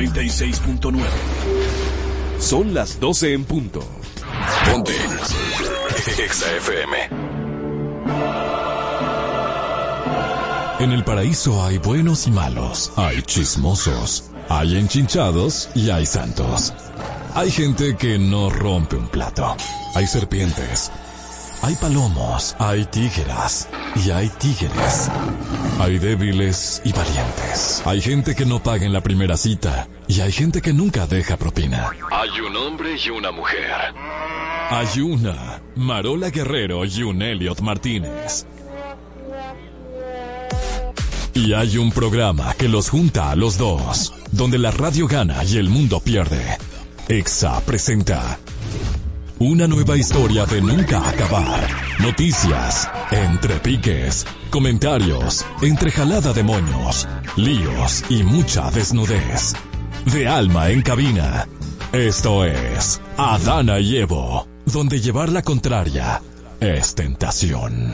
96.9. Son las 12 en punto. Ponte Exa FM. En el paraíso hay buenos y malos, hay chismosos, hay enchinchados y hay santos. Hay gente que no rompe un plato, hay serpientes, hay palomos, hay tígeras y hay tígeres. Hay débiles y valientes. Hay gente que no paga en la primera cita y hay gente que nunca deja propina. Hay un hombre y una mujer. Hay una Marola Guerrero y un Elliot Martínez. Y hay un programa que los junta a los dos, donde la radio gana y el mundo pierde. Exa presenta una nueva historia de nunca acabar. Noticias, entrepiques, comentarios, entrejalada de moños, líos y mucha desnudez. De alma en cabina. Esto es Adana y Evo, donde llevar la contraria es tentación.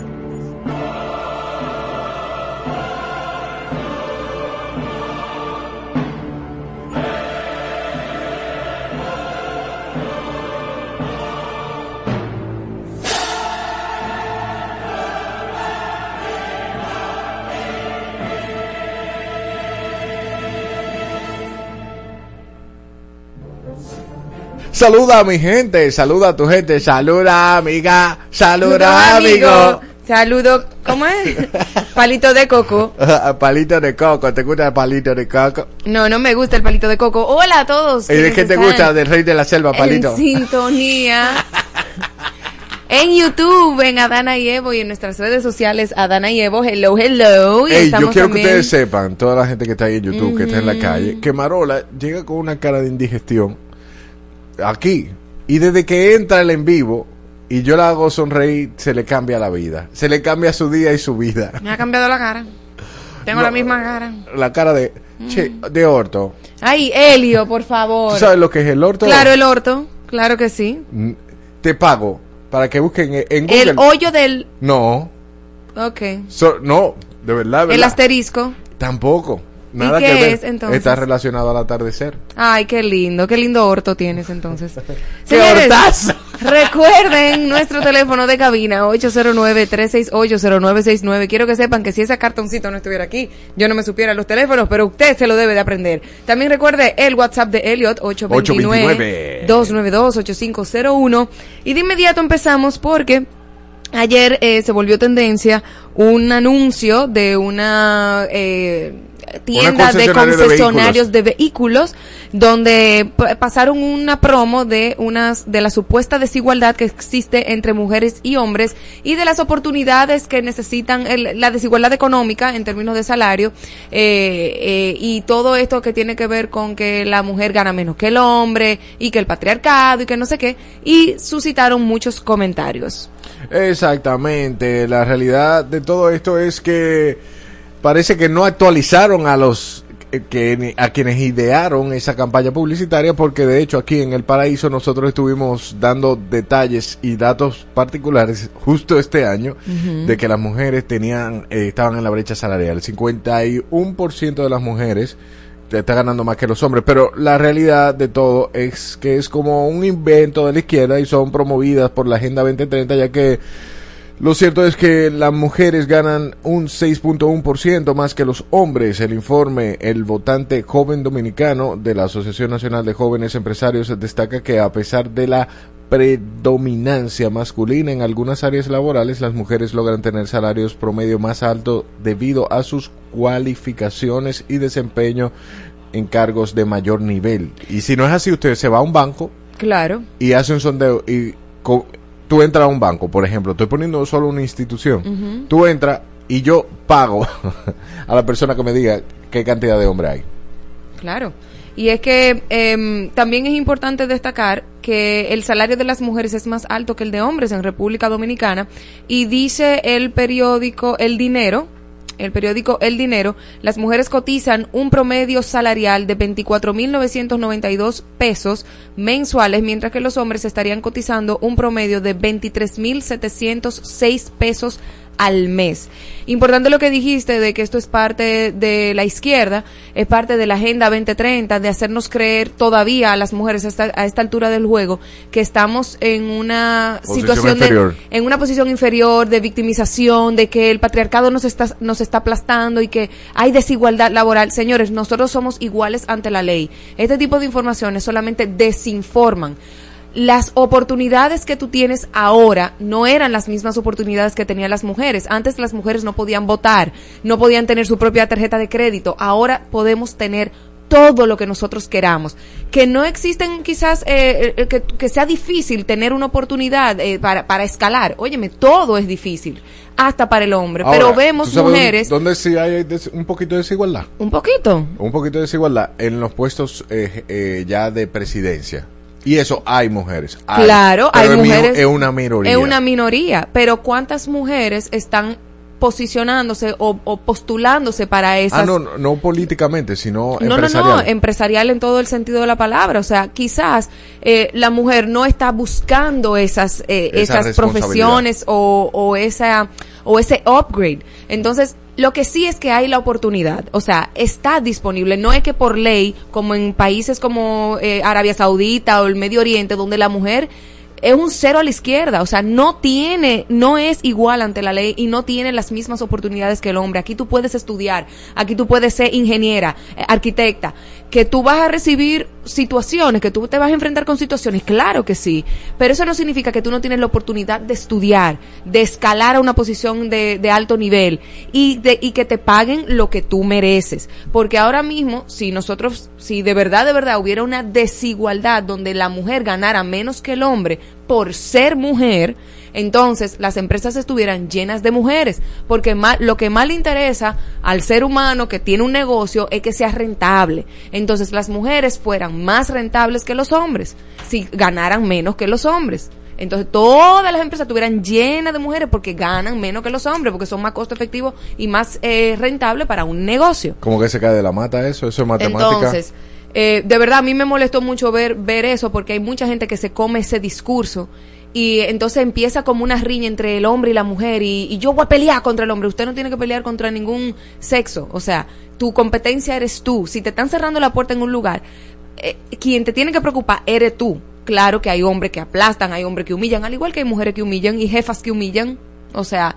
Saluda a mi gente, saluda a tu gente, saluda amiga, saluda amigo. Saludo, ¿cómo es? Palito de coco. Palito de coco, ¿te gusta el palito de coco? No, no me gusta el palito de coco. Hola a todos. ¿Y de qué te gusta del Rey de la Selva, palito? En sintonía. En YouTube, en Adana y Evo, y en nuestras redes sociales, Adana y Evo, hello, hello. Y yo quiero también... que ustedes sepan, toda la gente que está ahí en YouTube, que está en la calle, que Marola llega con una cara de indigestión aquí, y desde que entra el en vivo y yo la hago sonreír, se le cambia la vida, se le cambia su día y su vida. Me ha cambiado la cara. Tengo la misma cara. La cara de de orto. Ay, Helio, por favor. ¿Tú sabes lo que es el orto? Claro, el orto, claro que sí. Te pago para que busquen en Google. El hoyo del... No. Ok. No, de verdad. El asterisco. Tampoco. Nada ¿Y qué que ver. es, entonces? Está relacionado al atardecer. Ay, qué lindo orto tienes entonces. ¡Qué hortazo! Recuerden nuestro teléfono de cabina 809-368-0969. Quiero que sepan que si ese cartoncito no estuviera aquí, yo no me supiera los teléfonos, pero usted se lo debe de aprender. También recuerde el WhatsApp de Elliot 829-292-8501. Y de inmediato empezamos porque ayer se volvió tendencia un anuncio de una tienda de concesionarios de vehículos donde pasaron una promo de la supuesta desigualdad que existe entre mujeres y hombres y de las oportunidades que necesitan la desigualdad económica en términos de salario y todo esto que tiene que ver con que la mujer gana menos que el hombre y que el patriarcado y que no sé qué, y suscitaron muchos comentarios. Exactamente, la realidad de todo esto es que parece que no actualizaron a quienes idearon esa campaña publicitaria, porque de hecho aquí en El Paraíso nosotros estuvimos dando detalles y datos particulares justo este año de que las mujeres estaban en la brecha salarial. El 51% de las mujeres está ganando más que los hombres, pero la realidad de todo es que es como un invento de la izquierda y son promovidas por la Agenda 2030, ya que lo cierto es que las mujeres ganan un 6.1% más que los hombres. El informe El Votante Joven Dominicano de la Asociación Nacional de Jóvenes Empresarios destaca que a pesar de la predominancia masculina en algunas áreas laborales, las mujeres logran tener salarios promedio más altos debido a sus cualificaciones y desempeño en cargos de mayor nivel. Y si no es así, usted se va a un banco, claro, y hace un sondeo y tú entras a un banco, por ejemplo, estoy poniendo solo una institución, tú entras y yo pago a la persona que me diga qué cantidad de hombre hay. Claro, y es que también es importante destacar que el salario de las mujeres es más alto que el de hombres en República Dominicana, y dice el periódico El Dinero, las mujeres cotizan un promedio salarial de 24.992 pesos mensuales, mientras que los hombres estarían cotizando un promedio de 23.706 pesos al mes. Importante lo que dijiste de que esto es parte de la izquierda, es parte de la Agenda 2030, de hacernos creer todavía a las mujeres a esta altura del juego que estamos en una situación en una posición inferior, de victimización, de que el patriarcado nos está aplastando y que hay desigualdad laboral. Señores, nosotros somos iguales ante la ley. Este tipo de informaciones solamente desinforman. Las oportunidades que tú tienes ahora no eran las mismas oportunidades que tenían las mujeres. Antes las mujeres no podían votar, no podían tener su propia tarjeta de crédito. Ahora podemos tener todo lo que nosotros queramos. Que no existen quizás, que sea difícil tener una oportunidad para escalar. Óyeme, todo es difícil, hasta para el hombre. Ahora, pero vemos mujeres... ¿Dónde sí hay un poquito de desigualdad? ¿Un poquito? Un poquito de desigualdad en los puestos ya de presidencia. Y eso hay mujeres. Claro, hay mujeres. Es una minoría. Es una minoría. Pero ¿cuántas mujeres están posicionándose o postulándose para esas? No políticamente, sino empresarial. No, empresarial en todo el sentido de la palabra. O sea, quizás la mujer no está buscando esas profesiones o ese upgrade. Entonces, lo que sí es que hay la oportunidad, o sea, está disponible, no es que por ley, como en países como Arabia Saudita o el Medio Oriente, donde la mujer es un cero a la izquierda, o sea, no es igual ante la ley y no tiene las mismas oportunidades que el hombre. Aquí tú puedes estudiar, aquí tú puedes ser ingeniera, arquitecta, que tú vas a recibir situaciones, que tú te vas a enfrentar con situaciones, claro que sí, pero eso no significa que tú no tienes la oportunidad de estudiar, de escalar a una posición de alto nivel y que te paguen lo que tú mereces, porque ahora mismo, si de verdad hubiera una desigualdad donde la mujer ganara menos que el hombre por ser mujer, entonces las empresas estuvieran llenas de mujeres, porque lo que más le interesa al ser humano que tiene un negocio es que sea rentable. Entonces las mujeres fueran más rentables que los hombres, si ganaran menos que los hombres. Entonces todas las empresas estuvieran llenas de mujeres porque ganan menos que los hombres, porque son más costo efectivos y más rentables para un negocio. ¿Cómo que se cae de la mata eso? ¿Eso es matemática? Entonces, de verdad a mí me molestó mucho ver eso, porque hay mucha gente que se come ese discurso y entonces empieza como una riña entre el hombre y la mujer y yo voy a pelear contra el hombre. Usted no tiene que pelear contra ningún sexo, o sea, tu competencia eres tú. Si te están cerrando la puerta en un lugar, quien te tiene que preocupar eres tú. Claro que hay hombres que aplastan, hay hombres que humillan, al igual que hay mujeres que humillan y jefas que humillan, o sea,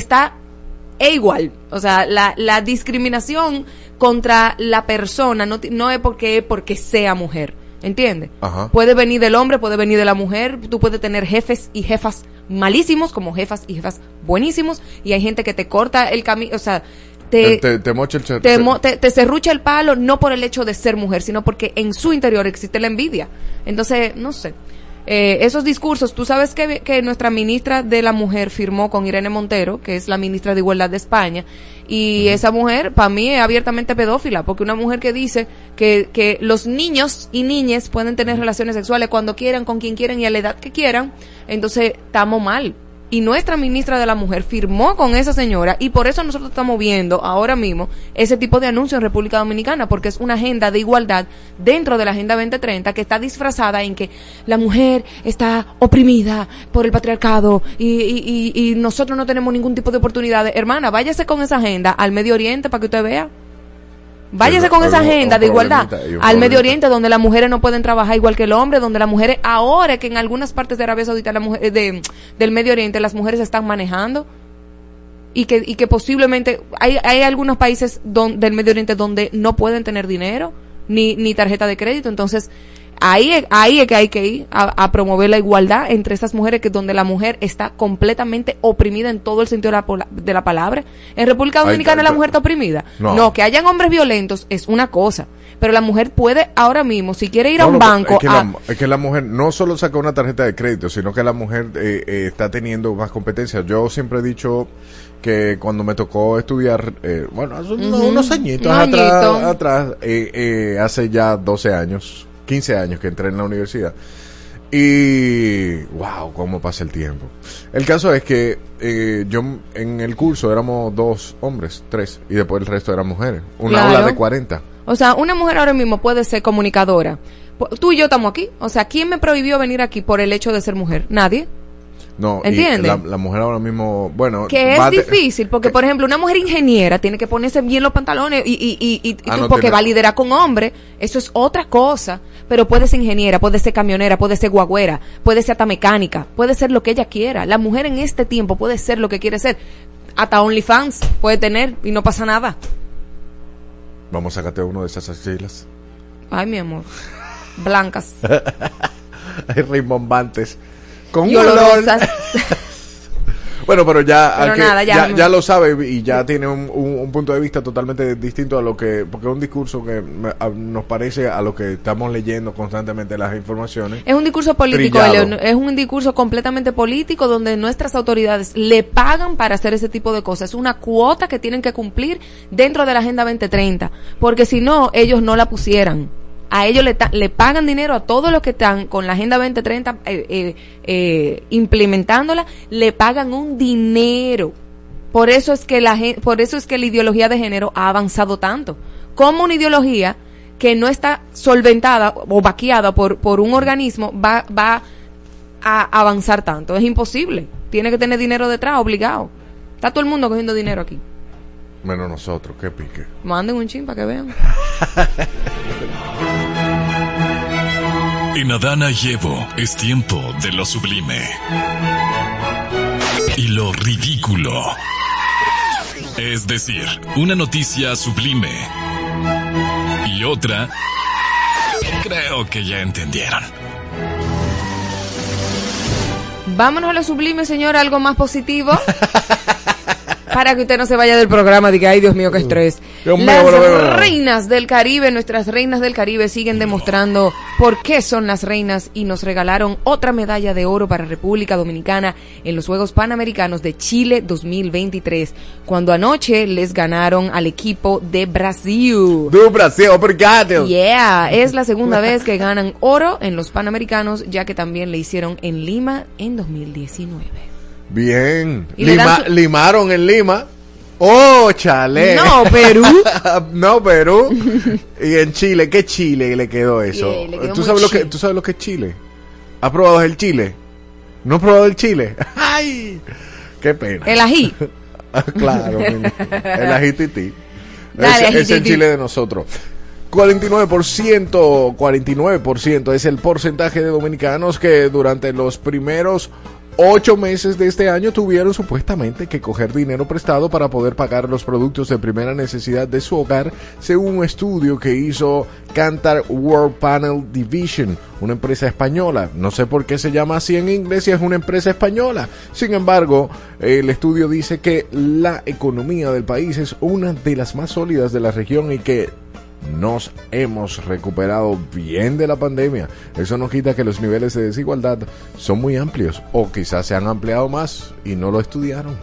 igual, o sea, la discriminación contra la persona no es porque sea mujer, ¿entiendes? Ajá. Puede venir del hombre, puede venir de la mujer, tú puedes tener jefes y jefas malísimos como jefas y jefas buenísimos, y hay gente que te corta el camino, o sea, te mocha te serrucha el palo, no por el hecho de ser mujer, sino porque en su interior existe la envidia. Entonces, no sé. Esos discursos, tú sabes que nuestra ministra de la mujer firmó con Irene Montero, que es la ministra de Igualdad de España, y esa mujer para mí es abiertamente pedófila, porque una mujer que dice que los niños y niñas pueden tener relaciones sexuales cuando quieran, con quien quieran y a la edad que quieran, entonces estamos mal. Y nuestra ministra de la mujer firmó con esa señora, y por eso nosotros estamos viendo ahora mismo ese tipo de anuncio en República Dominicana, porque es una agenda de igualdad dentro de la Agenda 2030 que está disfrazada en que la mujer está oprimida por el patriarcado y nosotros no tenemos ningún tipo de oportunidades. Hermana, váyase con esa agenda al Medio Oriente para que usted vea. Váyase con esa agenda de igualdad al Medio Oriente, donde las mujeres no pueden trabajar igual que el hombre, donde las mujeres, ahora que en algunas partes de Arabia Saudita del Medio Oriente las mujeres están manejando, y que posiblemente hay algunos países del Medio Oriente donde no pueden tener dinero ni tarjeta de crédito. Entonces ahí es que hay que ir a promover la igualdad entre esas mujeres, que donde la mujer está completamente oprimida en todo el sentido de la palabra. En República Dominicana la mujer está oprimida. No, que hayan hombres violentos es una cosa, pero la mujer puede ahora mismo, si quiere ir a un banco... Es que la mujer no solo saca una tarjeta de crédito, sino que la mujer está teniendo más competencia. Yo siempre he dicho que cuando me tocó estudiar, hace unos añitos atrás, hace ya 12 años... 15 años que entré en la universidad y wow, cómo pasa el tiempo. El caso es que yo en el curso éramos 2 hombres, 3, y después el resto eran mujeres. Una aula de 40. O sea, una mujer ahora mismo puede ser comunicadora. Tú y yo estamos aquí. O sea, ¿quién me prohibió venir aquí por el hecho de ser mujer? Nadie. No, ¿entiendes? La mujer ahora mismo, bueno... Que es difícil, porque por ejemplo, una mujer ingeniera tiene que ponerse bien los pantalones porque va a liderar con hombres, eso es otra cosa, pero puede ser ingeniera, puede ser camionera, puede ser guagüera, puede ser hasta mecánica, puede ser lo que ella quiera. La mujer en este tiempo puede ser lo que quiere ser, hasta OnlyFans puede tener y no pasa nada. Vamos a sacarte uno de esas axilas. Ay, mi amor, blancas. Hay rimbombantes. Con y olorosas. Bueno, pero ya lo sabe y ya sí. Tiene un punto de vista totalmente distinto a lo que... Porque es un discurso que nos parece a lo que estamos leyendo constantemente las informaciones. Es un discurso político, es un discurso completamente político donde nuestras autoridades le pagan para hacer ese tipo de cosas. Es una cuota que tienen que cumplir dentro de la Agenda 2030, porque si no, ellos no la pusieran. A ellos le pagan dinero a todos los que están con la Agenda 2030 implementándola, le pagan un dinero. Por eso es que la ideología de género ha avanzado tanto. Como una ideología que no está solventada o vaqueada por un organismo va a avanzar tanto. Es imposible. Tiene que tener dinero detrás, obligado. Está todo el mundo cogiendo dinero aquí. Menos nosotros, qué pique. Manden un chin para que vean. En Adana y Evo es tiempo de lo sublime y lo ridículo. Es decir, una noticia sublime y otra, creo que ya entendieron. Vámonos a lo sublime, señor, algo más positivo. Para que usted no se vaya del programa, diga, ay Dios mío, qué estrés. Las reinas del Caribe, nuestras reinas del Caribe siguen demostrando por qué son las reinas y nos regalaron otra medalla de oro para República Dominicana en los Juegos Panamericanos de Chile 2023, cuando anoche les ganaron al equipo de Brasil. Do Brasil, obrigado. Yeah, es la segunda vez que ganan oro en los Panamericanos, ya que también le hicieron en Lima en 2019. Bien. Limaron en Lima. ¡Oh, chale! No, Perú. No, Perú. Y en Chile, ¿qué Chile le quedó eso? Yeah, le quedó ¿Tú sabes lo que es Chile? ¿Has probado el chile? ¿No has probado el chile? ¡Ay! ¡Qué pena! El ají. Claro, el ají tití. Dale, es el Chile de nosotros. 49% es el porcentaje de dominicanos que durante los primeros 8 meses de este año tuvieron supuestamente que coger dinero prestado para poder pagar los productos de primera necesidad de su hogar, según un estudio que hizo Kantar World Panel Division, una empresa española. No sé por qué se llama así en inglés si es una empresa española. Sin embargo, el estudio dice que la economía del país es una de las más sólidas de la región y que nos hemos recuperado bien de la pandemia. Eso no quita que los niveles de desigualdad son muy amplios, o quizás se han ampliado más y no lo estudiaron.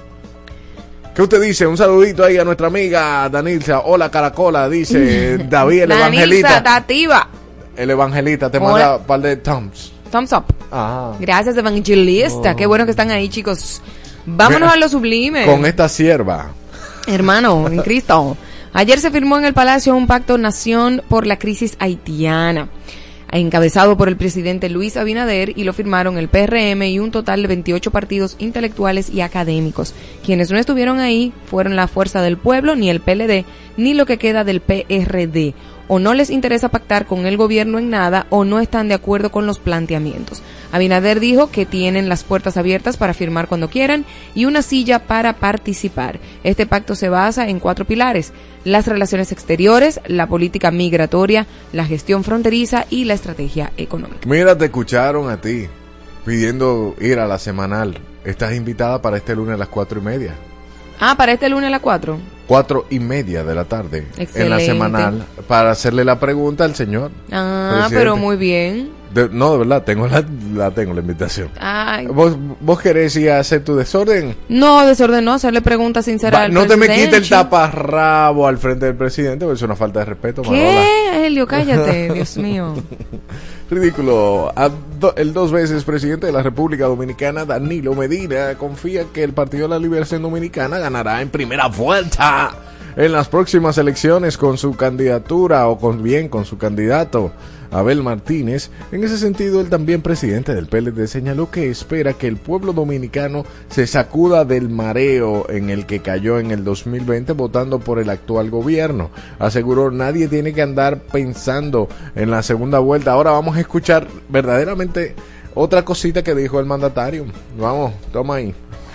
¿Qué usted dice? Un saludito ahí a nuestra amiga Danilza. Hola Caracola, dice David el Evangelista. Danilza, activa. El Evangelista te manda un par de thumbs up. Ajá. Gracias, Evangelista. Qué bueno que están ahí, chicos. Vámonos a lo sublime. Con esta sierva. Hermano, en Cristo. Ayer se firmó en el Palacio un pacto nación por la crisis haitiana, encabezado por el presidente Luis Abinader, y lo firmaron el PRM y un total de 28 partidos intelectuales y académicos. Quienes no estuvieron ahí fueron la Fuerza del Pueblo, ni el PLD, ni lo que queda del PRD. O no les interesa pactar con el gobierno en nada, o no están de acuerdo con los planteamientos. Abinader dijo que tienen las puertas abiertas para firmar cuando quieran y una silla para participar. Este pacto se basa en 4 pilares: las relaciones exteriores, la política migratoria, la gestión fronteriza y la estrategia económica. Mira, te escucharon a ti pidiendo ir a la semanal. Estás invitada para este lunes a las 4:30. Ah, para este lunes a las 4. 4:30 de la tarde. Excelente. En la semanal, para hacerle la pregunta al señor presidente. Pero muy bien. De verdad, tengo la invitación. Ay. ¿Vos querés ir a hacer tu desorden? No, desorden no, hacerle preguntas sinceras al no presidente. te me quites el taparrabo al frente del presidente, porque es una falta de respeto. ¿Qué? Helio, cállate, Dios mío. Ridículo. El 2 veces presidente de la República Dominicana, Danilo Medina, confía que el Partido de la Liberación Dominicana ganará en primera vuelta en las próximas elecciones con su candidatura o con su candidato Abel Martínez. En ese sentido, el también presidente del PLD señaló que espera que el pueblo dominicano se sacuda del mareo en el que cayó en el 2020 votando por el actual gobierno. Aseguró, nadie tiene que andar pensando en la segunda vuelta. Ahora vamos a escuchar verdaderamente otra cosita que dijo el mandatario. Vamos, toma ahí.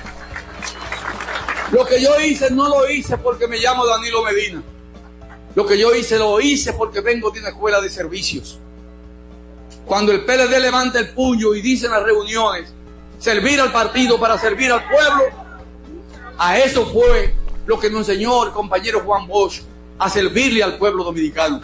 Lo que yo hice no lo hice porque me llamo Danilo Medina. Lo que yo hice lo hice porque vengo de una escuela de servicios. Cuando el PLD levanta el puño y dice en las reuniones, servir al partido para servir al pueblo, a eso fue lo que nos enseñó el compañero Juan Bosch, a servirle al pueblo dominicano.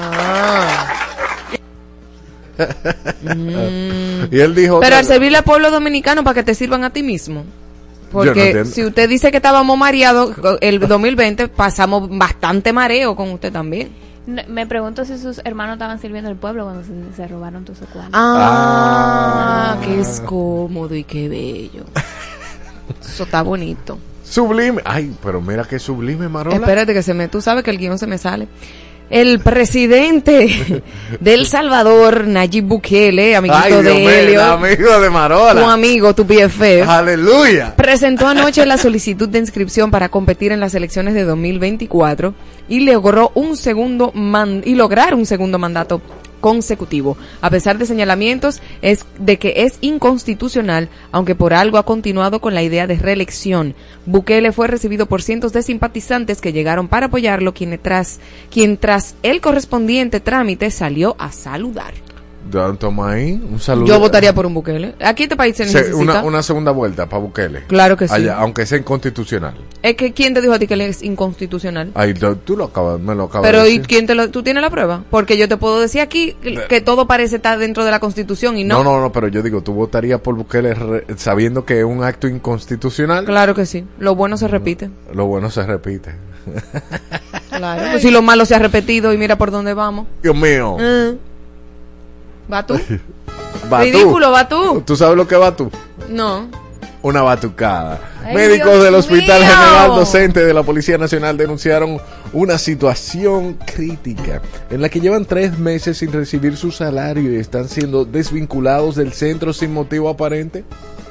Y él dijo... Pero al servirle al pueblo dominicano para que te sirvan a ti mismo. Porque no si usted dice que estábamos mareados, el 2020 pasamos bastante mareo con usted también. Me pregunto si sus hermanos estaban sirviendo al pueblo cuando se robaron tus cuartos. Que es cómodo y qué bello. Eso está bonito. Sublime. Ay, pero mira qué sublime, Marola. Espérate que tú sabes que el guión se me sale. El presidente de El Salvador, Nayib Bukele, amiguito de Helio, amigo de Marola, tu amigo, tu BFF, aleluya, presentó anoche la solicitud de inscripción para competir en las elecciones de 2024 y lograr un segundo mandato consecutivo, a pesar de señalamientos de que es inconstitucional, aunque por algo ha continuado con la idea de reelección. Bukele fue recibido por cientos de simpatizantes que llegaron para apoyarlo, quien tras el correspondiente trámite salió a saludar. Toma ahí, un saludo. Yo votaría por un Bukele. Aquí este país se necesita una segunda vuelta para Bukele. Claro que sí. Allá, aunque sea inconstitucional. Es que ¿quién te dijo a ti que él es inconstitucional? Ay, tú me lo acabas pero de decir. ¿y quién tú tienes la prueba? Porque yo te puedo decir aquí que todo parece estar dentro de la Constitución y no. No, pero yo digo, ¿tú votarías por Bukele sabiendo que es un acto inconstitucional? Claro que sí. Lo bueno se repite. Lo bueno se repite. Claro. Pues si lo malo se ha repetido y mira por dónde vamos. Dios mío. ¿Va tú? Ridículo, ¿va tú? ¿Tú sabes lo que va tú? No. Una batucada. Ay, Médicos Dios del Hospital mío. General Docente de la Policía Nacional denunciaron una situación crítica en la que llevan 3 meses sin recibir su salario y están siendo desvinculados del centro sin motivo aparente.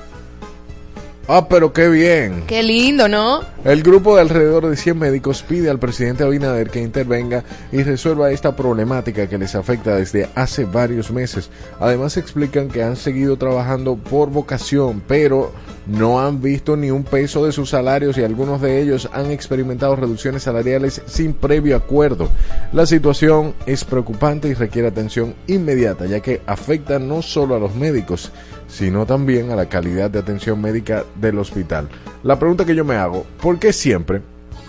Pero qué bien. Qué lindo, ¿no? El grupo de alrededor de 100 médicos pide al presidente Abinader que intervenga y resuelva esta problemática que les afecta desde hace varios meses. Además explican que han seguido trabajando por vocación, pero no han visto ni un peso de sus salarios y algunos de ellos han experimentado reducciones salariales sin previo acuerdo. La situación es preocupante y requiere atención inmediata, ya que afecta no solo a los médicos, sino también a la calidad de atención médica del hospital. La pregunta que yo me hago, ¿por qué siempre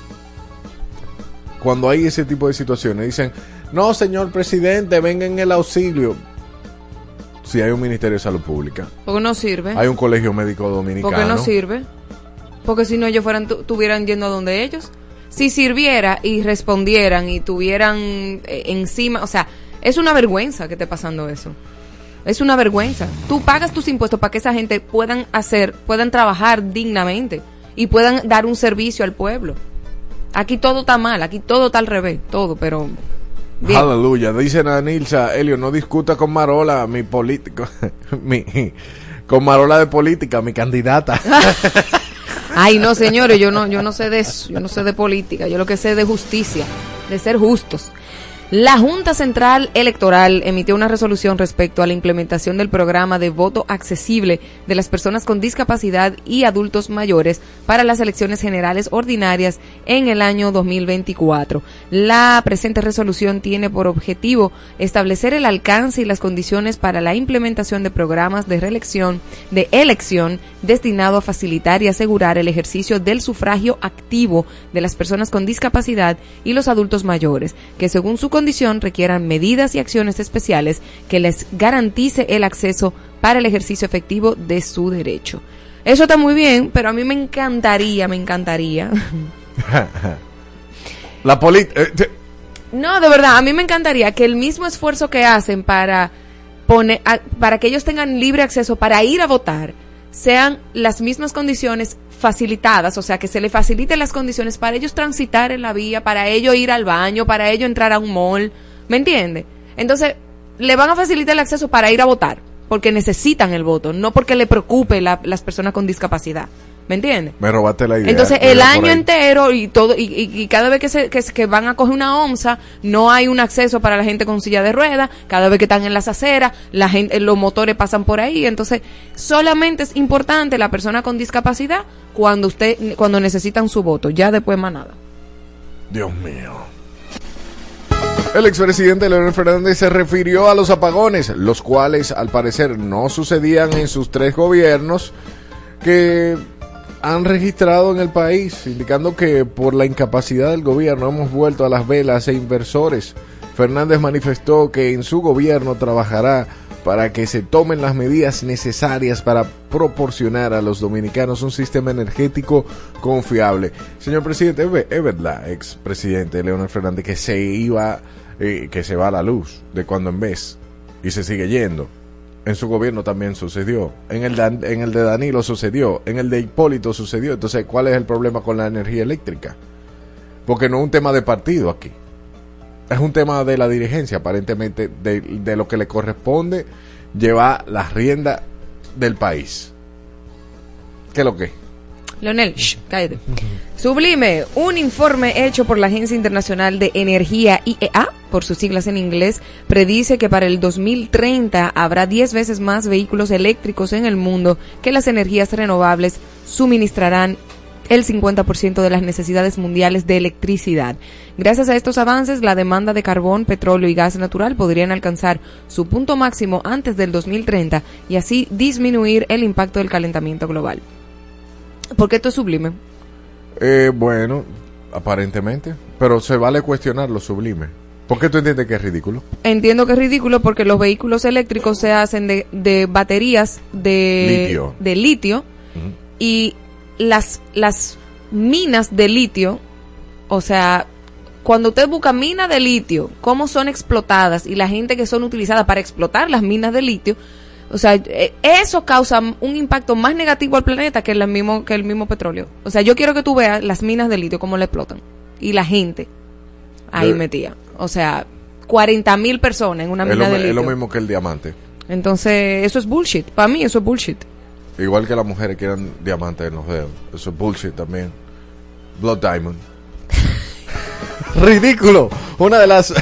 cuando hay ese tipo de situaciones dicen, no señor presidente, venga en el auxilio? Si hay un Ministerio de Salud Pública. Porque no sirve. Hay un colegio médico dominicano. Porque no sirve. Porque si no ellos estuvieran yendo a donde ellos. Si sirviera y respondieran y tuvieran encima, o sea, es una vergüenza que esté pasando eso. Es una vergüenza. Tú pagas tus impuestos para que esa gente puedan trabajar dignamente y puedan dar un servicio al pueblo. Aquí todo está mal, aquí todo está al revés, todo, pero bien. Aleluya. Dicen a Nilsa, Helio, no discuta con Marola, mi político, con Marola de política, mi candidata. Ay, no, señores, yo no sé de eso, yo no sé de política, yo lo que sé de justicia, de ser justos. La Junta Central Electoral emitió una resolución respecto a la implementación del programa de voto accesible de las personas con discapacidad y adultos mayores para las elecciones generales ordinarias en el año 2024. La presente resolución tiene por objetivo establecer el alcance y las condiciones para la implementación de programas de elección destinado a facilitar y asegurar el ejercicio del sufragio activo de las personas con discapacidad y los adultos mayores, que según su condición requieran medidas y acciones especiales que les garantice el acceso para el ejercicio efectivo de su derecho. Eso está muy bien, pero a mí me encantaría. No, de verdad, a mí me encantaría que el mismo esfuerzo que hacen para que ellos tengan libre acceso para ir a votar, sean las mismas condiciones facilitadas, o sea, que se le faciliten las condiciones para ellos transitar en la vía, para ellos ir al baño, para ellos entrar a un mall, ¿me entiende? Entonces, le van a facilitar el acceso para ir a votar, porque necesitan el voto, no porque le preocupe las personas con discapacidad. ¿Me entiendes? Me robaste la idea. Entonces, el año entero y todo, y cada vez que van a coger una onza, no hay un acceso para la gente con silla de ruedas. Cada vez que están en las aceras, los motores pasan por ahí. Entonces, solamente es importante la persona con discapacidad cuando necesitan su voto. Ya después más nada. Dios mío. El expresidente Leonel Fernández se refirió a los apagones, los cuales al parecer no sucedían en sus 3 gobiernos que han registrado en el país, indicando que por la incapacidad del gobierno hemos vuelto a las velas e inversores. Fernández manifestó que en su gobierno trabajará para que se tomen las medidas necesarias para proporcionar a los dominicanos un sistema energético confiable. Señor presidente, es verdad, expresidente Leonel Fernández, que que se va la luz de cuando en vez y se sigue yendo. En su gobierno también sucedió, en el de Danilo sucedió, en el de Hipólito sucedió. Entonces, ¿cuál es el problema con la energía eléctrica? Porque no es un tema de partido aquí, es un tema de la dirigencia, aparentemente, de lo que le corresponde llevar las riendas del país. ¿Qué es lo que? Leonel, cállate. Sublime, un informe hecho por la Agencia Internacional de Energía, IEA, por sus siglas en inglés, predice que para el 2030 habrá 10 veces más vehículos eléctricos en el mundo, que las energías renovables suministrarán el 50% de las necesidades mundiales de electricidad. Gracias a estos avances, la demanda de carbón, petróleo y gas natural podrían alcanzar su punto máximo antes del 2030 y así disminuir el impacto del calentamiento global. ¿Por qué esto es sublime? Bueno, aparentemente, pero se vale cuestionar lo sublime. ¿Por qué tú entiendes que es ridículo? Entiendo que es ridículo porque los vehículos eléctricos se hacen de baterías de litio uh-huh. Y las minas de litio, o sea, cuando usted busca minas de litio, cómo son explotadas y la gente que son utilizadas para explotar las minas de litio, o sea, eso causa un impacto más negativo al planeta que el mismo petróleo. O sea, yo quiero que tú veas las minas de litio cómo le explotan y la gente ahí metía. O sea, 40,000 personas en una mina de litio. Es lo mismo que el diamante. Entonces, eso es bullshit. Para mí, eso es bullshit. Igual que las mujeres quieran diamantes en los dedos. Eso es bullshit también. Blood Diamond. Ridículo. Una de las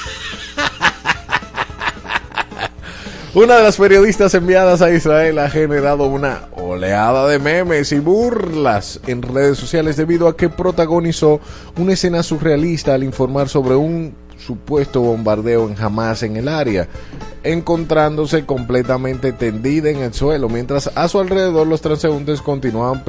periodistas enviadas a Israel ha generado una oleada de memes y burlas en redes sociales debido a que protagonizó una escena surrealista al informar sobre un supuesto bombardeo en Hamas en el área, encontrándose completamente tendida en el suelo, mientras a su alrededor los transeúntes continuaban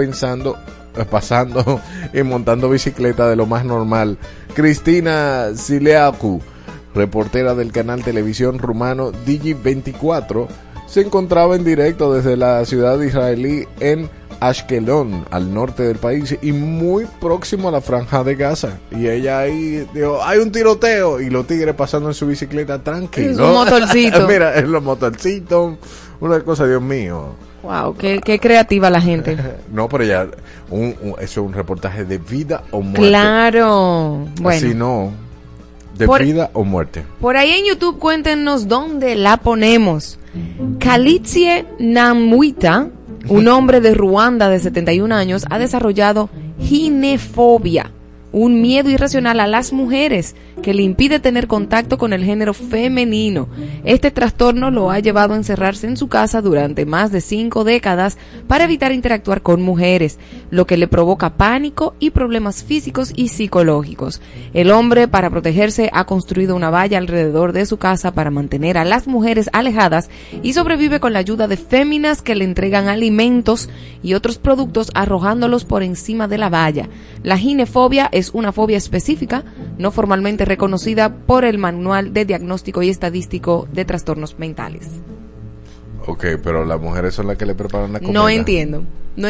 pasando y montando bicicleta de lo más normal. Cristina Sileacu, reportera del canal televisión rumano Digi24, se encontraba en directo desde la ciudad israelí en Ashkelon, al norte del país y muy próximo a la franja de Gaza. Y ella ahí dijo, hay un tiroteo, y los tigres pasando en su bicicleta tranquilo. En su motorcito. Mira, en los motorcitos, una cosa, Dios mío. Wow, qué creativa la gente. No, pero ya, eso es un reportaje de vida o muerte. Claro. Bueno. Así no, vida o muerte. Por ahí en YouTube cuéntenos dónde la ponemos. Kalitsie Namwita, un hombre de Ruanda de 71 años, ha desarrollado ginefobia, un miedo irracional a las mujeres que le impide tener contacto con el género femenino. Este trastorno lo ha llevado a encerrarse en su casa durante más de 5 décadas para evitar interactuar con mujeres, lo que le provoca pánico y problemas físicos y psicológicos. El hombre, para protegerse, ha construido una valla alrededor de su casa para mantener a las mujeres alejadas y sobrevive con la ayuda de féminas que le entregan alimentos y otros productos arrojándolos por encima de la valla. La ginefobia es una fobia específica, no formalmente reconocida por el Manual de Diagnóstico y Estadístico de Trastornos Mentales. Ok, pero las mujeres son las que le preparan la comida. No entiendo.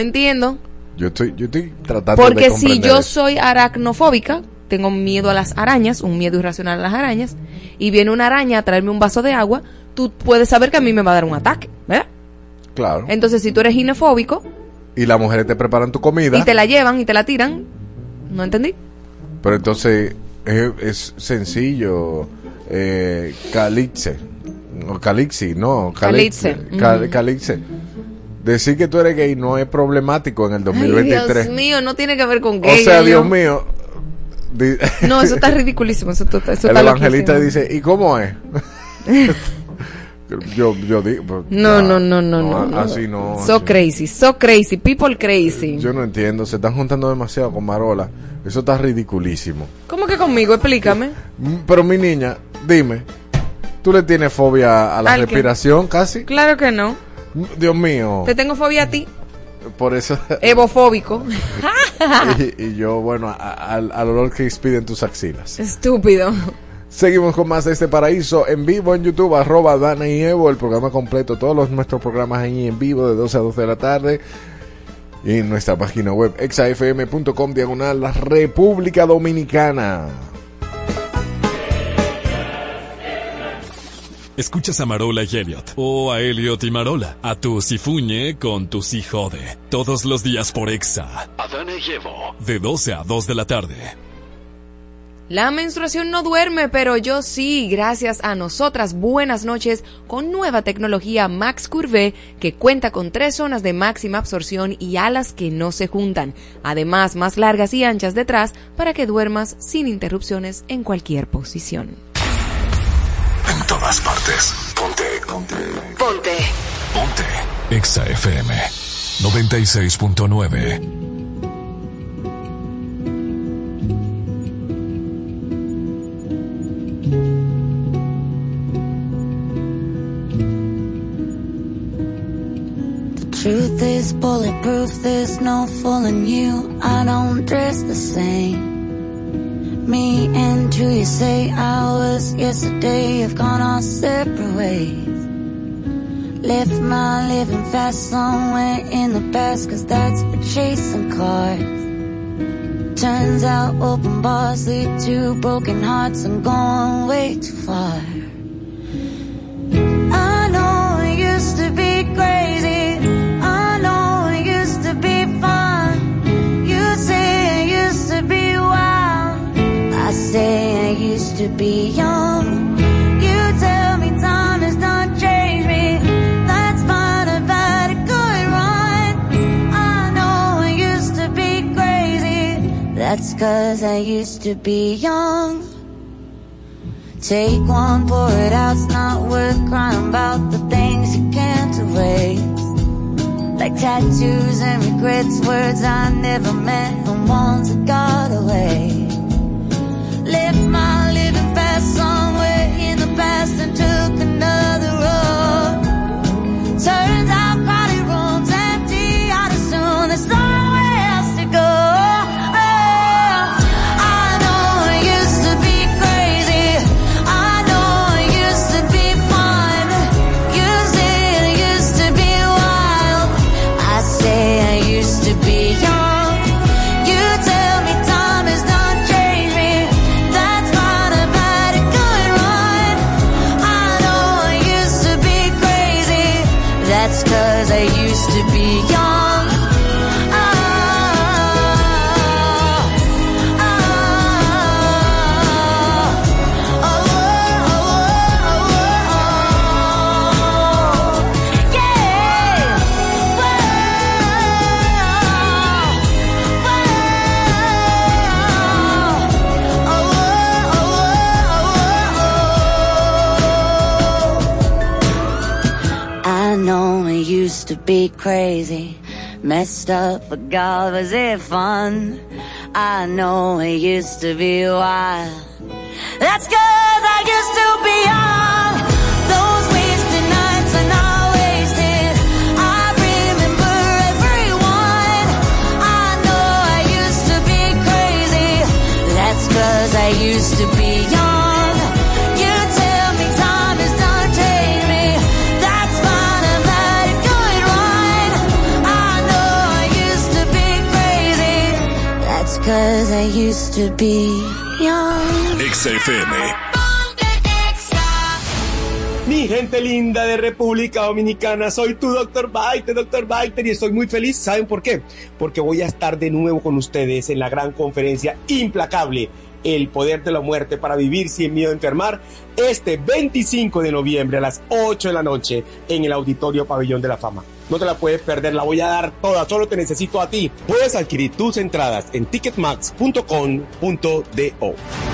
Yo estoy tratando porque de comprender. Si yo soy aracnofóbica, tengo miedo a las arañas, un miedo irracional a las arañas, y viene una araña a traerme un vaso de agua, tú puedes saber que a mí me va a dar un ataque, ¿verdad? Claro. Entonces, si tú eres ginefóbico, y las mujeres te preparan tu comida. Y te la llevan y te la tiran. ¿No entendí? Pero entonces es sencillo. Calixe. No, Calixi, no. Calixe. Calixe. Decir que tú eres gay no es problemático en el 2023. Ay, Dios mío, no tiene que ver con gay. O sea, Dios mío. No, eso está ridiculísimo. Eso el está evangelista loquísimo. dice, ¿y cómo es? yo digo... No. Así no. So crazy. People crazy. Yo no entiendo. Se están juntando demasiado con Marola. Eso está ridiculísimo. ¿Cómo que conmigo? Explícame. Pero mi niña, dime. ¿Tú le tienes fobia a la respiración casi? Claro que no. Dios mío. Te tengo fobia a ti. Por eso. Evofóbico. y yo, bueno, al olor que expiden tus axilas. Estúpido. Seguimos con más de este paraíso en vivo en YouTube, @Dana y Evo, el programa completo, todos nuestros programas ahí en vivo de 12 a 2 de la tarde. Y en nuestra página web exafm.com /La República Dominicana. Escuchas a Marola y Elliot, o a Elliot y Marola, a tu Sifuñe con tu Si Jode, todos los días por Exa. Adana y Evo, de 12 a 2 de la tarde. La menstruación no duerme, pero yo sí, gracias a nosotras. Buenas noches, con nueva tecnología Max Curve, que cuenta con 3 zonas de máxima absorción y alas que no se juntan. Además, más largas y anchas detrás, para que duermas sin interrupciones en cualquier posición. En todas partes. Ponte. Exa FM 96.9. Truth is bulletproof, there's no fooling you. I don't dress the same. Me and who you say I was yesterday have gone our separate ways. Left my living fast somewhere in the past, 'cause that's for chasing cars. Turns out open bars lead to broken hearts. I'm going way too far. I know it used to be crazy. I know it used to be fun. You say it used to be wild. I say I used to be young. You tell me time has not changed me. That's fine, I've had a good run. I know I used to be crazy. That's 'cause I used to be young. Take one, pour it out, it's not worth crying about the things you can't erase. Like tattoos and regrets, words I never meant, the ones that got away. Left my living past somewhere in the past and took another road. Turns out crowded rooms empty, I'd assume there's somewhere else to go. I know it used to be crazy. I know it used to be fun. You say it used to be wild. I say I used to be young. You tell me time has not changed me. That's fine, I've had a good run. I know I used to be crazy. That's 'cause I used to be young. I know it used to be crazy, messed up, but God, was it fun? I know it used to be wild. That's 'cause I used to be young. Those wasted nights are not wasted. I remember everyone. I know I used to be crazy. That's 'cause I used to be young. You tell me time has not changed me. That's fine, I've had a good run. I know I used to be crazy. That's 'cause I used to be young. Exa FM. Mi gente linda de República Dominicana, soy tu Dr. Biter, y estoy muy feliz. ¿Saben por qué? Porque voy a estar de nuevo con ustedes en la gran conferencia implacable, El Poder de la Muerte para Vivir Sin Miedo a Enfermar, este 25 de noviembre a las 8 de la noche en el Auditorio Pabellón de la Fama. No te la puedes perder, la voy a dar toda, solo te necesito a ti. Puedes adquirir tus entradas en ticketmax.com.do.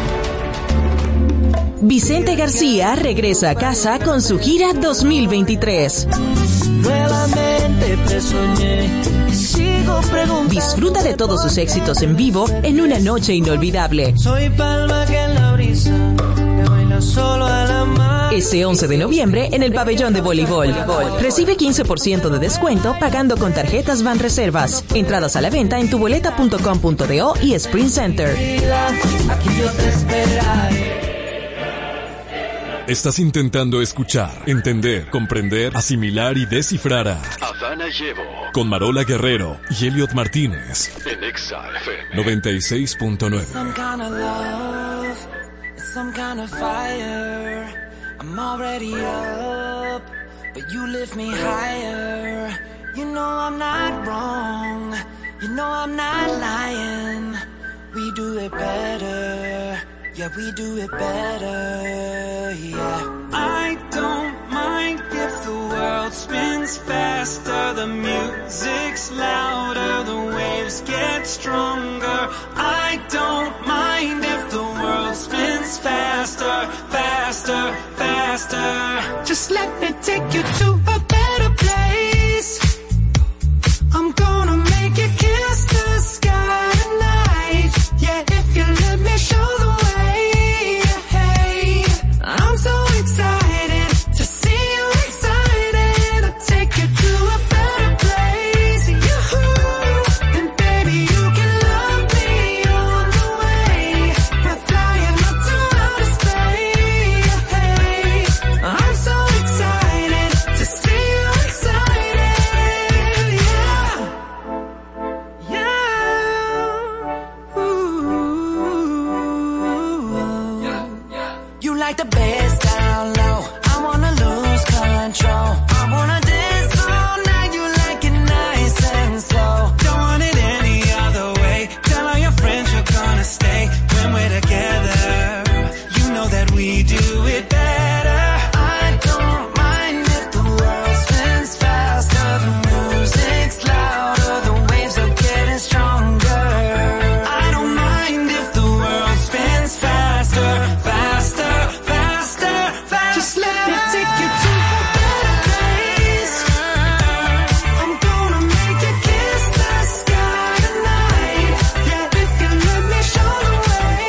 Vicente García regresa a casa con su gira 2023. Nuevamente te soñé y sigo preguntando. Disfruta de todos sus éxitos en vivo en una noche inolvidable. Soy palma que en la brisa le baila solo a la mar. Este 11 de noviembre en el Pabellón de Voleibol. Recibe 15% de descuento pagando con tarjetas Banreservas. Entradas a la venta en tuboleta.com.do y Sprint Center. Aquí yo te esperaré. Estás intentando escuchar, entender, comprender, asimilar y descifrar a Adana Llevo con Marola Guerrero y Elliot Martínez en Exa FM 96.9. Some kind of love, some kind of fire. I'm already up, but you lift me higher. You know I'm not wrong, you know I'm not lying. We do it better. Yeah, we do it better, yeah. I don't mind if the world spins faster, the music's louder, the waves get stronger. I don't mind if the world spins faster, faster, faster. Just let me take you to a better place. I'm gonna make you kiss the sky tonight. Yeah, if you let me show the way. I'm so excited to see you excited. I'll take you to a better place. And baby, you can love me on the way. We're flying up to outer space. I'm so excited to see you excited. Yeah. Yeah. Ooh. You like the bass down low. I wanna lose control. I wanna dance all night. You like it nice and slow. Don't want it any other way. Tell all your friends you're gonna stay when we're together. You know that we do it better. I don't mind if the world spins faster. The music's louder. The waves are getting stronger. I don't mind if the world spins faster, faster. Just let me take you to a better place. I'm gonna make you kiss the sky tonight. Yeah, if you let me show the way.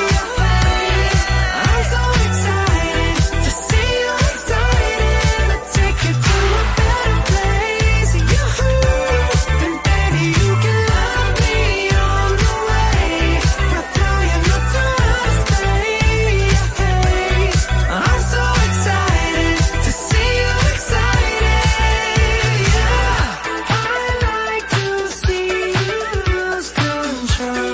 I'm so excited to see you excited. I'll take you to a better place. And baby, you can love me on the way. We're flying up to outer space. I'm so excited to see you excited, yeah. I like to see you lose control.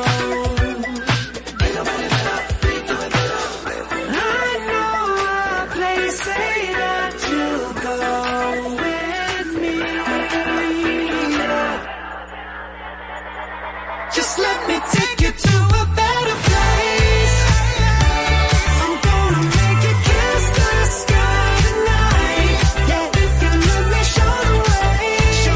I know a place, say that you'll go with me. Just let me take you to a better place. I'm gonna make you kiss the sky tonight. Yeah, if you let me show the way.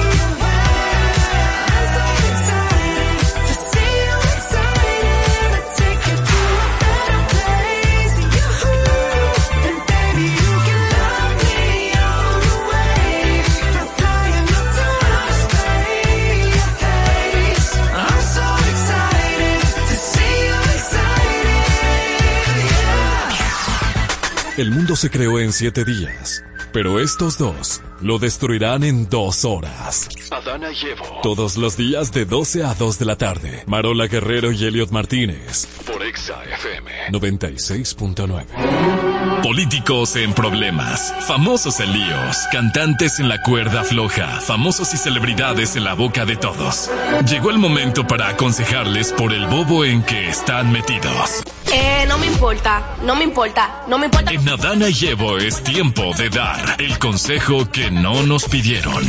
I'm so excited to see you excited. I'll take you to a better place. And baby, you can love me on the way. We're flying up to outer space. I'm so excited to see you excited, yeah. El mundo se creó en 7 días, pero estos 2 lo destruirán en 2 horas. Adana y Evo. Todos los días de 12 a 2 de la tarde. Marola Guerrero y Elliot Martínez. Por Exa FM 96.9. Políticos en problemas, famosos en líos, cantantes en la cuerda floja, famosos y celebridades en la boca de todos. Llegó el momento para aconsejarles por el bobo en que están metidos. No me importa, no me importa, no me importa. En Adana y Evo es tiempo de dar el consejo que no nos pidieron.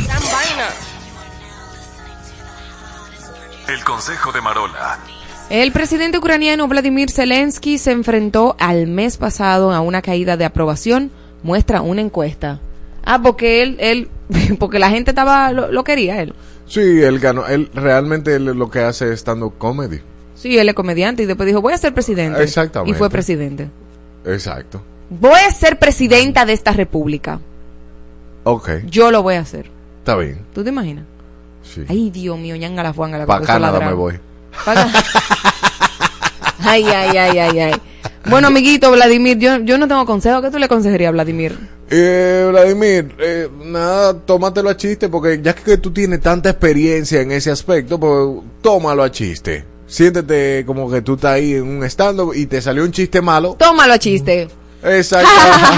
El consejo de Marola. El presidente ucraniano Vladimir Zelensky se enfrentó al mes pasado a una caída de aprobación, muestra una encuesta. Porque él porque la gente lo quería él. Sí, él ganó. Él realmente lo que hace es stand-up comedy. Sí, él es comediante y después dijo, voy a ser presidente. Exactamente. Y fue presidente. Exacto. Voy a ser presidenta de esta república. Ok. Yo lo voy a hacer. Está bien. ¿Tú te imaginas? Sí. Ay, Dios mío, ñanga la fuanga. Para Canadá me voy. Ay. Bueno, amiguito Vladimir, yo no tengo consejo. ¿Qué tú le aconsejarías a Vladimir? Vladimir, nada, tómatelo a chiste, porque ya que tú tienes tanta experiencia en ese aspecto, pues tómalo a chiste. Siéntete como que tú estás ahí en un stand-up y te salió un chiste malo. Tómalo a chiste. Exacto.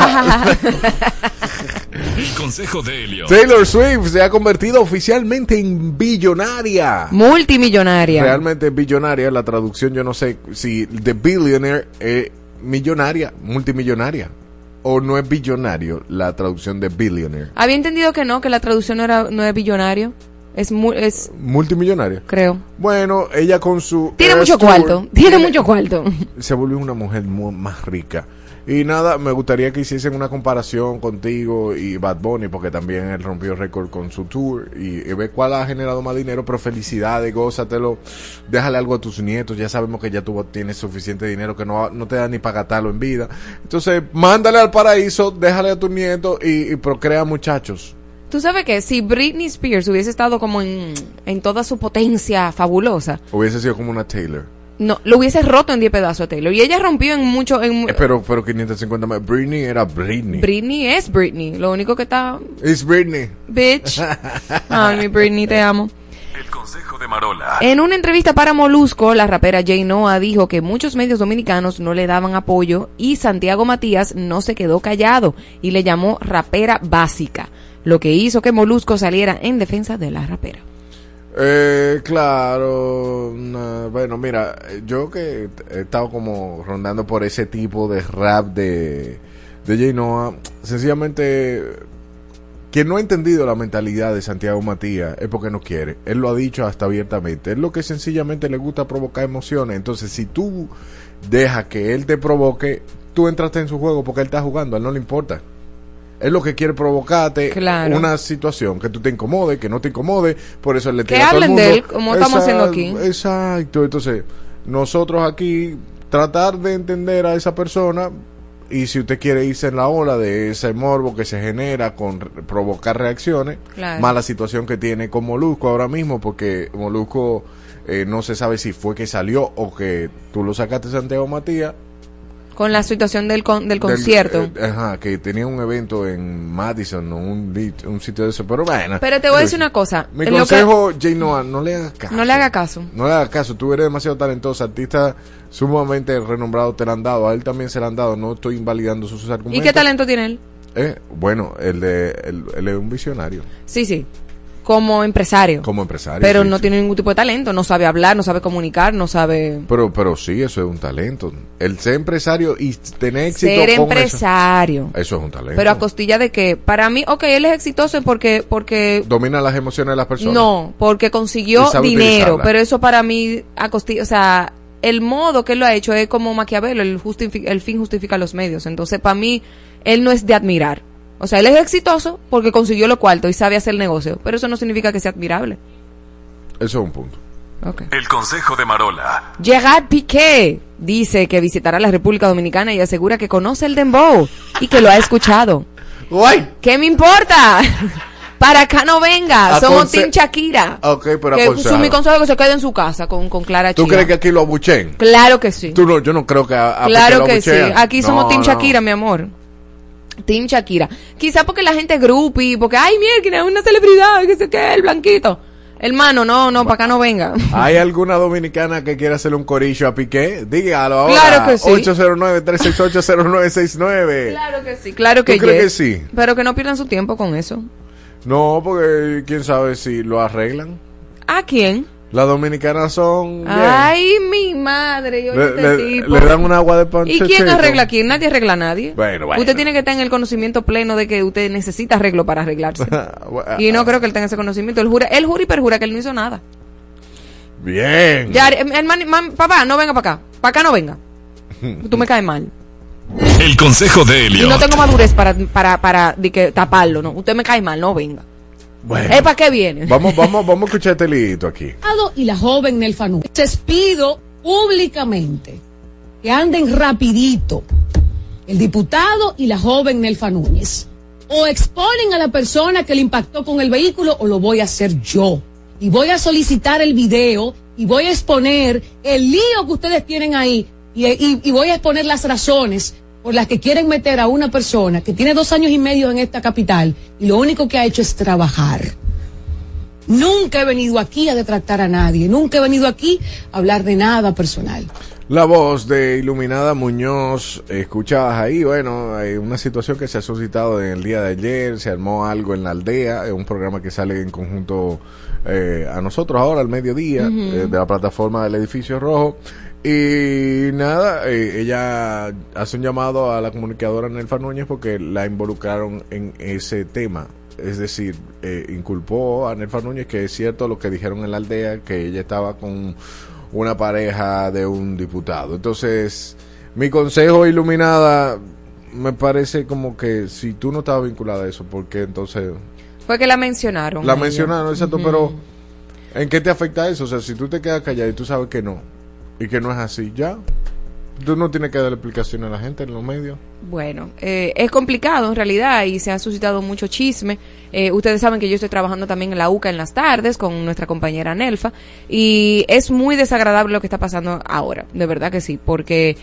El consejo de Elliot. Taylor Swift se ha convertido oficialmente en billonaria. Multimillonaria. Realmente billonaria, la traducción yo no sé si The Billionaire es millonaria, multimillonaria. O no es billonario la traducción de billionaire. Había entendido que no, que la traducción no es billonario. Es multimillonaria. Creo. Bueno, ella con su... Tiene mucho cuarto. Tiene mucho cuarto. Se volvió una mujer más rica. Y nada, me gustaría que hiciesen una comparación contigo y Bad Bunny, porque también él rompió récord con su tour y ve cuál ha generado más dinero, pero felicidades, gózatelo, déjale algo a tus nietos, ya sabemos que ya tú tienes suficiente dinero que no te da ni para gastarlo en vida, entonces mándale al paraíso, déjale a tus nietos y procrea muchachos. ¿Tú sabes qué? Si Britney Spears hubiese estado como en toda su potencia fabulosa, hubiese sido como una Taylor. No, lo hubiese roto en 10 pedazos a Taylor. Y ella rompió en mucho... Pero 550 más. Britney era Britney. Britney es Britney. Lo único que está... Es Britney. Bitch. Ay, mi Britney, te amo. El consejo de Marola. En una entrevista para Molusco, la rapera Jay Noah dijo que muchos medios dominicanos no le daban apoyo y Santiago Matías no se quedó callado y le llamó rapera básica, lo que hizo que Molusco saliera en defensa de la rapera. Claro, bueno, mira, yo que he estado como rondando por ese tipo de rap de Jay Noah, sencillamente quien no ha entendido la mentalidad de Santiago Matías es porque no quiere. Él lo ha dicho hasta abiertamente. Es lo que sencillamente le gusta provocar emociones. Entonces, si tú dejas que él te provoque, tú entraste en su juego porque él está jugando, a él no le importa. Es lo que quiere provocarte, una situación que tú te incomode, que no te incomode, por eso él le tira a todo el mundo. Que hablen de él, como estamos haciendo aquí. Exacto, entonces nosotros aquí tratar de entender a esa persona, y si usted quiere irse en la ola de ese morbo que se genera con provocar reacciones, más la situación que tiene con Molusco ahora mismo, porque Molusco no se sabe si fue que salió o que tú lo sacaste Santiago Matías. Con la situación del concierto. Que tenía un evento en Madison, un sitio de eso, pero bueno. Pero te voy a decir una cosa. Mi consejo, Jay Noah, no le hagas caso. No le haga caso. No le hagas caso, tú eres demasiado talentoso, artista sumamente renombrado, te lo han dado, a él también se lo han dado, no estoy invalidando sus argumentos. ¿Y qué talento tiene él? Bueno, él es un visionario. Sí. Como empresario. Pero no tiene ningún tipo de talento, no sabe hablar, no sabe comunicar, no sabe... Pero sí, eso es un talento. El ser empresario y tener éxito ser empresario. Eso es un talento. Pero a costilla de que, para mí, él es exitoso porque... Domina las emociones de las personas. No, porque consiguió dinero, pero eso para mí, a costilla, o sea, el modo que él lo ha hecho es como Maquiavelo, el fin justifica los medios. Entonces, para mí, él no es de admirar. O sea, él es exitoso porque consiguió lo cuarto y sabe hacer el negocio. Pero eso no significa que sea admirable. Eso es un punto. Okay. El consejo de Marola. Gerard Piqué dice que visitará la República Dominicana y asegura que conoce el dembow y que lo ha escuchado. Guay. ¿Qué me importa? Para acá no venga. Somos Team Shakira. Ok, pero mi consejo es que se quede en su casa con Clara Chía. ¿Tú crees que aquí lo abuchen? Claro que sí. Yo no creo que claro que sí. Aquí somos Team Shakira, mi amor. Team Shakira. Quizá porque la gente es groupie, porque, ay, mira, es una celebridad, que sé qué, el blanquito. Hermano, no, para acá no venga. ¿Hay alguna dominicana que quiera hacerle un corillo a Piqué? Dígalo ahora. Claro que sí. 809-368-0969. Claro que sí, claro que ¿Tú crees que sí? Pero que no pierdan su tiempo con eso. No, porque quién sabe si lo arreglan. ¿A quién? Las dominicanas son... Ay, mi madre. Yo le dan un agua de pan. ¿Y quién arregla a quién? Nadie arregla a nadie. Bueno. Usted tiene que estar en el conocimiento pleno de que usted necesita arreglo para arreglarse. Y no creo que él tenga ese conocimiento. Él jura y perjura que él no hizo nada. Bien. Ya, papá, no venga para acá. Para acá no venga. Tú me caes mal. El consejo de Elliot. Y no tengo madurez para de que taparlo, no. Usted me cae mal, no venga. Bueno. ¿Para qué viene? Vamos a escuchar este liito aquí. Y la joven Nelfa Núñez. Les pido públicamente que anden rapidito el diputado y la joven Nelfa Núñez. O exponen a la persona que le impactó con el vehículo o lo voy a hacer yo. Y voy a solicitar el video y voy a exponer el lío que ustedes tienen ahí y voy a exponer las razones por las que quieren meter a una persona que tiene 2 años y medio en esta capital y lo único que ha hecho es trabajar. Nunca he venido aquí a detractar a nadie, nunca he venido aquí a hablar de nada personal. La voz de Iluminada Muñoz, escuchabas ahí, bueno, hay una situación que se ha suscitado en el día de ayer, se armó algo en La Aldea, es un programa que sale en conjunto a nosotros ahora al mediodía, de la plataforma del Edificio Rojo. Y nada, ella hace un llamado a la comunicadora Nelfa Núñez porque la involucraron en ese tema. Es decir, inculpó a Nelfa Núñez que es cierto lo que dijeron en La Aldea, que ella estaba con una pareja de un diputado. Entonces, mi consejo, Iluminada, me parece como que si tú no estabas vinculada a eso, ¿por qué entonces? Fue que la mencionaron. La mencionaron, exacto, pero ¿en qué te afecta eso? O sea, si tú te quedas callado y tú sabes que no, y que no es así, ya. Tú no tienes que dar explicación a la gente en los medios. Bueno, es complicado en realidad y se ha suscitado mucho chisme. Ustedes saben que yo estoy trabajando también en la UCA en las tardes con nuestra compañera Nelfa y es muy desagradable lo que está pasando ahora, de verdad que sí, porque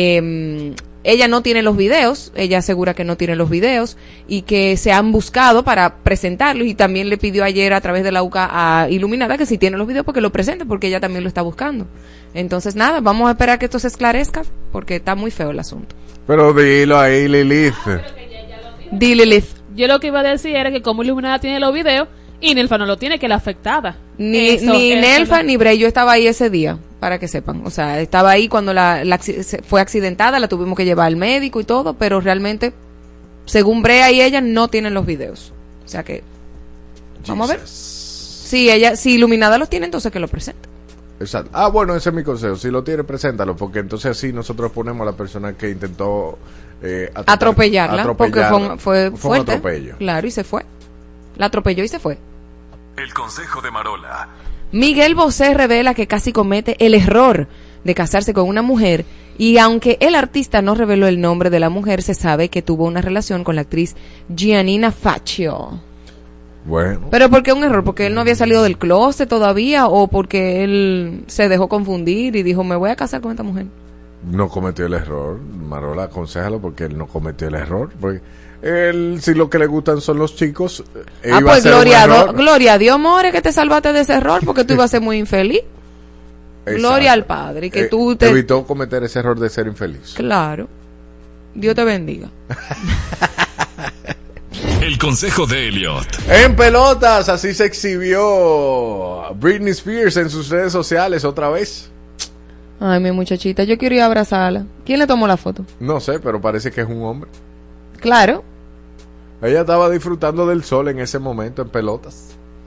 ella no tiene los videos, ella asegura que no tiene los videos y que se han buscado para presentarlos y también le pidió ayer a través de la UCA a Iluminada que si tiene los videos porque lo presente, porque ella también lo está buscando. Entonces nada, vamos a esperar que esto se esclarezca porque está muy feo el asunto. Pero dilo ahí, Lilith. Di, Lilith. Yo lo que iba a decir era que como Iluminada tiene los videos y Nelfa no lo tiene, que la afectada. Ni Nelfa ni Bray, yo estaba ahí ese día, para que sepan. O sea, estaba ahí cuando fue accidentada, la tuvimos que llevar al médico y todo, pero realmente, según Brea y ella, no tienen los videos. O sea que, vamos a ver. Si Iluminada los tiene, entonces que lo presente. Exacto. Bueno, ese es mi consejo. Si lo tiene, preséntalo, porque entonces así nosotros ponemos a la persona que intentó atropellarla, porque fue fuerte. un atropello. Claro, y se fue. La atropelló y se fue. El consejo de Marola. Miguel Bosé revela que casi comete el error de casarse con una mujer y aunque el artista no reveló el nombre de la mujer, se sabe que tuvo una relación con la actriz Giannina Faccio. Bueno. ¿Pero por qué un error? ¿Porque él no había salido del closet todavía o porque él se dejó confundir y dijo, me voy a casar con esta mujer? No cometió el error. Marola, aconséjalo porque él no cometió el error. Porque él, si lo que le gustan son los chicos, pues gloria a Dios, more, que te salvaste de ese error porque tú ibas a ser muy infeliz. Exacto. Gloria al Padre. Y que tú evitó cometer ese error de ser infeliz. Claro. Dios te bendiga. El consejo de Elliot. En pelotas, así se exhibió Britney Spears en sus redes sociales otra vez. Ay, mi muchachita, yo quiero ir a abrazarla. ¿Quién le tomó la foto? No sé, pero parece que es un hombre. Claro. Ella estaba disfrutando del sol en ese momento en pelotas.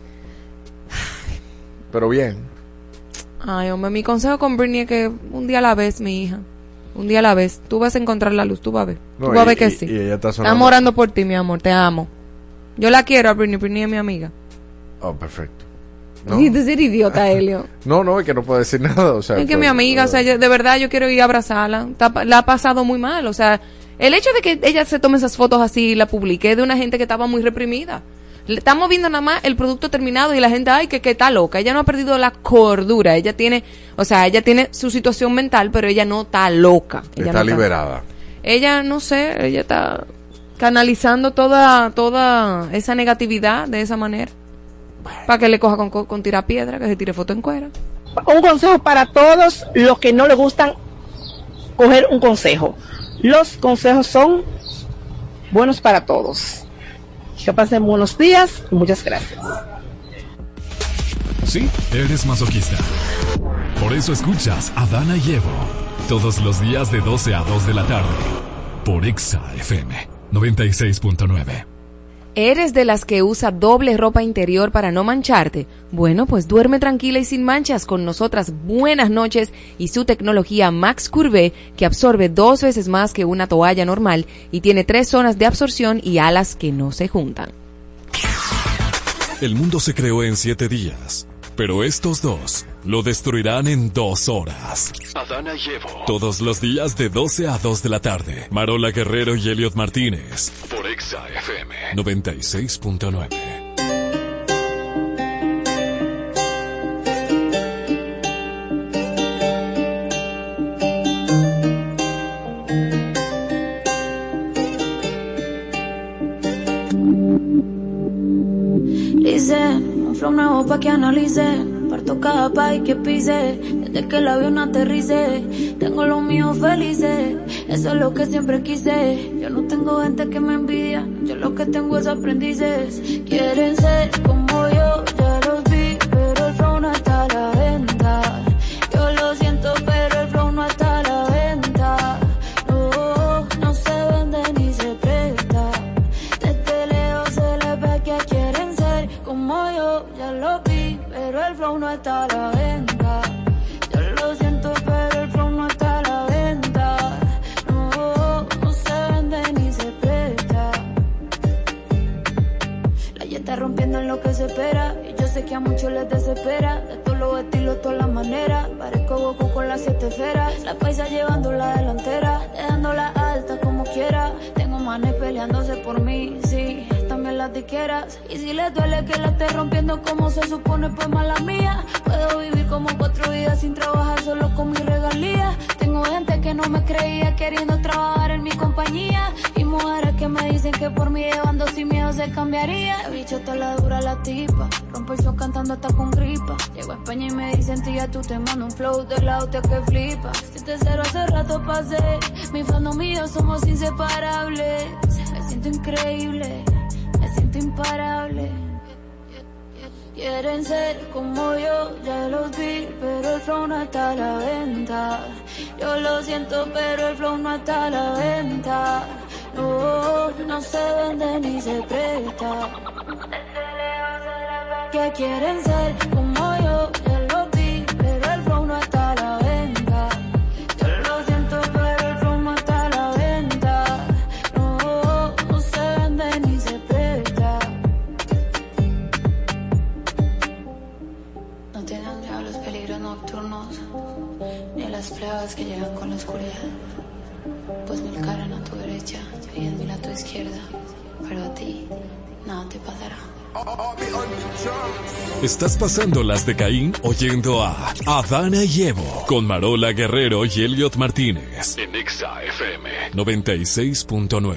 Pero bien. Ay, hombre, mi consejo con Britney es que un día a la vez, mi hija. Un día a la vez. Tú vas a encontrar la luz, tú vas a ver. No, tú vas a ver que sí. Y ella está sonando. Estamos orando por ti, mi amor, te amo. Yo la quiero a Britney, Britney es mi amiga. Oh, perfecto. ¿No? Y tú ser idiota, Helio. No, es que no puedo decir nada. O sea, es que mi amiga, o sea, de verdad yo quiero ir a abrazarla. La ha pasado muy mal, o sea, el hecho de que ella se tome esas fotos así y la publique de una gente que estaba muy reprimida. Estamos viendo nada más el producto terminado y la gente, ay, que está loca. Ella no ha perdido la cordura. Ella tiene su situación mental, pero ella no está loca. Ella está no liberada. Ella, no sé, ella está canalizando toda esa negatividad de esa manera. Para que le coja con tirar piedra, que se tire foto en cuera. Un consejo para todos los que no les gustan coger un consejo. Los consejos son buenos para todos. Que pasen buenos días y muchas gracias. Sí, eres masoquista. Por eso escuchas a Dana y Evo todos los días de 12 a 2 de la tarde por Exa FM 96.9. ¿Eres de las que usa doble ropa interior para no mancharte? Bueno, pues duerme tranquila y sin manchas con nosotras Buenas Noches y su tecnología Max Curve, que absorbe 2 veces más que una toalla normal y tiene 3 zonas de absorción y alas que no se juntan. El mundo se creó en 7 días, pero estos 2 lo destruirán en 2 horas. Adana y Evo. Todos los días de 12 a 2 de la tarde. Marola Guerrero y Elliot Martínez. Por Exa FM 96.9. Dicen, un flow nuevo pa' que analice. Parto cada país que pise. Desde que el avión aterrice, tengo los míos felices. Eso es lo que siempre quise. Yo no tengo gente que me envidia. Yo lo que tengo es aprendices. Quieren ser como yo, ya los vi, pero el flow no está a la venta. Yo lo siento, pero el flow no está a la venta. No, no se vende ni se presta. Desde lejos se les ve que quieren ser como yo, ya lo vi, pero el flow no está a la venta. Yo lo siento, pero el flow no está a la venta. No, no se vende ni se presta. La ya está rompiendo en lo que se espera. Y yo sé que a muchos les desespera. De todos los estilos, todas las maneras. Parezco Goku con las 7 esferas. La paisa llevando la delantera, dejándola alta como quiera. Tengo manes peleándose por mí, sí, también las diqueras. Y si les duele que la esté rompiendo como se supone, pues mala mía. Puedo vivir como 4 vidas sin trabajar solo con mi regalía. Tengo gente que no me creía queriendo trabajar en mi compañía. Y mujeres que me dicen que por mí llevando sin miedo se cambiaría. La bichota la dura la tipa, rompe el show cantando hasta con gripa. Llego a España y me dicen tía, tú te mando un flow del auto que flipa. Si te cero hace rato pasé, mi fandom y yo somos inseparables. Me siento increíble, me siento imparable. Quieren ser como yo, ya los vi, pero el flow no está a la venta. Yo lo siento, pero el flow no está a la venta. No, no se vende ni se presta. Que quieren ser como yo, ya los vi, pero el flow no está a la venta. Yo lo siento, pero el flow no está a la venta. No, no se vende ni se presta. No tienen miedo a los peligros nocturnos, ni a las pruebas que llegan con la oscuridad. Pues 1000 caras a tu derecha y 10.000 a tu izquierda, pero a ti nada te pasará. Estás pasando las de Caín oyendo a Adana y Evo con Marola Guerrero y Elliot Martínez en Exa FM 96.9.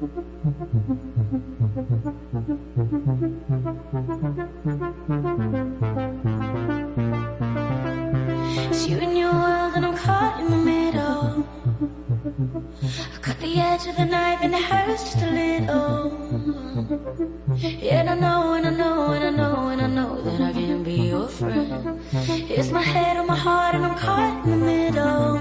It's you and your world and I'm caught in the middle. I cut the edge of the knife and it hurts just a little. Yeah, and I know, and I know, and I know, and I know that I can't be your friend. It's my head on my heart and I'm caught in the middle.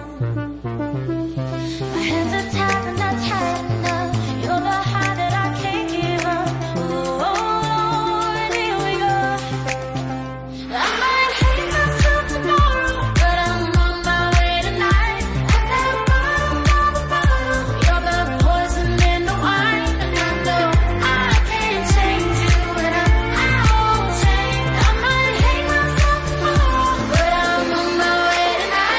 My hands are tied and not tight enough. You're the high that I can't give up. Oh, and here we go. I might hate myself tomorrow, but I'm on my way tonight. At that bottom of the bottle, you're the poison in the wine. And I know I can't change you, and I won't change. I might hate myself tomorrow, but I'm on my way tonight.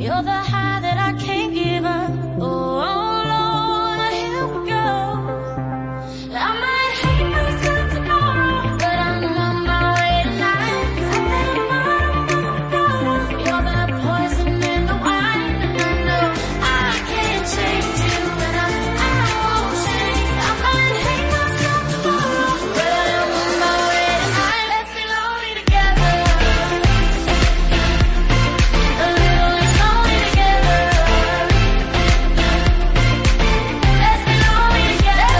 You're the high that I can't give up. Oh, Lord, here we go. I might hate myself tomorrow, but I'm on my way tonight. You're the poison in the wine, and I know I can't change you, and I won't change. I might hate myself tomorrow, but I'm on my way tonight. Let's be lonely together. A little less lonely together. Let's be lonely together.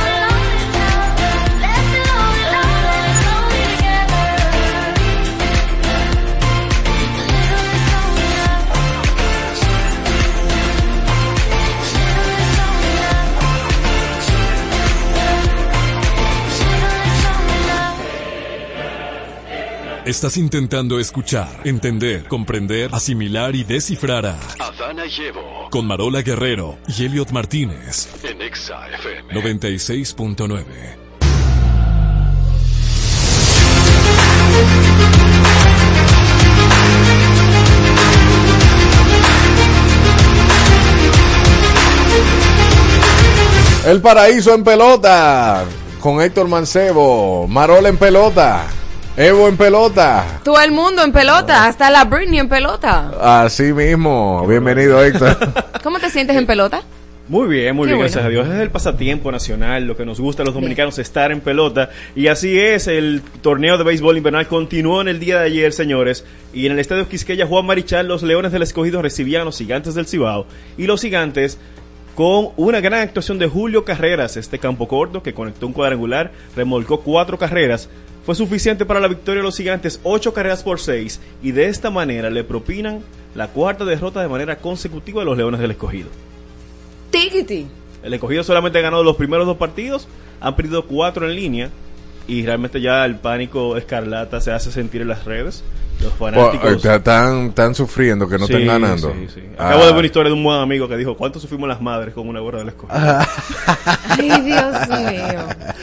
Let's be lonely, lonely, less lonely together. A little less lonely love. A little less lonely love. Estás intentando escuchar, entender, comprender, asimilar y descifrar a Adana y Evo con Marola Guerrero y Elliot Martínez en Exa FM 96.9. El Paraíso en pelota, con Héctor Mancebo, Marola en pelota, Evo en pelota. Todo el mundo en pelota, hasta la Britney en pelota. Así mismo, bienvenido Héctor. ¿Cómo te sientes en pelota? Muy bien, Qué gracias bueno. a Dios. Es el pasatiempo nacional, lo que nos gusta a los dominicanos, estar en pelota. Y así es, el torneo de béisbol invernal continuó en el día de ayer, señores. Y en el Estadio Quisqueya Juan Marichal, los Leones del Escogido recibían a los Gigantes del Cibao. Y los Gigantes, con una gran actuación de Julio Carreras, este campo corto que conectó un cuadrangular, remolcó 4 carreras. Fue suficiente para la victoria de los Gigantes, 8 carreras por 6. Y de esta manera le propinan la 4ª derrota de manera consecutiva a los Leones del Escogido. Tiquiti. El Escogido solamente ha ganado los primeros 2 partidos, han perdido 4 en línea y realmente ya el pánico escarlata se hace sentir en las redes. Los fanáticos Están sufriendo que no estén ganando. Sí. Acabo de ver una historia de un buen amigo que dijo: ¿cuánto sufrimos las madres con una gorra del Escogido? Ay, Dios mío.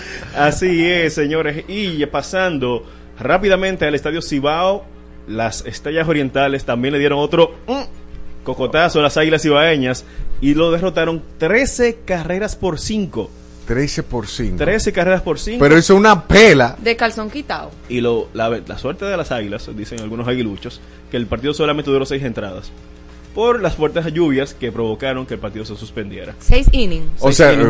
Así es, señores. Y pasando rápidamente al Estadio Cibao, las Estrellas Orientales también le dieron otro cocotazo a las Águilas Cibaeñas y lo derrotaron 13 carreras por 5. 13 por 5. 13 carreras por 5. Pero eso es una pela. De calzón quitado. Y la suerte de las Águilas, dicen algunos aguiluchos, que el partido solamente duró 6 entradas por las fuertes lluvias que provocaron que el partido se suspendiera. 6 innings. O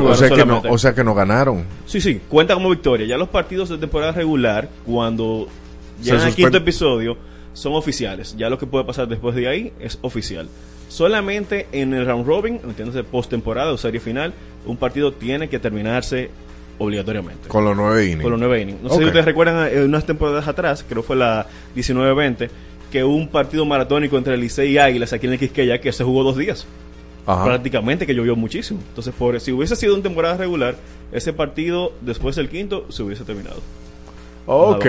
sea que no ganaron. Sí, cuenta como victoria. Ya los partidos de temporada regular, cuando llegan al quinto episodio, son oficiales. Ya lo que puede pasar después de ahí es oficial. Solamente en el round robin, entiéndase postemporada o serie final, un partido tiene que terminarse obligatoriamente. Con los 9 innings. Con los 9 innings. No sé si ustedes recuerdan unas temporadas atrás, creo que fue la 19-20, que hubo un partido maratónico entre Licey y Águilas aquí en el Quisqueya que se jugó 2 días. Ajá. Prácticamente, que llovió muchísimo. Entonces, si hubiese sido una temporada regular, ese partido después del quinto se hubiese terminado. Ok.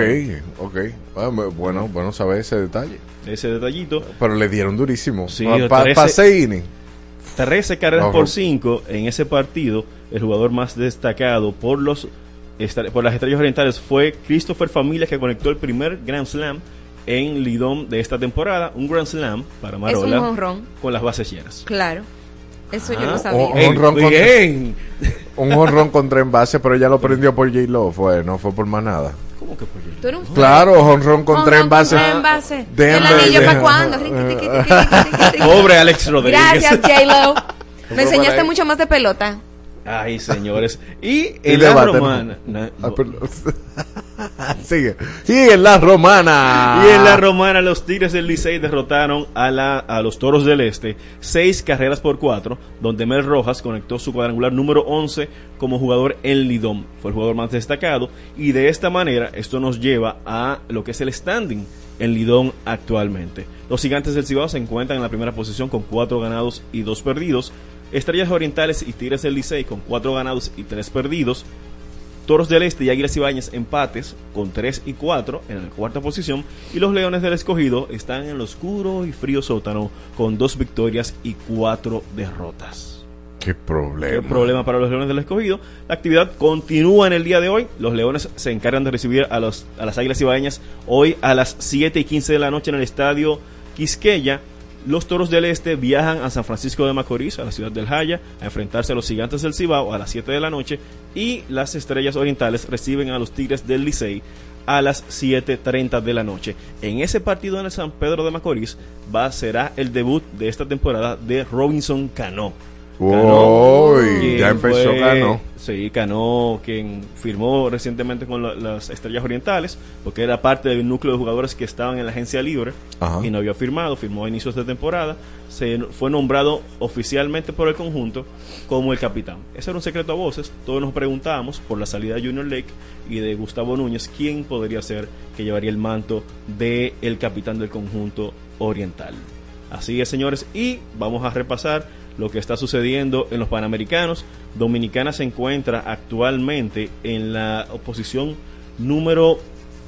Bueno saber ese detalle. Ese detallito. Pero le dieron durísimo. Sí, Para 6 innings. 13 carreras por 5 en ese partido. El jugador más destacado por las Estrellas Orientales fue Christopher Familias, que conectó el primer Grand Slam en Lidom de esta temporada. Un Grand Slam para Marola. Es un jonrón. Con las bases llenas. Claro. Eso yo lo sabía. Un jonrón contra envase, pero ya lo prendió por J-Lo. No fue por más nada. ¿Cómo que por J-Lo? ¿Tú eres un claro, jonrón contra envase. ¿El anillo para cuándo? Pobre Alex Rodríguez. Gracias, J-Lo. Me enseñaste mucho más de pelota. Ay, señores. Y en la romana. Sigue en la romana. Y en la romana, los Tigres del Licey derrotaron a los Toros del Este 6 carreras por 4, donde Mel Rojas conectó su cuadrangular número 11 como jugador en Lidom. Fue el jugador más destacado. Y de esta manera, esto nos lleva a lo que es el standing en Lidom actualmente. Los Gigantes del Cibao se encuentran en la primera posición con 4 ganados y 2 perdidos. Estrellas Orientales y Tigres del Licey con 4 ganados y 3 perdidos. Toros del Este y Águilas Cibaeñas empates con 3 y 4 en la cuarta posición. Y los Leones del Escogido están en el oscuro y frío sótano con 2 victorias y 4 derrotas. Qué problema para los Leones del Escogido. La actividad continúa en el día de hoy. Los Leones se encargan de recibir a las Águilas Cibaeñas hoy a las 7:15 de la noche en el Estadio Quisqueya. Los Toros del Este viajan a San Francisco de Macorís, a la ciudad del Jaya, a enfrentarse a los Gigantes del Cibao a las 7 de la noche, y las Estrellas Orientales reciben a los Tigres del Licey a las 7:30 de la noche. En ese partido en el San Pedro de Macorís será el debut de esta temporada de Robinson Cano. Ya empezó Cano. Sí, Cano, quien firmó recientemente con las Estrellas Orientales, porque era parte del núcleo de jugadores que estaban en la agencia libre. Ajá. Y no había firmó a inicios de temporada, fue nombrado oficialmente por el conjunto como el capitán. Ese era un secreto a voces. Todos nos preguntábamos por la salida de Junior Lake y de Gustavo Núñez, quién podría ser que llevaría el manto de el capitán del conjunto oriental. Así es, señores, y vamos a repasar lo que está sucediendo en los Panamericanos. Dominicana se encuentra actualmente en la posición número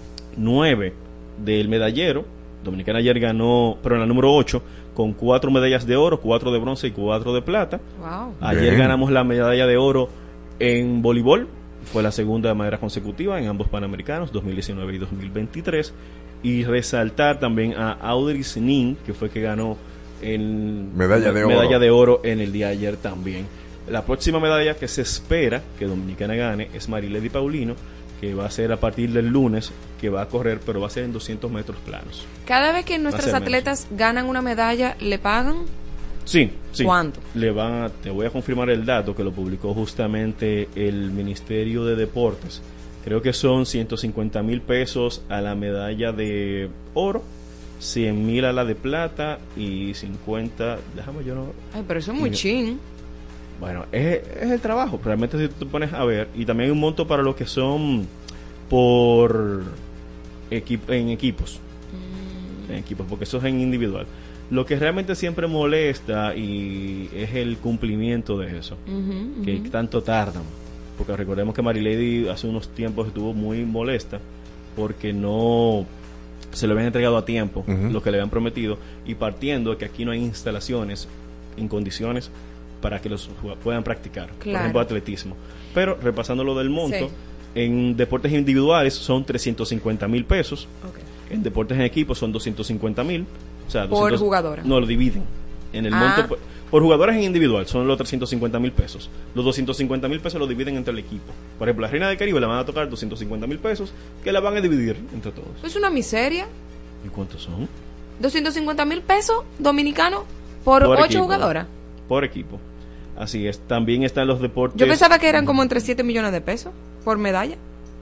9 del medallero. Dominicana ayer ganó, pero en la número 8, con 4 medallas de oro, 4 de bronce y 4 de plata. Wow. Ayer ganamos la medalla de oro en voleibol, fue la segunda de manera consecutiva en ambos Panamericanos, 2019 y 2023. Y resaltar también a Audrey Nin, que fue que ganó en medalla de oro en el día de ayer también. La próxima medalla que se espera que Dominicana gane es Marilady Paulino, que va a ser a partir del lunes, que va a correr, pero va a ser en 200 metros planos. Cada vez que nuestros atletas ganan una medalla, ¿le pagan? Sí. ¿Cuánto? Te voy a confirmar el dato que lo publicó justamente el Ministerio de Deportes. Creo que son 150,000 pesos a la medalla de oro, 100,000 a la de plata y 50. Ay, pero eso es muy chin. Bueno, es el trabajo. Realmente, si tú te pones a ver, y también hay un monto para los que son por en equipos. En equipos, porque eso es en individual. Lo que realmente siempre molesta y es el cumplimiento de eso, que tanto tardan. Porque recordemos que Marilady hace unos tiempos estuvo muy molesta porque no se le habían entregado a tiempo lo que le habían prometido, y partiendo de que aquí no hay instalaciones en condiciones para que los puedan practicar, por ejemplo atletismo. Pero repasando lo del monto, en deportes individuales son 350,000 pesos, en deportes en equipo son 250,000, o sea, por jugadora. No, lo dividen en el monto por jugadores en individual, son los 350,000 pesos. Los 250,000 pesos los dividen entre el equipo. Por ejemplo, la Reina del Caribe le van a tocar 250,000 pesos, que la van a dividir entre todos. Es una miseria. ¿Y cuántos son? 250,000 pesos dominicanos por 8 jugadoras. Por equipo. Así es. También están los deportes. Yo pensaba que eran como entre 7 millones de pesos por medalla.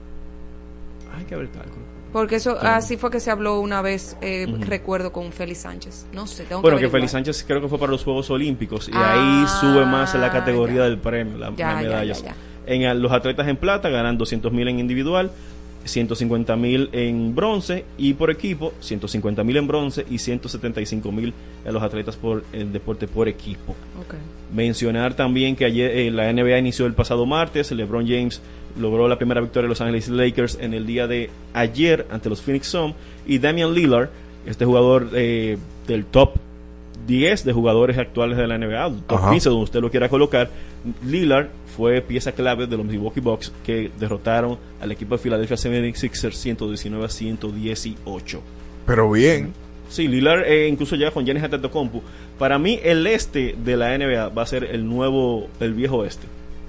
Hay que ver el cálculo. Porque eso así fue que se habló una vez, recuerdo, con Félix Sánchez. No sé, tengo que Bueno, que averiguar. Félix Sánchez creo que fue para los Juegos Olímpicos, y ahí sube más la categoría del premio, las medallas. En los atletas en plata ganan 200,000 en individual, 150,000 en bronce, y por equipo 150,000 en bronce y 175,000 a los atletas por el deporte por equipo. Mencionar también que ayer la NBA inició el pasado martes. LeBron James logró la primera victoria de Los Ángeles Lakers en el día de ayer ante los Phoenix Suns, y Damian Lillard, este jugador del top 10 de jugadores actuales de la NBA, top 15 donde usted lo quiera colocar, Lillard fue pieza clave de los Milwaukee Bucks, que derrotaron al equipo de Philadelphia 76ers 119-118. Pero bien. Sí, Lillard incluso llega con Giannis Antetokounmpo. Para mí el este de la NBA va a ser el viejo oeste.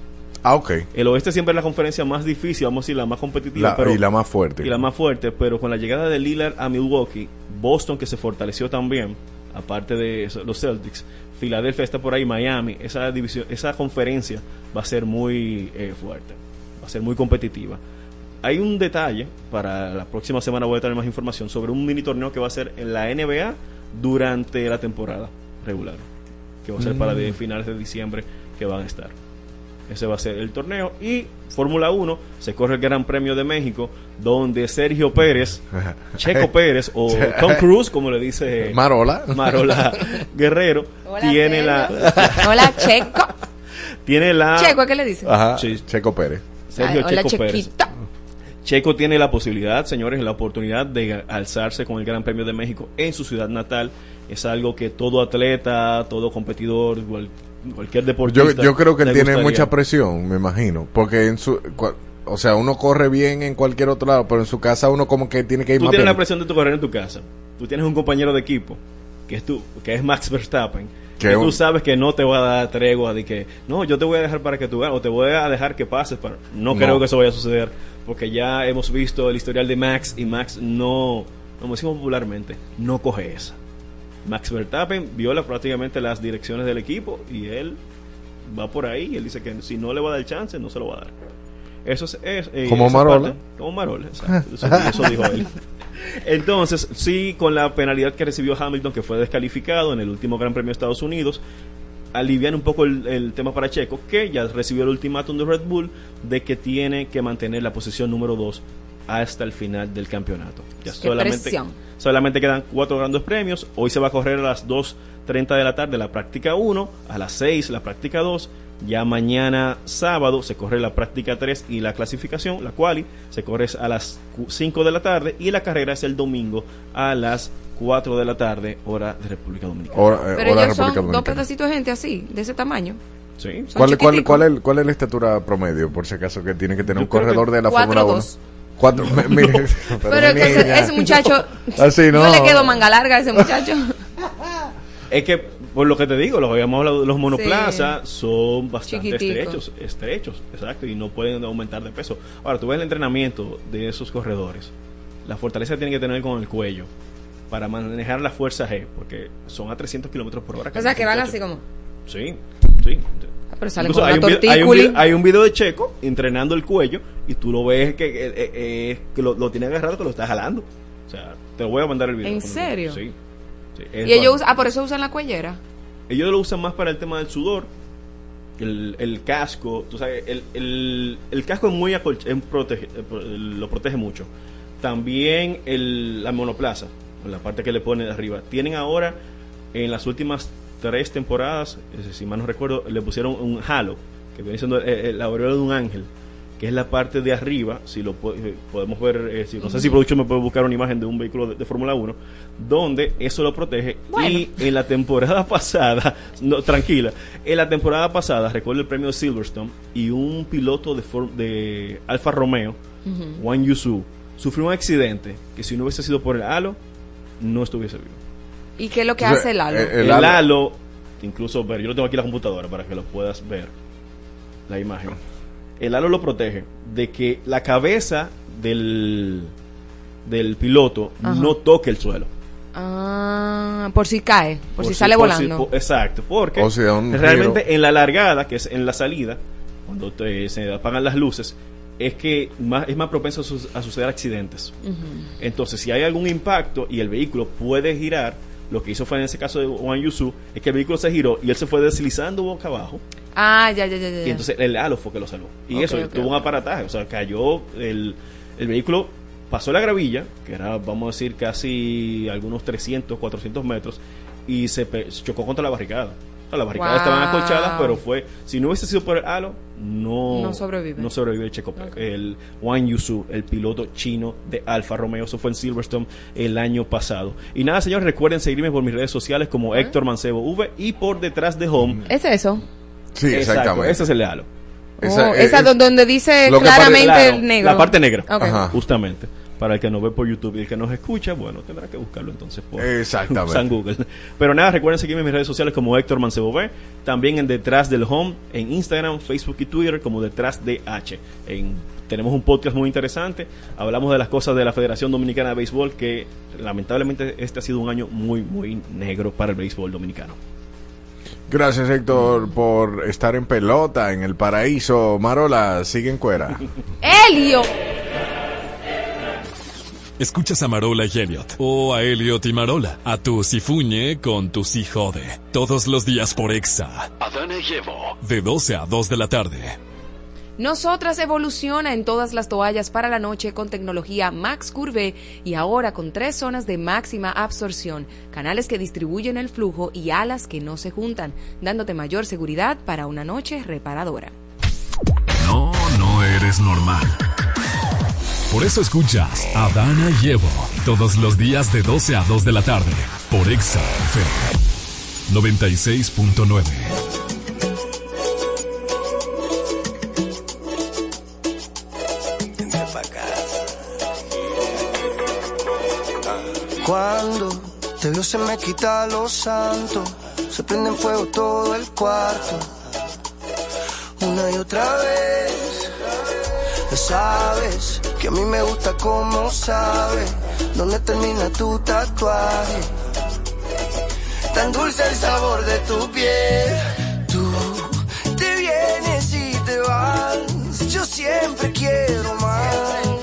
El oeste siempre es la conferencia más difícil, vamos a decir la más competitiva, y la más fuerte. Pero con la llegada de Lillard a Milwaukee, Boston, que se fortaleció también, aparte de eso, los Celtics, Filadelfia está por ahí, Miami, esa división, esa conferencia va a ser muy fuerte, va a ser muy competitiva. Hay un detalle, para la próxima semana voy a tener más información sobre un mini torneo que va a ser en la NBA durante la temporada regular, que va a ser para finales de diciembre que van a estar. Ese va a ser el torneo. Y Fórmula 1, se corre el Gran Premio de México, donde Sergio Pérez, Checo Pérez, o Tom Cruise, como le dice Marola Guerrero, tiene Hola, Checo. Tiene la... Checo, ¿a qué le dicen? Checo Pérez. Sergio hola, Checo Pérez. Chequita. Checo tiene la posibilidad, señores, la oportunidad de alzarse con el Gran Premio de México en su ciudad natal. Es algo que todo atleta, todo competidor, cualquier deportista, yo creo que él tiene mucha presión, me imagino, porque o sea, uno corre bien en cualquier otro lado, pero en su casa uno como que tiene que ir tú más tienes bien. la presión de tu correr en tu casa. Tú tienes un compañero de equipo que es Max Verstappen, que tú sabes que no te va a dar tregua de que no, yo te voy a dejar para que tú ganes o te voy a dejar que pases no creo que eso vaya a suceder, porque ya hemos visto el historial de Max y Max no, como decimos popularmente, no coge esa. Max Verstappen viola prácticamente las direcciones del equipo y él va por ahí y él dice que si no le va a dar el chance, no se lo va a dar. Eso es como Marola. Como Marola, exacto. Eso dijo él. Entonces, sí, con la penalidad que recibió Hamilton, que fue descalificado en el último Gran Premio de Estados Unidos, alivian un poco el tema para Checo, que ya recibió el ultimátum de Red Bull de que tiene que mantener la posición número 2 hasta el final del campeonato. Ya solamente quedan 4 grandes premios. Hoy se va a correr a las 2:30 de la tarde la práctica 1, a las 6 la práctica 2. Ya mañana sábado se corre la práctica 3 y la clasificación, la quali, se corre a las 5 de la tarde y la carrera es el domingo a las 4 de la tarde, hora de República Dominicana. Pero ellos son 2 pedacitos de gente así, de ese tamaño. Sí. ¿Cuál es la estatura promedio, por si acaso, que tiene que tener un corredor de la Fórmula 1? 4, mire, pero que ese muchacho, así no le quedó manga larga a ese muchacho. Es que, por lo que te digo, los habíamos hablado, los monoplazas son bastante estrechos, exacto, y no pueden aumentar de peso. Ahora, tú ves el entrenamiento de esos corredores, la fortaleza que tienen que tener con el cuello para manejar la fuerza G, porque son a 300 kilómetros por hora. O sea, que van así como... Sí. Pero salen con una tortícula. Hay un video de Checo entrenando el cuello y tú lo ves que lo tiene agarrado, que lo está jalando. O sea, te voy a mandar el video. ¿En serio? Sí. Y ellos por eso usan la cuellera. Ellos lo usan más para el tema del sudor, el casco. Tú sabes, el casco es muy lo protege mucho. También la monoplaza, la parte que le pone de arriba. Tienen ahora, en las últimas 3 temporadas, si mal no recuerdo, le pusieron un halo, que viene siendo la aureola de un ángel, que es la parte de arriba. Si lo podemos ver, no sé si producción me puede buscar una imagen de un vehículo de Fórmula 1 donde eso lo protege. Bueno. Y en la temporada pasada, en la temporada pasada recuerdo el premio de Silverstone y un piloto de Alfa Romeo, Wang Yusu, sufrió un accidente que si no hubiese sido por el halo no estuviese vivo. ¿Y qué es lo que hace el halo? El halo, incluso yo lo tengo aquí en la computadora para que lo puedas ver, la imagen. El halo lo protege de que la cabeza del piloto no toque el suelo. Por si cae, por si sale volando. Exacto, porque realmente en la largada, que es en la salida, cuando se apagan las luces, es que es más propenso a suceder accidentes. Entonces, si hay algún impacto y el vehículo puede girar, lo que hizo fue en ese caso de Wang Yusu, es que el vehículo se giró y él se fue deslizando boca abajo. Ya. Y entonces el halo fue que lo salvó. Y tuvo un aparataje, o sea, cayó el vehículo, pasó la gravilla, que era, vamos a decir, casi algunos 300, 400 metros, y se chocó contra la barricada. O sea, las barricadas estaban acolchadas, pero si no hubiese sido por el halo, no sobrevive el Checo, el Wang Yusu, el piloto chino de Alfa Romeo. Eso fue en Silverstone el año pasado. Y nada, señores, recuerden seguirme por mis redes sociales como Héctor Mancebo V y por Detrás de Home. ¿Es eso? Sí, exactamente. Ese es el halo. Esa donde dice claramente el negro. La parte negra, okay. Justamente. Para el que nos ve por YouTube y el que nos escucha, bueno, tendrá que buscarlo entonces por San Google. Pero nada, recuerden seguirme en mis redes sociales como Héctor Mancebo B, también en Detrás del Home, en Instagram, Facebook y Twitter como Detrás de H. Tenemos un podcast muy interesante, hablamos de las cosas de la Federación Dominicana de Béisbol, que lamentablemente este ha sido un año muy, muy negro para el béisbol dominicano. Gracias, Héctor, por estar en pelota en el paraíso. Marola, sigue en cuera. ¡Elio! Escuchas a Marola y Elliot, o a Elliot y Marola, a tu Cifuñe con tu Cijode, todos los días por Exa. Adana y Evo. De 12 a 2 de la tarde. Nosotras evoluciona en todas las toallas para la noche con tecnología Max Curve y ahora con 3 zonas de máxima absorción, canales que distribuyen el flujo y alas que no se juntan, dándote mayor seguridad para una noche reparadora. No eres normal. Por eso escuchas a Adana y Evo todos los días de 12 a 2 de la tarde por Exa FM 96.9. Cuando te veo se me quita lo santo, se prende en fuego todo el cuarto. Una y otra vez, sabes que a mí me gusta como sabes dónde termina tu tatuaje. Tan dulce el sabor de tu piel. Tú te vienes y te vas, yo siempre quiero más.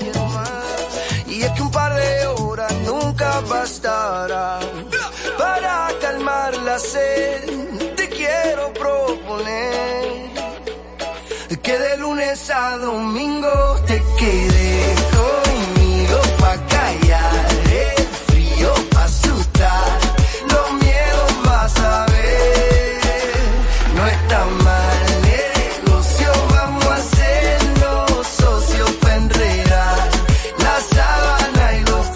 Y es que un par de horas nunca bastará para calmar la sed. Te quiero proponer que de lunes a domingo te quedes conmigo pa' callar el frío, pa' asustar los miedos, vas a ver, no está mal el negocio, vamos a hacernos socios pa' enredar la sábana y los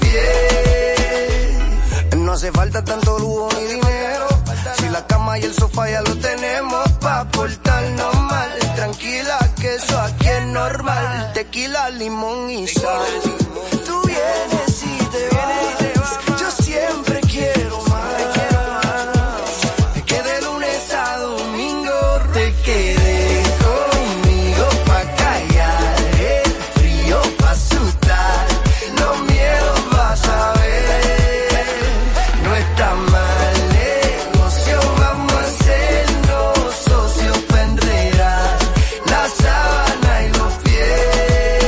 pies. No hace falta tanto lujo ni dinero, si la cama y el sofá ya lo tenemos pa' portarnos mal. Tranquila que eso aquí es normal, tequila, limón y sal. Tú vienes y te vas, yo siempre quiero más. Que de lunes a domingo te quedes conmigo pa' callar el frío, pa' asustar los miedos, vas a ver, no está mal negocio, vamos a hacernos socios pa' enredar la sábana y los pies.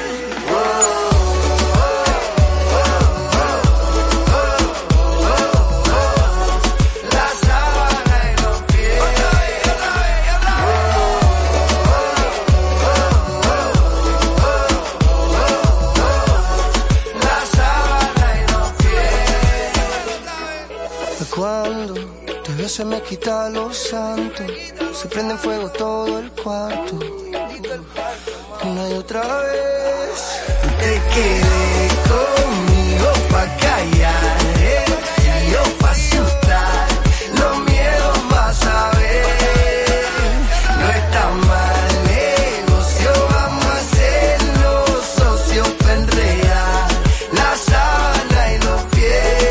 La sábana y los pies. La sábana y los pies. Cuando te veo se me quita lo santo, se prende en fuego todo el cuarto. Una y otra vez te quedé conmigo pa' callar el frío, pa' asustar los miedos, vas a ver, no está mal negocio, vamos a hacernos socios pa' enredar la sábana y los pies.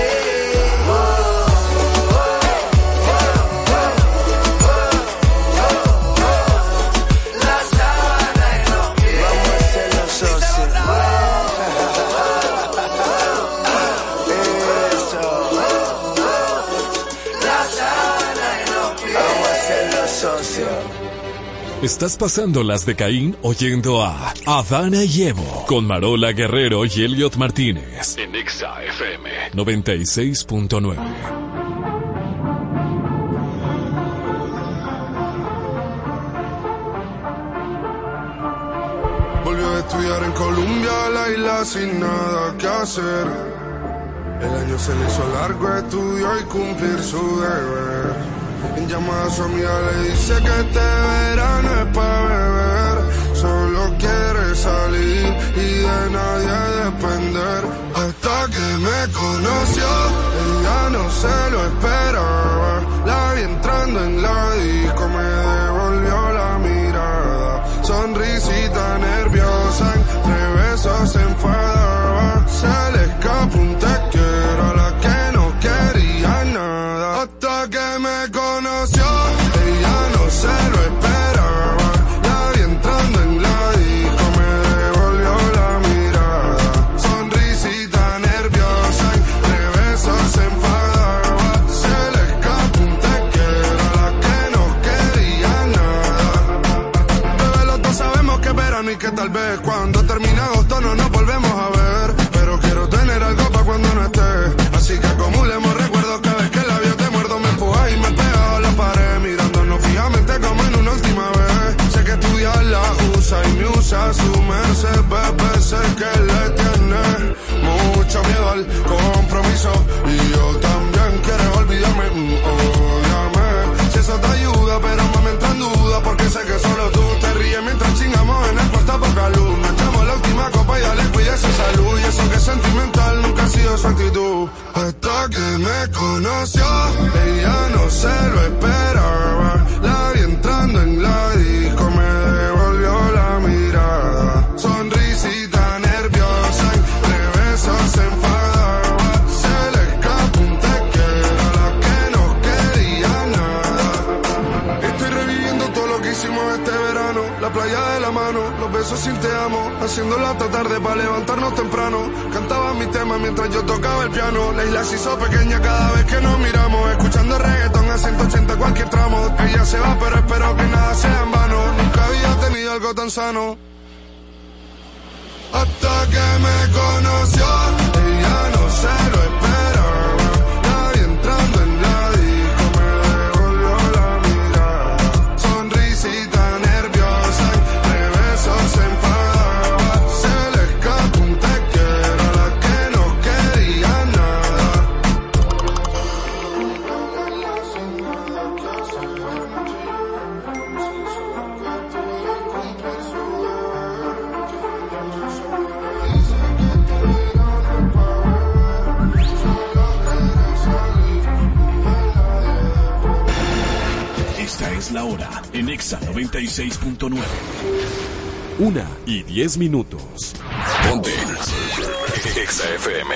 Estás pasando las de Caín oyendo a Adana y Evo con Marola Guerrero y Elliot Martínez En Exa FM 96.9. Volvió a estudiar en Colombia, la isla sin nada que hacer. El año se le hizo largo, estudió y cumplir su deber. En llamada a su amiga le dice que este verano es pa' beber. Solo quiere salir y de nadie depender. Hasta que me conoció, ella no se lo esperaba. La vi entrando en la disco, me devolvió la mirada. Sonrisita nerviosa, entre besos se enfadaba. Se le escapó un te quiero a la que no quería nada. Hasta que me conoció, ella no se lo esperaba. La vi entrando en la disco, me devolvió la mirada. Sonrisita nerviosa, entre besos se enfadaba. Se le escapó un te quiero a la que no quería nada. Bebé, los dos sabemos que es verano y que tal vez cuando termine agosto no nos volvemos a ver. Pero quiero tener algo pa' cuando no esté. Así que acumulemos recuerdos, cada vez que el labio te muerdo me empuja y me pega a la pared. Mirándonos fijamente como en una última vez. Sé que estudiar la usa y me usa su merced. Bebé, sé que le tiene mucho miedo al compromiso. Y yo también quiero olvidarme, ódiame. Si eso te ayuda, pero me entra en duda. Porque sé que solo tú te ríes mientras chingamos en el cuarto poca luz. Nos echamos la última copa y dale, cuida esa salud. Y eso que es sentimental nunca ha sido su actitud. Hasta que me conoció, ella no se lo esperaba. La vi entrando en la disco, me devolvió la mirada. Sonrisita nerviosa, entre besos se enfadaba. Se le escapó un beso sin te amo, haciéndolo hasta tarde para levantarnos temprano. Cantaba mi tema mientras yo tocaba el piano. La isla se hizo pequeña cada vez que nos miramos. Escuchando reggaetón a 180 cualquier tramo. Ella se va pero espero que nada sea en vano. Nunca había tenido algo tan sano. Hasta que me conoció, ella no se lo esperaba. Nadie entrando en la disco me devolvió la mirada. Sonrisita nerviosa, de besos se enfadaba. Se le escapó un te quiero a la que no quería nada. Esta es la hora en Exa 96.9. 1:10. Ponte Exa FM.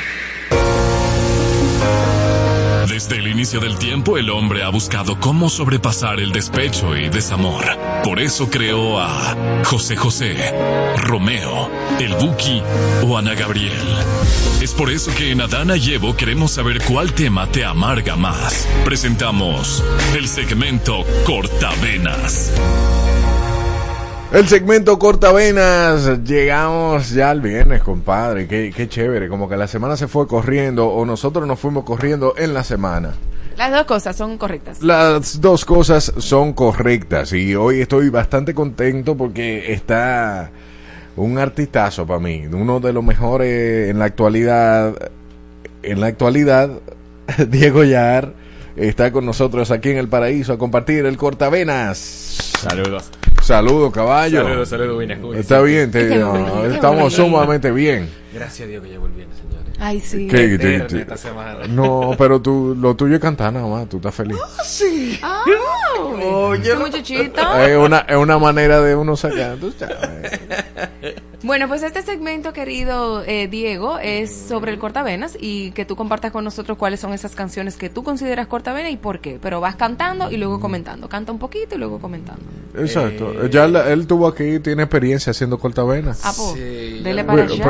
Desde el inicio del tiempo, el hombre ha buscado cómo sobrepasar el despecho y desamor. Por eso creó a José José, Romeo, el Buki o Ana Gabriel. Es por eso que en Adana y Evo queremos saber cuál tema te amarga más. Presentamos el segmento Cortavenas. El segmento Cortavenas. Llegamos ya al viernes, compadre. Qué chévere. Como que la semana se fue corriendo o nosotros nos fuimos corriendo en la semana. Las dos cosas son correctas. Las dos cosas son correctas. Y hoy estoy bastante contento porque está un artistazo para mí. Uno de los mejores en la actualidad. Diego Yar está con nosotros aquí en El Paraíso a compartir el Cortavenas. Saludos. Saludos, caballo. Saludos, Vina. Está bien, estamos sumamente bien. Gracias a Dios que ya volví, señores. Ay, sí. Esta semana. No, pero lo tuyo es cantar nada más, tú estás feliz. Sí. Oye, muchachito. Es una manera de uno sacar, tú sabes. Bueno, pues este segmento, querido Diego, es sobre el cortavenas y que tú compartas con nosotros cuáles son esas canciones que tú consideras cortavenas y por qué. Pero vas cantando y luego comentando. Canta un poquito y luego comentando. Exacto. Ya él tuvo aquí, tiene experiencia haciendo cortavenas. Ah, pues, Sí, dele para allá.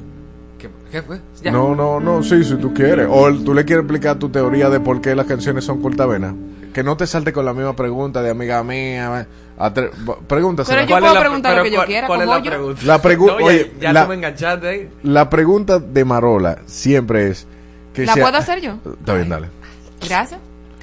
¿Qué fue? ¿Ya? No, sí, si tú quieres. O tú le quieres explicar tu teoría de por qué las canciones son cortavenas. Que no te salte con la misma pregunta de amiga mía. Pregúntasela. Pero yo puedo preguntar lo que yo quiera. ¿Cuál es como la yo. pregunta? La pregunta, No, oye, ya tú me enganchaste ahí. La pregunta de Marola siempre es que ¿La puedo hacer yo? Está bien, dale. Gracias.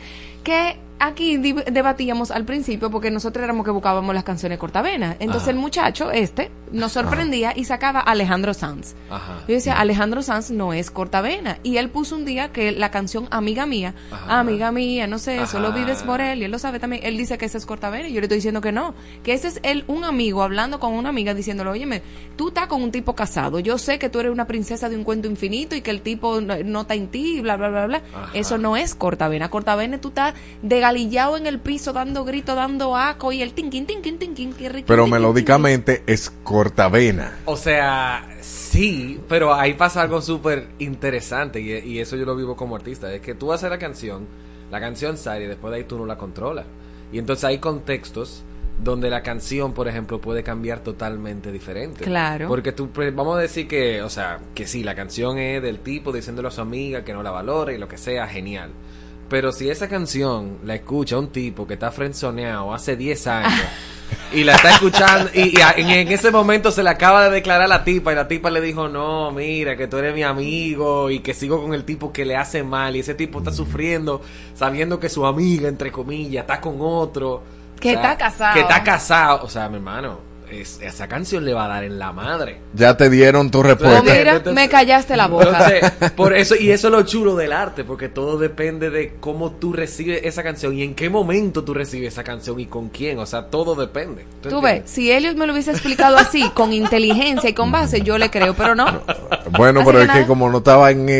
Que aquí debatíamos al principio porque nosotros éramos que buscábamos las canciones cortavenas. Entonces el muchacho nos sorprendía y sacaba a Alejandro Sanz. Ajá. Yo decía, Alejandro Sanz no es cortavena. Y él puso un día que la canción Amiga Mía, Amiga Mía, no sé, solo vives por él, y él lo sabe también. Él dice que ese es cortavena y yo le estoy diciendo que no. Que ese es un amigo hablando con una amiga diciéndole, óyeme, tú estás con un tipo casado, yo sé que tú eres una princesa de un cuento infinito y que el tipo no está en ti, y bla, bla, bla, bla. Ajá. Eso no es cortavena. Cortavena tú estás degalillado en el piso, dando gritos, dando aco y el tinquín, tinquín, tinquín, qué rico. Pero melódicamente es cortavena. O sea, sí, pero ahí pasa algo súper interesante y eso yo lo vivo como artista. Es que tú haces la canción sale y después de ahí tú no la controlas. Y entonces hay contextos donde la canción, por ejemplo, puede cambiar totalmente diferente. Claro. Porque vamos a decir que, o sea, que sí, la canción es del tipo diciéndole a su amiga que no la valore y lo que sea, genial. Pero si esa canción la escucha un tipo que está frenzoneado hace 10 años y la está escuchando y en ese momento se le acaba de declarar a la tipa y la tipa le dijo, no, mira, que tú eres mi amigo y que sigo con el tipo que le hace mal y ese tipo está sufriendo sabiendo que su amiga, entre comillas, está con otro. Que está casado. Que está casado. O sea, mi hermano, esa canción le va a dar en la madre. Ya te dieron tu respuesta. Oh, mira, me callaste la boca. Entonces, por eso, y eso es lo chulo del arte, porque todo depende de cómo tú recibes esa canción y en qué momento tú recibes esa canción y con quién. O sea, todo depende. Tú ves, si Elliot me lo hubiese explicado así, con inteligencia y con base, yo le creo, pero no. Bueno, Así pero que es nada. que como no estaba en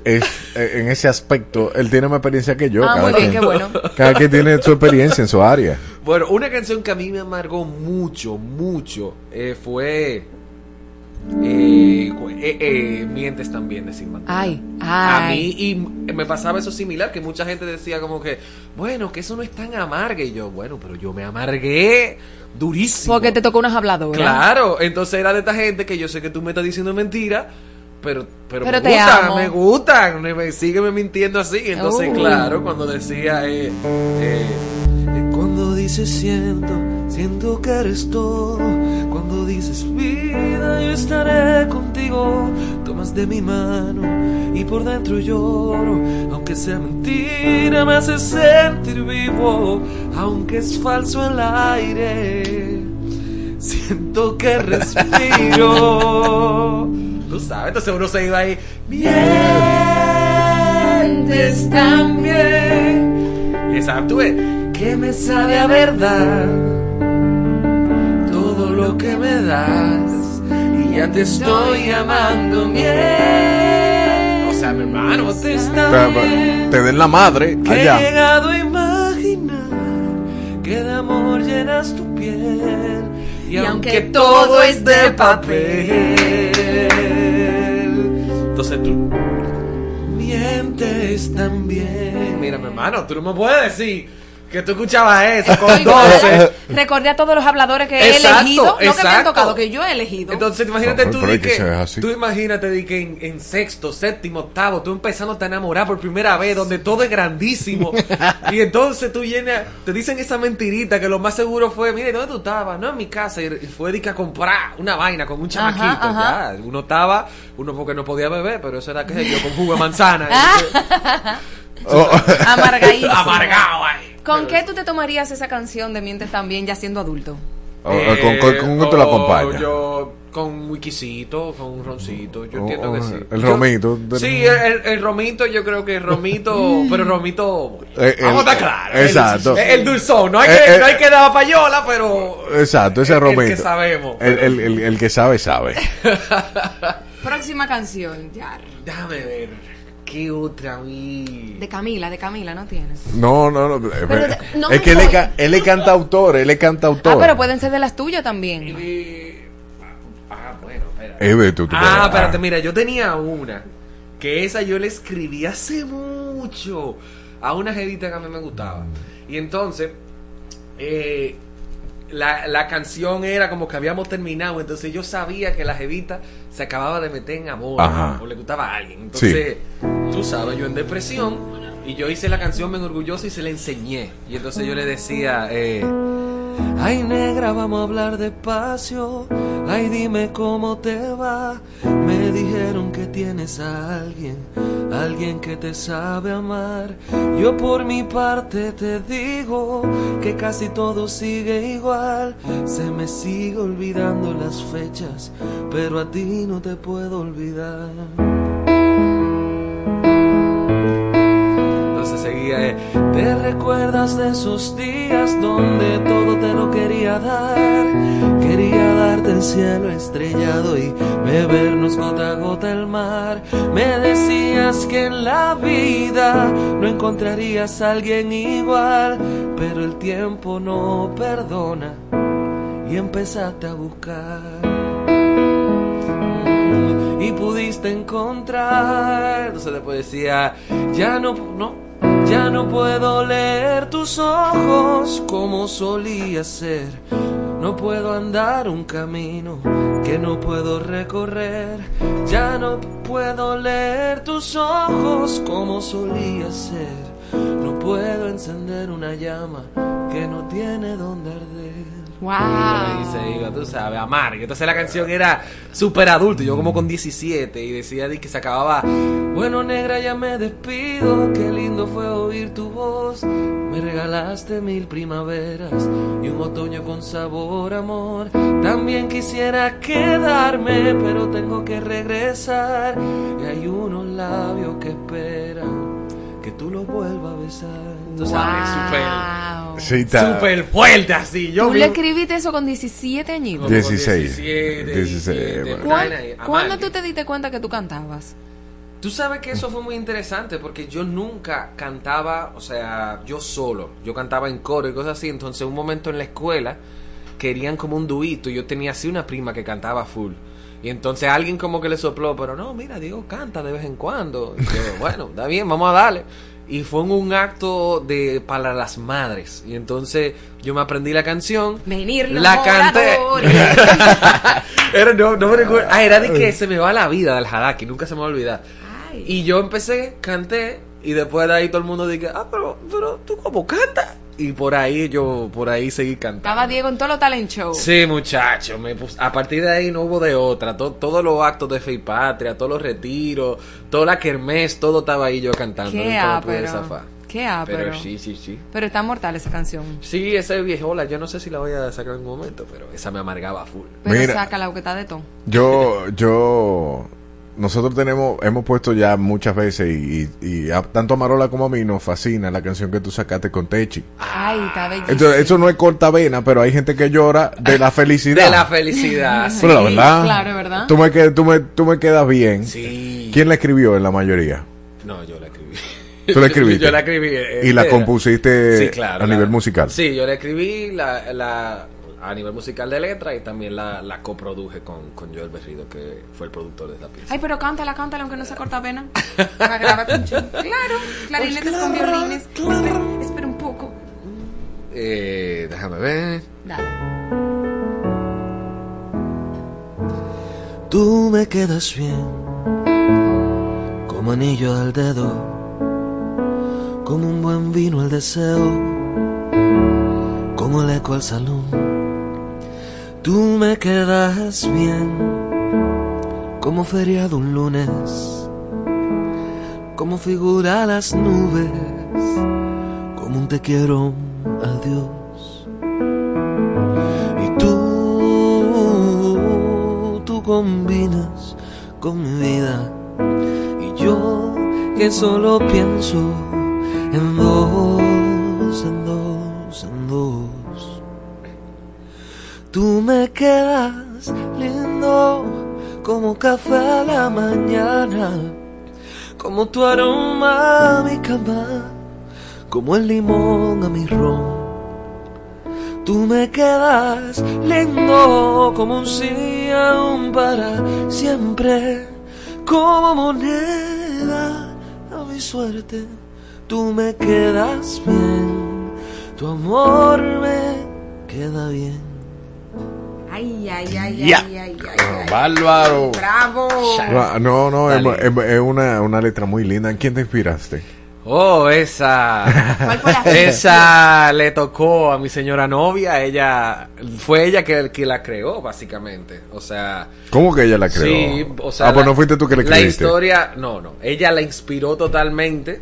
ese aspecto, él tiene más experiencia que yo. Muy bien, qué bueno. Cada quien tiene su experiencia en su área. Bueno, una canción que a mí me amargó mucho, fue mientes también de sin mantener. Ay. A mí, y me pasaba eso similar, que mucha gente decía como que, bueno, que eso no es tan amarga. Y yo, bueno, pero yo me amargué durísimo. Porque te tocó unas habladoras. Claro, entonces era de esta gente que yo sé que tú me estás diciendo mentira, pero me te gustan, amo. me gustan, sígueme mintiendo así. Entonces, claro, cuando decía, cuando dices siento que eres todo. Cuando dices vida, yo estaré contigo. Tomas de mi mano y por dentro lloro. Aunque sea mentira, me hace sentir vivo. Aunque es falso el aire, siento que respiro. Tú sabes, entonces uno se iba ahí. Mientes también. Y sabes, tú ves, que me sabe a verdad todo lo que me das, y ya te estoy amando bien. O sea, mi hermano, te está bien. Te den la madre Que allá. he llegado a imaginar que de amor llenas tu piel, y aunque todo es de papel, entonces tú mientes también. Mira, mi hermano, tú no me puedes decir que tú escuchabas eso con Oiga, 12. Recordé a todos los habladores que he Exacto, elegido, no que me han exacto. tocado, que yo he elegido. Entonces, imagínate No, tú, pero di es que que, eso es así. tú imagínate di que en sexto, séptimo, octavo, tú empezando a enamorar por primera vez, donde todo es grandísimo, y entonces tú llenas, te dicen esa mentirita que lo más seguro fue, mire, ¿dónde tú estabas? No, en mi casa, y fue de que a comprar una vaina con un chamaquito. ajá. Ya, uno estaba, uno porque no podía beber, pero eso era que yo con jugo de manzana. Amargadísimo. Amargado ahí. ¿Con qué tú te tomarías esa canción de Mientes también ya siendo adulto? ¿Con qué tú la acompañas? Yo con un whiskycito, con un roncito, yo entiendo que sí. El romito. Sí, el romito, yo creo que el romito, pero el romito, vamos a estar claros. Exacto. El dulzón, no hay que dar payola, pero exacto, ese romito. El que sabemos. El que sabe. Próxima canción, ya. Déjame ver. ¿Qué otra? De Camila, ¿no tienes? No. Pero es que él es cantautor. Ah, pero pueden ser de las tuyas también. Bueno, espérate. Espérate, mira, yo tenía una, que esa yo le escribí hace mucho a una jevita que a mí me gustaba. Y entonces, la canción era como que habíamos terminado, entonces yo sabía que la jevita se acababa de meter en amor. Ajá. O le gustaba a alguien. Entonces, tú sabes, yo en depresión, y yo hice la canción bien orgullosa y se la enseñé. Y entonces yo le decía, ay, negra, vamos a hablar despacio. Ay, dime cómo te va. Me dijeron que tienes a alguien que te sabe amar. Yo por mi parte te digo que casi todo sigue igual. Se me sigue olvidando las fechas, pero a ti no te puedo olvidar. entonces seguía, ¿Te recuerdas de esos días donde todo te lo quería dar? Quería darte el cielo estrellado y bebernos gota a gota el mar. Me decías que en la vida no encontrarías a alguien igual, pero el tiempo no perdona y empezaste a buscar. Y pudiste encontrar. entonces después decía, Ya no puedo leer tus ojos como solía ser. No puedo andar un camino que no puedo recorrer. Ya no puedo leer tus ojos como solía ser. No puedo encender una llama que no tiene donde arder. Wow. y se iba, tú sabes, amarga. Entonces la canción era súper adulta, yo como con 17, y decía que se acababa. Bueno, negra, ya me despido. Qué lindo fue oír tu voz. Me regalaste 1000 primaveras y un otoño con sabor, amor. También quisiera quedarme, pero tengo que regresar. Y hay unos labios que esperan que tú los vuelvas a besar. Tú sabes, súper fuerte así. ¿Tú le escribiste eso con 17 añitos? 16. ¿Cuándo tú te diste cuenta que tú cantabas? Tú sabes que eso fue muy interesante porque yo nunca cantaba, o sea, yo solo. Yo cantaba en coro y cosas así. Entonces, un momento en la escuela querían como un duito. Yo tenía así una prima que cantaba full. Y entonces alguien como que le sopló, pero no, mira, Diego canta de vez en cuando. Y yo, bueno, está bien, vamos a darle. Y fue un acto para las madres. Y entonces yo me aprendí la canción. Venir los la canté. no me recuerdo. Era de que se me va la vida del Hadaki, nunca se me va a olvidar. Ay. Y yo empecé, canté, y después de ahí todo el mundo dije, pero tú cómo cantas. Y por ahí seguí cantando. Estaba Diego en todos los talent shows. Sí, muchacho. A partir de ahí no hubo de otra. Todos los actos de Fe y Patria, todos los retiros, toda la kermés, todo estaba ahí yo cantando. Qué ápero. Qué ápero. Pero sí. Pero está mortal esa canción. Sí, esa es viejola. Yo no sé si la voy a sacar en un momento, pero esa me amargaba full. Pero mira, sácala, que está de todo. Nosotros hemos puesto ya muchas veces y tanto a Marola como a mí nos fascina la canción que tú sacaste con Techi. Ay, está bellísimo. Entonces, eso no es cortavena, pero hay gente que llora de la felicidad. De la felicidad, sí. Pero la verdad, claro, ¿verdad? Tú me quedas bien. Sí. ¿Quién la escribió en la mayoría? No, yo la escribí. ¿Tú la escribiste? Yo la escribí. ¿Y la compusiste sí, claro, a nivel musical? Sí, yo la escribí a nivel musical de letra y también la coproduje con Joel Berrido, que fue el productor de esta pieza. Ay, pero cántala, aunque no se corta pena. Para grabar mucho. Claro, clarinetes con violines. Claro. Espera un poco. Déjame ver. Dale. Tú me quedas bien, como anillo al dedo, como un buen vino al deseo, como el eco al salón. Tú me quedas bien, como feriado un lunes, como figura las nubes, como un te quiero, adiós. Y tú combinas con mi vida, y yo que solo pienso en dos. Tú me quedas lindo como café a la mañana, como tu aroma a mi cama, como el limón a mi ron. Tú me quedas lindo como un sí aún para siempre, como moneda a mi suerte. Tú me quedas bien, tu amor me queda bien. Ay. Bárbaro. Bravo. No, es una letra muy linda. ¿En quién te inspiraste? Oh, esa. ¿Cuál fue la esa le tocó a mi señora novia. Fue ella que la creó, básicamente. O sea. ¿Cómo que ella la creó? Sí, o sea. Pues no fuiste tú que le escribiste. La historia, no. Ella la inspiró totalmente.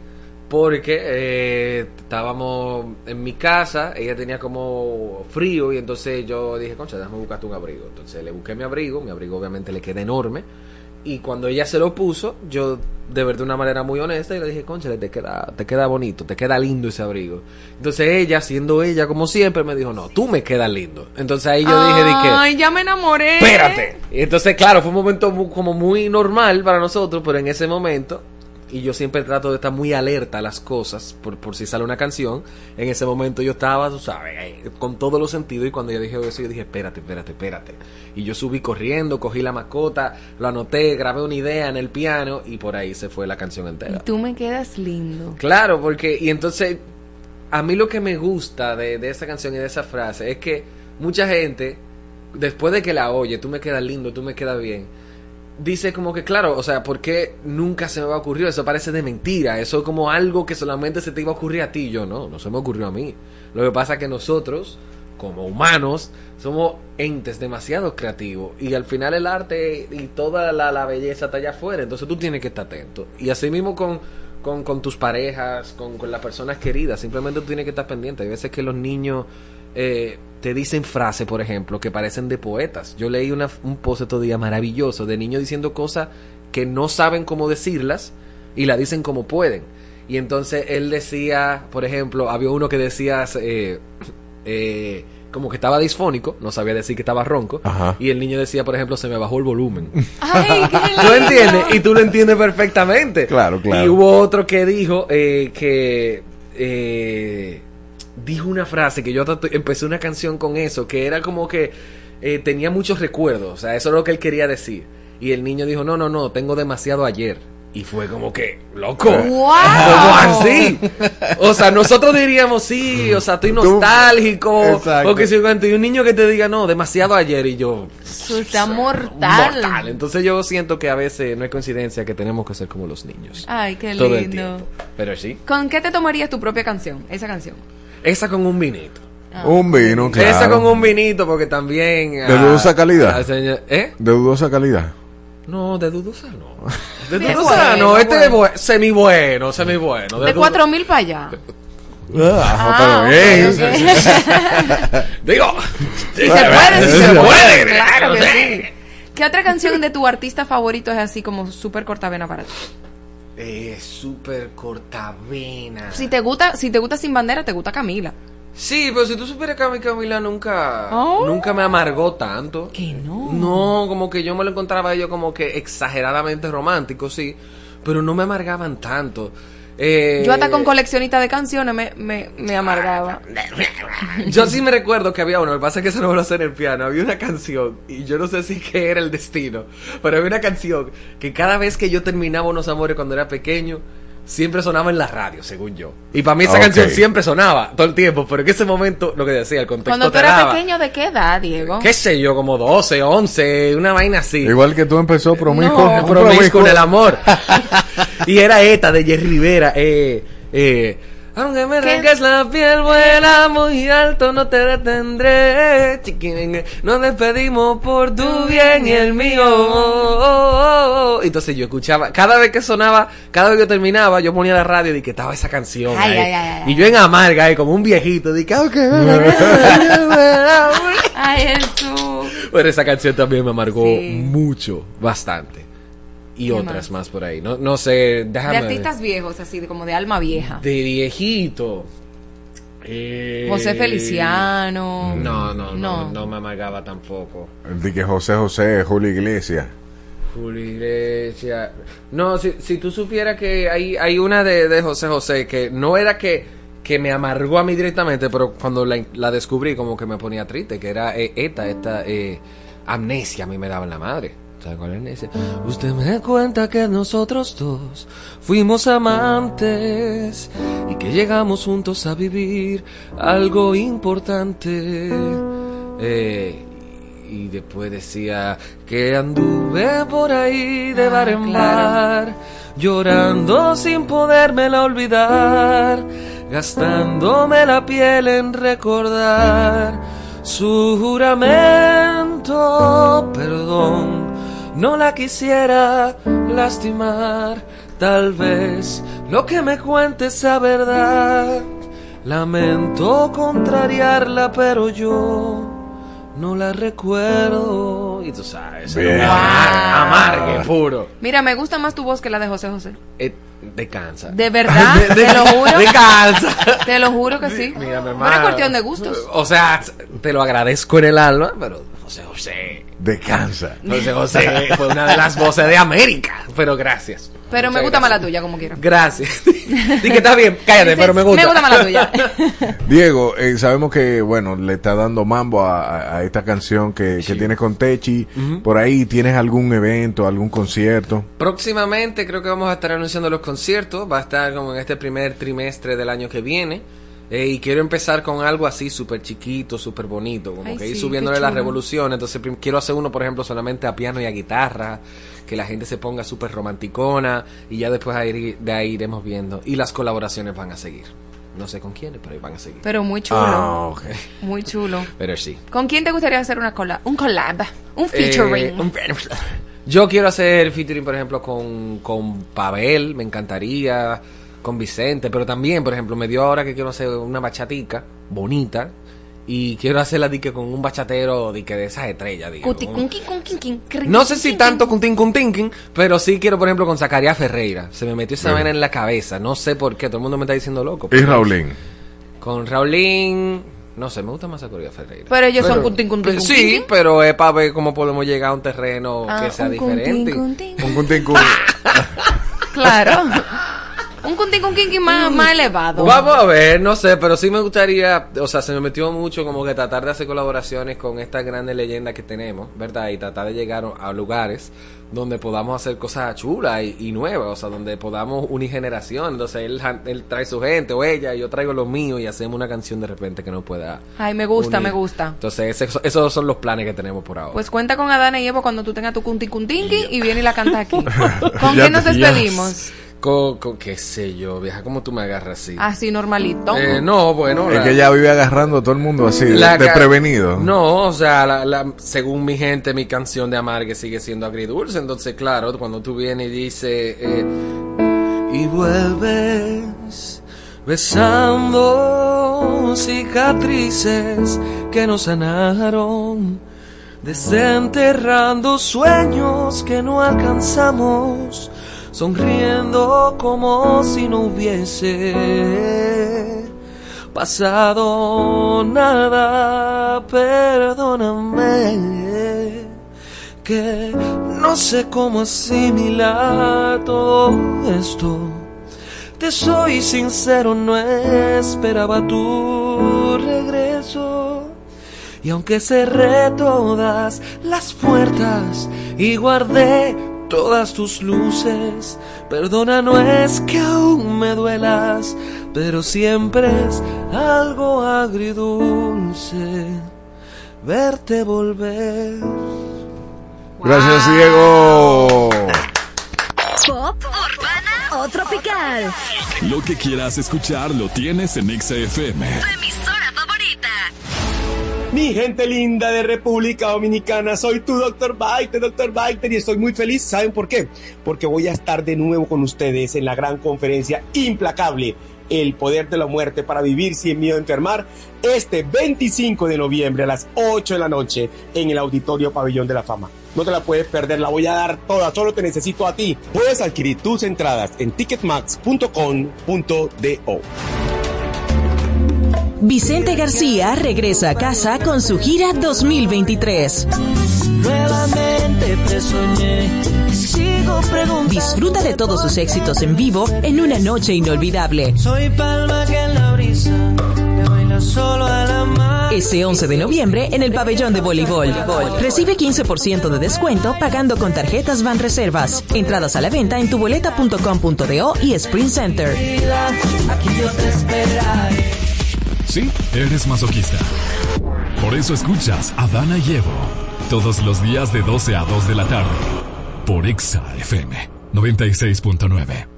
Porque estábamos en mi casa, ella tenía como frío y entonces yo dije, concha, déjame buscarte un abrigo. Entonces le busqué mi abrigo obviamente le queda enorme. Y cuando ella se lo puso, yo de verdad de una manera muy honesta y le dije, concha, te queda bonito, te queda lindo ese abrigo. Entonces ella, siendo ella como siempre, me dijo, no, tú me quedas lindo. Entonces ahí yo dije, ay, ya me enamoré. Espérate. Y entonces, claro, fue un momento como muy normal para nosotros, pero en ese momento... Y yo siempre trato de estar muy alerta a las cosas por si sale una canción. En ese momento yo estaba, tú sabes, con todos los sentidos. Y cuando ella dijo eso, yo dije, espérate. Y yo subí corriendo, cogí la mascota, lo anoté, grabé una idea en el piano y por ahí se fue la canción entera. Y tú me quedas lindo. Claro, porque, y entonces, a mí lo que me gusta de esa canción y de esa frase es que mucha gente, después de que la oye, tú me quedas lindo, tú me quedas bien, dice como que, claro, o sea, ¿por qué nunca se me va a ocurrir? Eso parece de mentira, eso es como algo que solamente se te iba a ocurrir a ti. Yo no se me ocurrió a mí. Lo que pasa es que nosotros, como humanos, somos entes demasiado creativos y al final el arte y toda la belleza está allá afuera, entonces tú tienes que estar atento. Y así mismo con tus parejas, con las personas queridas, simplemente tú tienes que estar pendiente. Hay veces que los niños... te dicen frases, por ejemplo, que parecen de poetas. Yo leí un post otro día maravilloso de niños diciendo cosas que no saben cómo decirlas y la dicen como pueden. Y entonces él decía, por ejemplo, había uno que decía como que estaba disfónico, no sabía decir que estaba ronco. Ajá. Y el niño decía, por ejemplo, se me bajó el volumen. Ay, qué lindo. ¿Tú entiendes? Y tú lo entiendes perfectamente. Claro. Y hubo otro que dijo dijo una frase que yo empecé una canción con eso, que era como que tenía muchos recuerdos, o sea, eso es lo que él quería decir. Y el niño dijo, no, tengo demasiado ayer. Y fue como que, loco, ¡wow! ¿Cómo así? O sea, nosotros diríamos, sí, o sea, estoy nostálgico. Exacto. O que si y un niño que te diga, no, demasiado ayer. Y yo, Eso está mortal. Entonces yo siento que a veces no es coincidencia que tenemos que ser como los niños. Ay, qué Todo el lindo. tiempo. Pero sí. ¿Con qué te tomarías tu propia canción? Esa canción. Esa con un vinito. Un vino, claro. Esa con un vinito, porque también... ¿De dudosa calidad? ¿Eh? ¿De dudosa calidad? No, de dudosa no. De Bien dudosa bueno, no, este bueno. es semi bueno. De 4,000 para allá. Pero bien. Digo, Si se puede, si se puede. Claro que sí. ¿Qué otra canción de tu artista favorito es así como súper cortavena para ti? Súper cortavena. Si te gusta Sin Bandera, te gusta Camila. Sí, pero si tú supieras que a mí Camila nunca me amargó tanto. ¿Que no? No, como que yo me lo encontraba a ellos como que exageradamente romántico, sí, pero no me amargaban tanto. Yo hasta con coleccionista de canciones me amargaba. Yo sí me recuerdo que había uno, lo que pasa es que eso no me lo sé en el piano, había una canción, y yo no sé si que era el destino, pero había una canción que cada vez que yo terminaba unos amores cuando era pequeño, siempre sonaba en la radio, según yo. Y para mí esa canción siempre sonaba todo el tiempo, pero en ese momento, lo que decía, el contexto Cuando tú eras pequeño, ¿de qué edad, Diego? Qué sé yo, como 12, 11, una vaina así. Igual que tú empezó promiscuo. Promiscuo en el amor. Y era ETA de Jerry Rivera. Aunque me arranques la piel, vuela muy alto, no te detendré. Chiquín, nos despedimos por tu bien y el mío. Entonces yo escuchaba, cada vez que sonaba, cada vez que terminaba, yo ponía la radio y que estaba esa canción. Y yo en amarga, como un viejito, dije, ay, Jesús. Pero esa canción también me amargó mucho, bastante. Y otras más por ahí. No sé, déjame de artistas viejos, así, como de alma vieja. De viejito. José Feliciano. No me amargaba tampoco. De que José, Julio Iglesias. No, si tú supieras que hay una de José que no era que me amargó a mí directamente, pero cuando la descubrí como que me ponía triste, que era esta Amnesia, a mí me daba en la madre. ¿Sabes cuál es Amnesia? Usted me cuenta que nosotros dos fuimos amantes y que llegamos juntos a vivir algo importante. Y después decía que anduve por ahí de bar en bar, llorando sin podérmela olvidar, gastándome la piel en recordar su juramento. Perdón, no la quisiera lastimar, tal vez lo que me cuente sea verdad. Lamento contrariarla, pero yo no la recuerdo. Y tú sabes, amargue puro. Mira, me gusta más tu voz que la de José José. De cansa. ¿De verdad? Te lo juro. De cansa. Te lo juro que sí. Mira, mi No hermano. es cuestión de gustos. O sea, te lo agradezco en el alma, pero José José. De cansa. José José fue una de las voces de América. Pero gracias. Pero me gusta más la tuya, como quiera. Gracias. Di que está bien, cállate, pero me gusta. Me gusta más la tuya. Diego, sabemos que, bueno, le está dando mambo a esta canción que tienes con Techi. Por ahí, ¿tienes algún evento, algún concierto? Próximamente creo que vamos a estar anunciando los conciertos. Va a estar como en este primer trimestre del año que viene. Y quiero empezar con algo así súper chiquito, súper bonito, como que ir subiéndole la revolución. Entonces quiero hacer uno, por ejemplo, solamente a piano y a guitarra, que la gente se ponga súper romanticona, y ya después de ahí iremos viendo. Y las colaboraciones van a seguir. No sé con quiénes, pero van a seguir. Pero muy chulo. Muy chulo. Pero sí. ¿Con quién te gustaría hacer un collab? Un featuring. Yo quiero hacer featuring, por ejemplo, con Pavel, me encantaría, con Vicente, pero también, por ejemplo, me dio ahora que quiero hacer una bachatica bonita, y quiero hacerla dique con un bachatero dique de esas estrellas, no sé si tanto con Tinkin, pero sí quiero, por ejemplo, con Zacarías Ferreira. Se me metió esa vaina en la cabeza, no sé por qué, todo el mundo me está diciendo loco. ¿Y Raulín? Con Raulín, no sé, me gusta más Zacarías Ferreira. Pero ellos son cuntin. Sí, pero es para ver cómo podemos llegar a un terreno que sea diferente. Un cuntin. Claro. Un kunti más elevado. Vamos a ver, no sé, pero sí me gustaría, o sea, se me metió mucho como que tratar de hacer colaboraciones con estas grandes leyendas que tenemos, ¿verdad? Y tratar de llegar a lugares donde podamos hacer cosas chulas y nuevas, o sea, donde podamos unir generación. Entonces él trae su gente o ella y yo traigo lo mío y hacemos una canción de repente que nos pueda Ay, me gusta, unir. me gusta. Entonces esos son los planes que tenemos por ahora. Pues cuenta con Adana y Evo cuando tú tengas tu kuntinki y viene y la canta aquí. ¿Con qué nos despedimos? Con qué sé yo, vieja, ¿cómo tú me agarras así? Así normalito. No, bueno. Es que ella vive agarrando a todo el mundo así, desprevenido. No, o sea, según mi gente, mi canción de Amargue sigue siendo agridulce. Entonces, claro, cuando tú vienes y dices... y vuelves besando cicatrices que no sanaron, desenterrando sueños que no alcanzamos, sonriendo como si no hubiese pasado nada. Perdóname, que no sé cómo asimilar todo esto. Te soy sincero, no esperaba tu regreso. Y aunque cerré todas las puertas y guardé todas tus luces, perdona, no es que aún me duelas, pero siempre es algo agridulce verte volver. Gracias, Diego. Pop, urbana o tropical. Lo que quieras escuchar lo tienes en Exa FM. Tu emisora favorita. Mi gente linda de República Dominicana, soy tu Dr. Biter, y estoy muy feliz. ¿Saben por qué? Porque voy a estar de nuevo con ustedes en la gran conferencia implacable, El Poder de la Muerte para Vivir Sin Miedo a Enfermar, este 25 de noviembre a las 8 de la noche en el Auditorio Pabellón de la Fama. No te la puedes perder, la voy a dar toda, solo te necesito a ti. Puedes adquirir tus entradas en ticketmax.com.do. Vicente García regresa a casa con su gira 2023. Nuevamente te soñé y sigo preguntando. Disfruta de todos sus éxitos en vivo en una noche inolvidable. Soy palma que en la brisa le baila solo a la mar. Ese 11 de noviembre en el Pabellón de Voleibol. Recibe 15% de descuento pagando con tarjetas Banreservas. Entradas a la venta en tuboleta.com.do y Sprint Center. Aquí yo te esperaré. Sí, eres masoquista. Por eso escuchas a Adana y Evo todos los días de 12 a 2 de la tarde por Exa FM 96.9.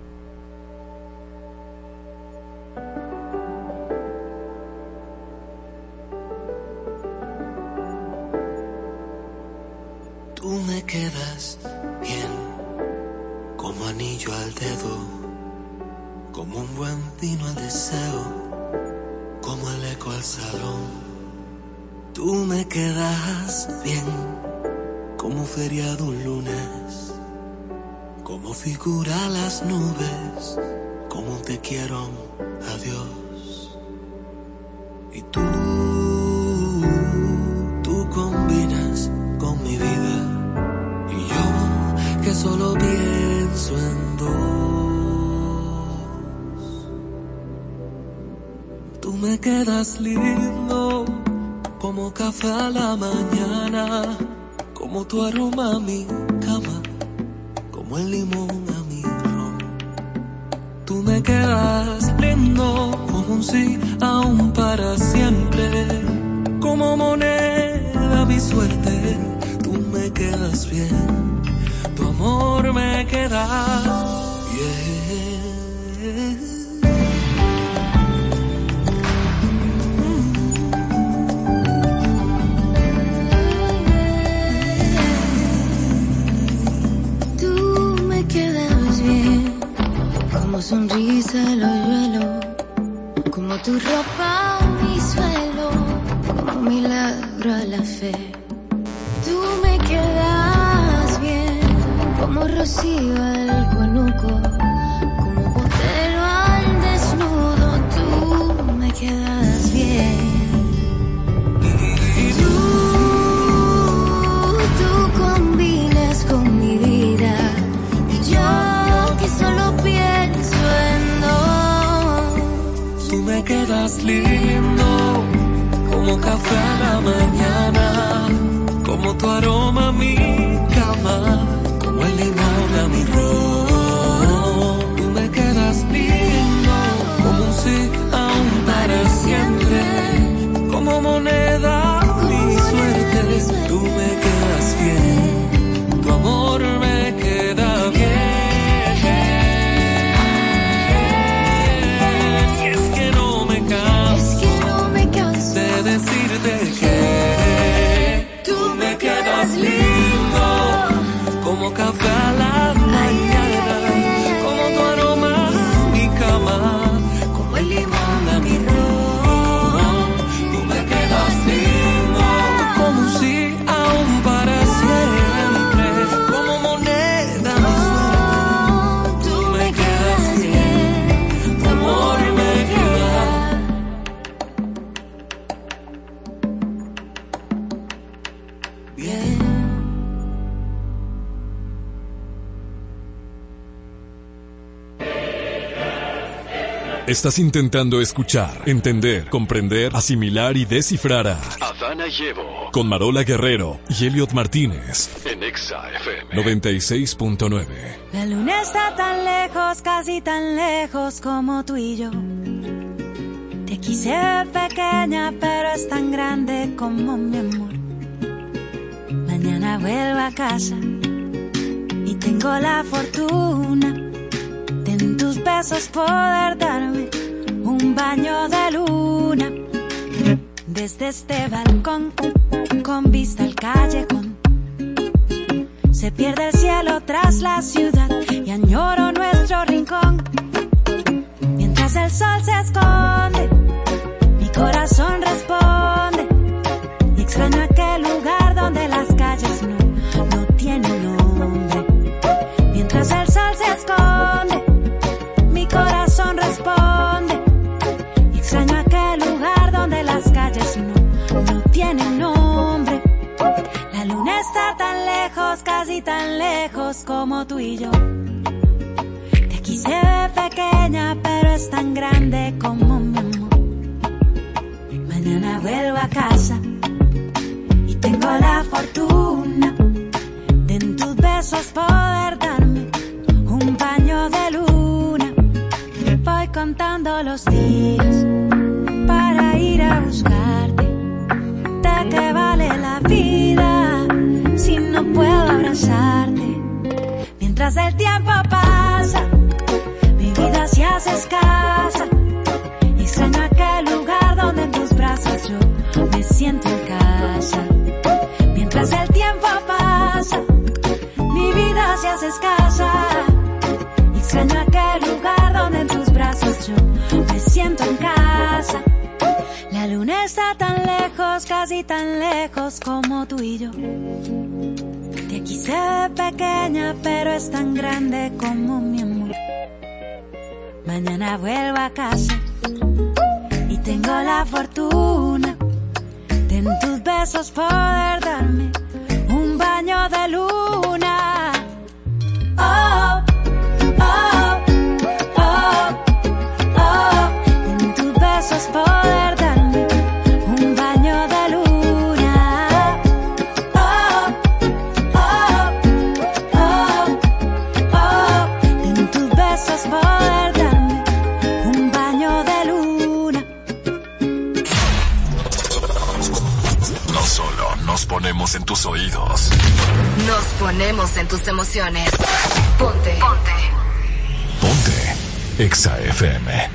Tú me quedas bien, como anillo al dedo, como un buen vino al deseo, como el eco al salón. Tú me quedas bien, como feriado un lunes, como figura las nubes, como un te quiero, adiós. Y tú combinas con mi vida, y yo que solo pienso en dos. Tú me quedas lindo, como café a la mañana, como tu aroma a mi cama, como el limón a mi ron. Tú me quedas lindo, como un sí aún para siempre, como moneda mi suerte. Tú me quedas bien, tu amor me queda bien. Como sonrisa el hoyuelo, como tu ropa mi suelo, como milagro a la fe. Tú me quedas bien, como rocío al conuco, como botero al desnudo. Tú me quedas bien. Y tú combinas con mi vida, y yo que solo pienso en dos. Estás intentando escuchar, entender, comprender, asimilar y descifrar a Adana y Evo con Marola Guerrero y Elliot Martínez en Exa FM 96.9. La luna está tan lejos, casi tan lejos como tú y yo. Te quise pequeña, pero es tan grande como mi amor. Mañana vuelvo a casa y tengo la fortuna de en tus besos poder darme un baño de luna. Desde este balcón, con vista al callejón, se pierde el cielo tras la ciudad y añoro nuestro rincón. Mientras el sol se esconde, mi corazón responde y extraño aquel lugar donde las calles no tienen nombre. Mientras el sol se esconde, mi corazón responde y extraño aquel lugar donde las calles no tienen nombre. La luna está tan lejos, casi tan lejos como tú y yo. Te quise ver pequeña, pero es tan grande como mi amor. Mañana vuelvo a casa y tengo la fortuna de en tus besos poder darme un baño de luna. Voy contando los días para ir a buscarte. ¿De qué vale la vida si no puedo abrazarte? Mientras el tiempo pasa, mi vida se hace escasa. Extraño aquel lugar donde en tus brazos yo me siento en casa. Mientras el tiempo pasa, mi vida se hace escasa. Extraño aquel lugar donde en tus brazos yo me siento en casa. La luna está tan lejos, casi tan lejos como tú y yo. Te quise pequeña, pero es tan grande como mi amor. Mañana vuelvo a casa y tengo la fortuna de en tus besos poder darme un baño de luna. Oh, oh, oh, oh, en tus besos poder darme un baño de luna. Oh, oh, oh, oh, en tus besos poder darme un baño de luna. No solo nos ponemos en tus oídos, Nos ponemos en tus emociones. Ponte. Ponte. ponte Exa FM.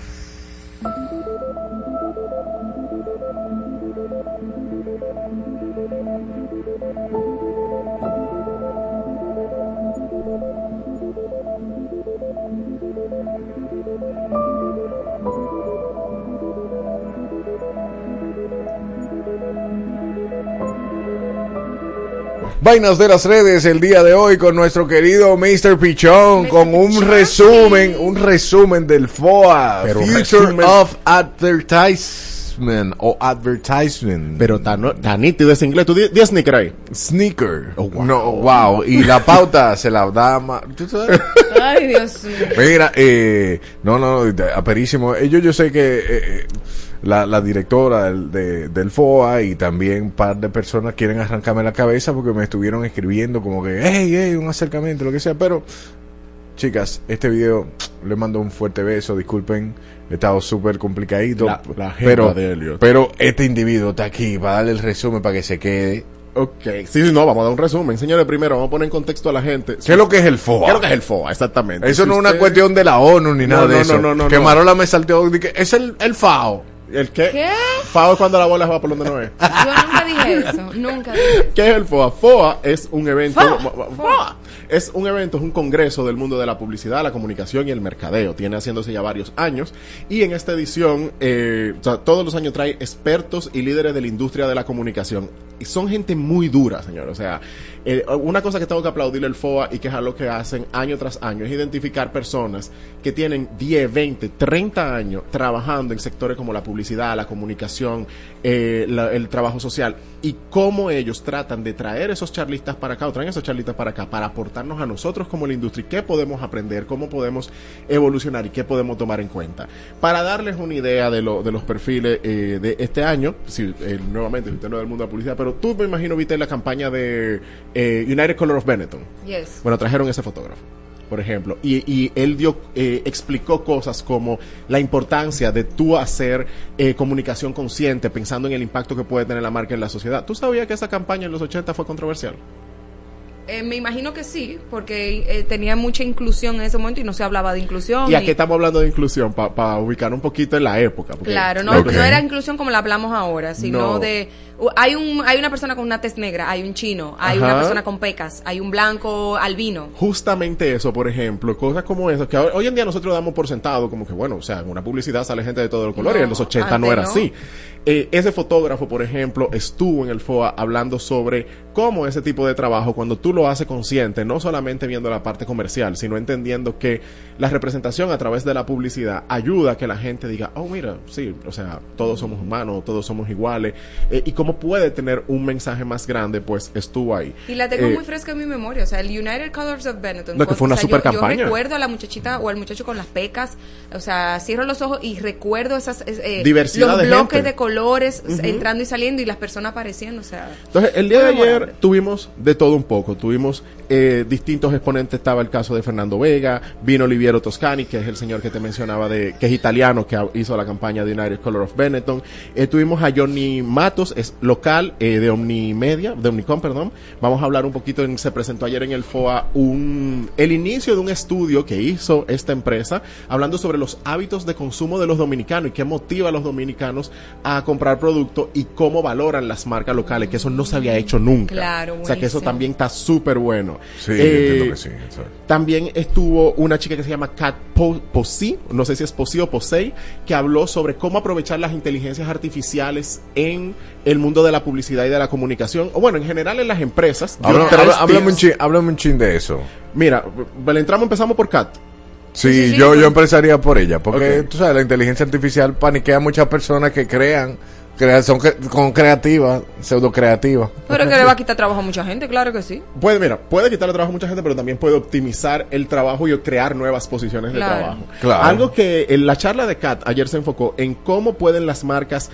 Vainas de las redes el día de hoy con nuestro querido Mr. Pichón, con un resumen del FOA, Pero Future resumen. of Advertisement o Advertisement. Pero tan nítido ese inglés. ¿Tú di sneaker ahí? Sneaker. Oh, wow. No, wow. Y la pauta se la da ¿tú sabes? Ay, Dios mío. Mira, no, aperísimo. Yo sé que la directora del FOA y también un par de personas quieren arrancarme la cabeza porque me estuvieron escribiendo como que, hey, un acercamiento, lo que sea. Pero, chicas, este video le mando un fuerte beso, disculpen, he estado súper complicadito. La agenda de Elliot. Pero este individuo está aquí para darle el resumen para que se quede. Ok, sí, no, vamos a dar un resumen. Señores, primero vamos a poner en contexto a la gente. ¿Qué es lo que es el FOA? ¿Qué es lo que es el FOA? Exactamente. Eso Si no es una usted- cuestión de la ONU ni nada de eso. No. Que Marola me salteó, dije, es el FAO. ¿El qué? ¿Qué? FAO es cuando la bola va por donde no es. Yo nunca dije eso, nunca dije eso. ¿Qué es el FOA? FOA es un evento. FOA. Es un evento, es un congreso del mundo de la publicidad, la comunicación y el mercadeo. Tiene haciéndose ya varios años. Y en esta edición, todos los años trae expertos y líderes de la industria de la comunicación. Y son gente muy dura, señor. O sea, una cosa que tengo que aplaudirle al FOA y que es algo que hacen año tras año es identificar personas que tienen 10, 20, 30 años trabajando en sectores como la publicidad, la comunicación, el trabajo social y cómo ellos tratan de traer esos charlistas para acá o traen esos charlistas para acá para aportarnos a nosotros como la industria, qué podemos aprender, cómo podemos evolucionar y qué podemos tomar en cuenta. Para darles una idea de los perfiles de este año, nuevamente, si usted no es del mundo de la publicidad, pero tú me imagino viste la campaña de United Color of Benetton. Yes. Bueno, trajeron ese fotógrafo, por ejemplo, y él explicó cosas como la importancia de tú hacer comunicación consciente, pensando en el impacto que puede tener la marca en la sociedad. ¿Tú sabías que esa campaña en los 80 fue controversial? Me imagino que sí, porque tenía mucha inclusión en ese momento y no se hablaba de inclusión. ¿Y a qué estamos hablando de inclusión? Para ubicar un poquito en la época. Claro, no era inclusión como la hablamos ahora, sino de... Hay una persona con una tez negra, hay un chino, hay una persona con pecas, hay un blanco albino. Justamente eso, por ejemplo, cosas como eso, que hoy en día nosotros damos por sentado, como que bueno, o sea, en una publicidad sale gente de todo el color y en los 80 no era así. Ese fotógrafo, por ejemplo, estuvo en el FOA hablando sobre cómo ese tipo de trabajo, cuando tú lo haces consciente, no solamente viendo la parte comercial, sino entendiendo que la representación a través de la publicidad ayuda a que la gente diga, oh mira, sí, o sea, todos somos humanos, todos somos iguales, y cómo puede tener un mensaje más grande, pues estuvo ahí. Y la tengo muy fresca en mi memoria, o sea, el United Colors of Benetton. No, que fue una super campaña. Yo recuerdo a la muchachita o al muchacho con las pecas, o sea, cierro los ojos y recuerdo esas diversidad los de bloques gente. De colores entrando y saliendo y las personas apareciendo, o sea. Entonces, el día de ayer tuvimos de todo un poco, tuvimos distintos exponentes, estaba el caso de Fernando Vega, vino Oliviero Toscani, que es el señor que te mencionaba, que es italiano, que hizo la campaña de United Color of Benetton, tuvimos a Johnny Matos, es local, de Omnicom, perdón. Vamos a hablar un poquito, se presentó ayer en el FOA el inicio de un estudio que hizo esta empresa, hablando sobre los hábitos de consumo de los dominicanos y qué motiva a los dominicanos a comprar productos y cómo valoran las marcas locales, que eso no se había hecho nunca. Claro, o sea, que eso también está súper bueno. Sí, entiendo que sí. También estuvo una chica que se llama Kat Posey, no sé si es Posey o Posey, que habló sobre cómo aprovechar las inteligencias artificiales en el mundo de la publicidad y de la comunicación, o bueno, en general en las empresas. Háblame un chin de eso. Mira, empezamos por Kat. Sí, yo empezaría por ella, porque tú sabes, la inteligencia artificial paniquea a muchas personas que son creativas, pseudo creativas. Pero que le va a quitar trabajo a mucha gente, claro que sí. Puede quitarle trabajo a mucha gente, pero también puede optimizar el trabajo y crear nuevas posiciones de trabajo. Claro. Algo que en la charla de Kat ayer se enfocó en cómo pueden las marcas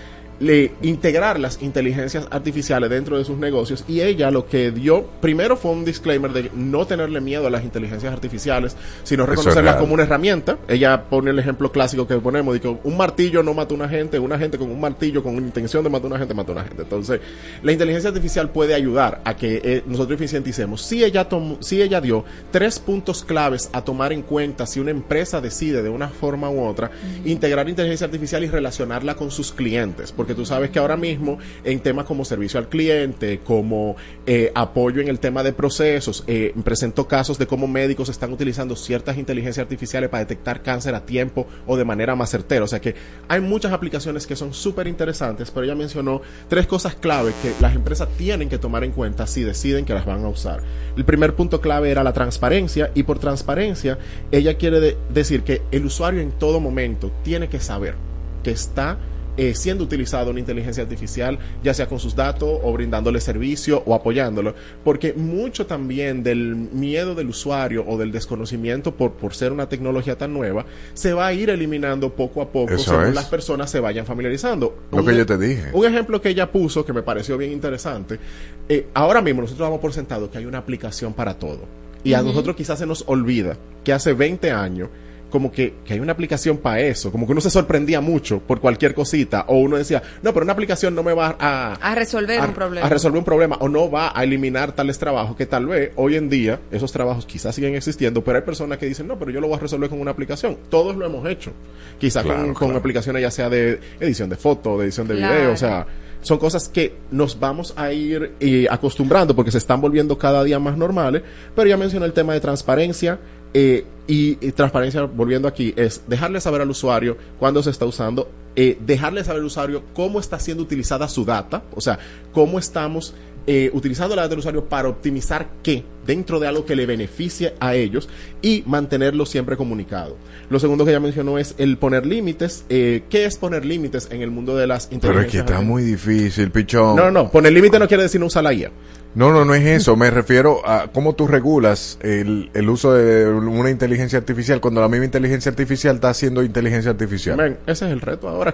integrar las inteligencias artificiales dentro de sus negocios, y ella lo que dio primero fue un disclaimer de no tenerle miedo a las inteligencias artificiales, sino reconocerlas como una herramienta. Ella pone el ejemplo clásico que ponemos de que un martillo no mata a una gente con un martillo con intención de matar a una gente mata a una gente. Entonces la inteligencia artificial puede ayudar a que nosotros eficienticemos. Si ella dio 3 puntos claves a tomar en cuenta si una empresa decide de una forma u otra integrar inteligencia artificial y relacionarla con sus clientes, porque tú sabes que ahora mismo en temas como servicio al cliente, como apoyo en el tema de procesos, presento casos de cómo médicos están utilizando ciertas inteligencias artificiales para detectar cáncer a tiempo o de manera más certera. O sea que hay muchas aplicaciones que son súper interesantes, pero ella mencionó 3 cosas clave que las empresas tienen que tomar en cuenta si deciden que las van a usar. El primer punto clave era la transparencia, y por transparencia ella quiere decir que el usuario en todo momento tiene que saber que está siendo utilizado una inteligencia artificial, ya sea con sus datos o brindándole servicio o apoyándolo, porque mucho también del miedo del usuario o del desconocimiento por ser una tecnología tan nueva se va a ir eliminando poco a poco según las personas se vayan familiarizando. Lo que yo te dije. Un ejemplo que ella puso que me pareció bien interesante, ahora mismo nosotros damos por sentado que hay una aplicación para todo, y a nosotros quizás se nos olvida que hace 20 años como que hay una aplicación para eso, como que uno se sorprendía mucho por cualquier cosita, o uno decía, no, pero una aplicación no me va a resolver un problema. A resolver un problema, o no va a eliminar tales trabajos, que tal vez hoy en día esos trabajos quizás siguen existiendo, pero hay personas que dicen, no, pero yo lo voy a resolver con una aplicación. Todos lo hemos hecho, quizás con aplicaciones ya sea de edición de foto, de edición de video, o sea, son cosas que nos vamos a ir acostumbrando porque se están volviendo cada día más normales. Pero ya mencioné el tema de transparencia, y transparencia, volviendo aquí, es dejarle saber al usuario cuándo se está usando, dejarle saber al usuario cómo está siendo utilizada su data, o sea, cómo estamos utilizando la data del usuario para optimizar qué dentro de algo que le beneficie a ellos, y mantenerlo siempre comunicado. Lo segundo que ya mencionó es el poner límites. ¿Qué es poner límites en el mundo de las inteligencias? Pero es que está muy difícil, pichón. No, poner límite no quiere decir no usar la IA. No es eso. Me refiero a cómo tú regulas el uso de una inteligencia artificial cuando la misma inteligencia artificial está haciendo inteligencia artificial. Man, ese es el reto ahora.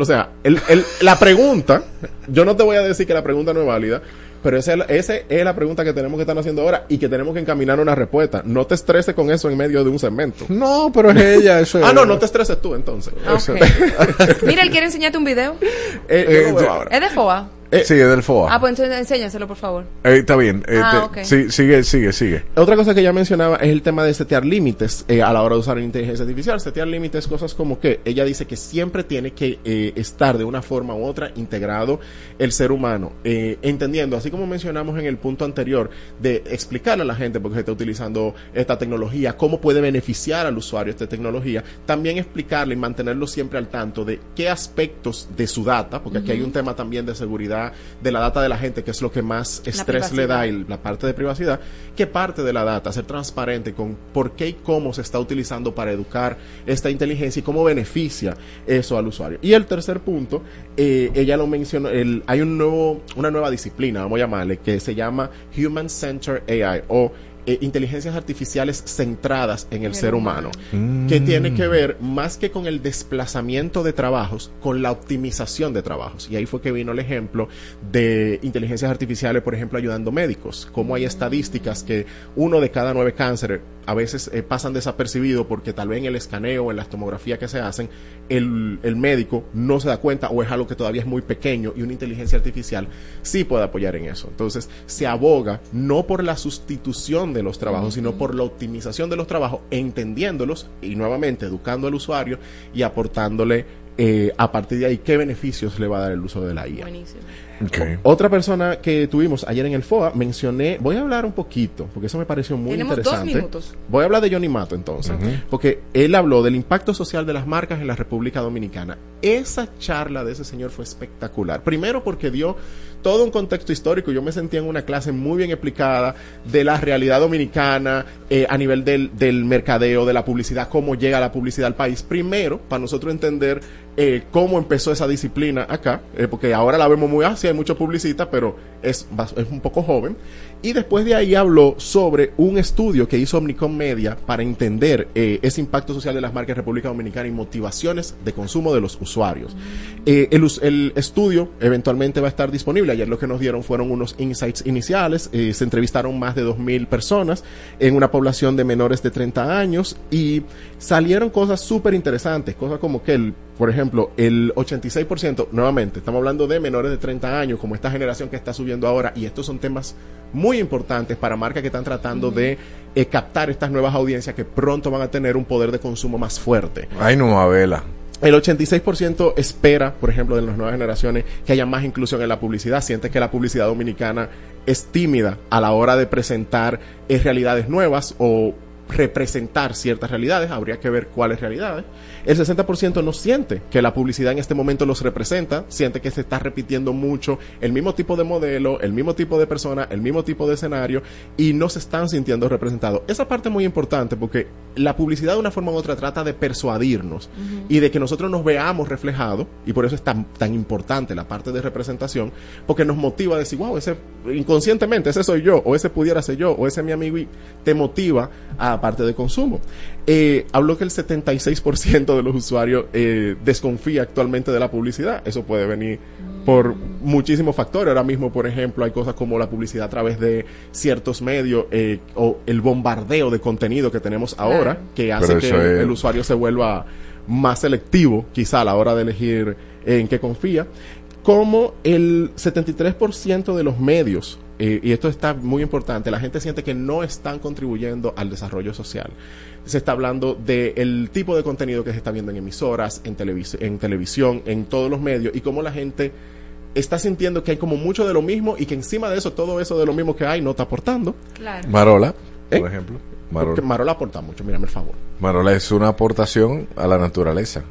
La pregunta, yo no te voy a decir que la pregunta no es válida, pero esa es la pregunta que tenemos que estar haciendo ahora y que tenemos que encaminar una respuesta. No te estreses con eso en medio de un segmento. No, pero es ella. Eso es... no te estreses tú entonces. Okay. Mira, él quiere enseñarte un video. Yo lo veo ahora. ¿Es de FOA? Sí, es del FOA. Pues entonces enséñaselo, por favor. Está bien. Okay. Sí, sigue. Otra cosa que ya mencionaba es el tema de setear límites a la hora de usar inteligencia artificial. Setear límites, cosas como que ella dice que siempre tiene que estar de una forma u otra integrado el ser humano. Entendiendo, así como mencionamos en el punto anterior, de explicarle a la gente por qué se está utilizando esta tecnología, cómo puede beneficiar al usuario esta tecnología, también explicarle y mantenerlo siempre al tanto de qué aspectos de su data, porque aquí hay un tema también de seguridad de la data de la gente, que es lo que más estrés le da, y la parte de privacidad, que parte de la data, ser transparente con por qué y cómo se está utilizando para educar esta inteligencia y cómo beneficia eso al usuario. Y el tercer punto, ella lo mencionó, hay una nueva disciplina, vamos a llamarle, que se llama Human Centered AI, o inteligencias artificiales centradas en el ser humano, que tiene que ver más que con el desplazamiento de trabajos, con la optimización de trabajos. Y ahí fue que vino el ejemplo de inteligencias artificiales, por ejemplo, ayudando médicos. Como hay estadísticas que 1 de cada 9 cánceres a veces pasan desapercibidos porque tal vez en el escaneo o en la tomografía que se hacen, el médico no se da cuenta, o es algo que todavía es muy pequeño, y una inteligencia artificial sí puede apoyar en eso. Entonces se aboga no por la sustitución de los trabajos, sino por la optimización de los trabajos, entendiéndolos y nuevamente educando al usuario y aportándole a partir de ahí qué beneficios le va a dar el uso de la IA. Buenísimo. Okay. Otra persona que tuvimos ayer en el FOA, mencioné, voy a hablar un poquito, porque eso me pareció muy interesante. 2 minutos. Voy a hablar de Johnny Mato entonces, porque él habló del impacto social de las marcas en la República Dominicana. Esa charla de ese señor fue espectacular. Primero porque dio todo un contexto histórico. Yo me sentía en una clase muy bien explicada de la realidad dominicana, a nivel del mercadeo, de la publicidad, cómo llega la publicidad al país. Primero, para nosotros entender cómo empezó esa disciplina acá, porque ahora la vemos muy así, hay mucho publicista, pero es un poco joven. Y después de ahí habló sobre un estudio que hizo Omnicom Media para entender ese impacto social de las marcas en República Dominicana y motivaciones de consumo de los usuarios. El estudio eventualmente va a estar disponible. Ayer lo que nos dieron fueron unos insights iniciales. Se entrevistaron más de 2,000 personas en una población de menores de 30 años y salieron cosas súper interesantes, cosas como que por ejemplo, el 86%, nuevamente, estamos hablando de menores de 30 años, como esta generación que está subiendo ahora, y estos son temas muy importantes para marcas que están tratando de captar estas nuevas audiencias que pronto van a tener un poder de consumo más fuerte. Ay, no, Abela. El 86% espera, por ejemplo, de las nuevas generaciones, que haya más inclusión en la publicidad. Siente que la publicidad dominicana es tímida a la hora de presentar realidades nuevas o representar ciertas realidades. Habría que ver cuáles realidades. El 60% no siente que la publicidad en este momento los representa, siente que se está repitiendo mucho el mismo tipo de modelo, el mismo tipo de persona, el mismo tipo de escenario, y no se están sintiendo representados. Esa parte es muy importante porque la publicidad de una forma u otra trata de persuadirnos y de que nosotros nos veamos reflejados, y por eso es tan importante la parte de representación, porque nos motiva a decir, wow, ese inconscientemente, ese soy yo, o ese pudiera ser yo, o ese es mi amigo, y te motiva a la parte de consumo. Habló que el 76% de los usuarios desconfía actualmente de la publicidad. Eso puede venir por muchísimos factores. Ahora mismo, por ejemplo, hay cosas como la publicidad a través de ciertos medios o el bombardeo de contenido que tenemos ahora, que hace que el usuario se vuelva más selectivo quizá a la hora de elegir en qué confía. Como el 73% de los medios, y esto está muy importante, la gente siente que no están contribuyendo al desarrollo social. Se está hablando del tipo de contenido que se está viendo en emisoras, en televisión, en todos los medios, y cómo la gente está sintiendo que hay como mucho de lo mismo, y que encima de eso, todo eso de lo mismo que hay no está aportando. Claro. Marola, por ejemplo. Marola aporta mucho, mírame el favor. Marola es una aportación a la naturaleza.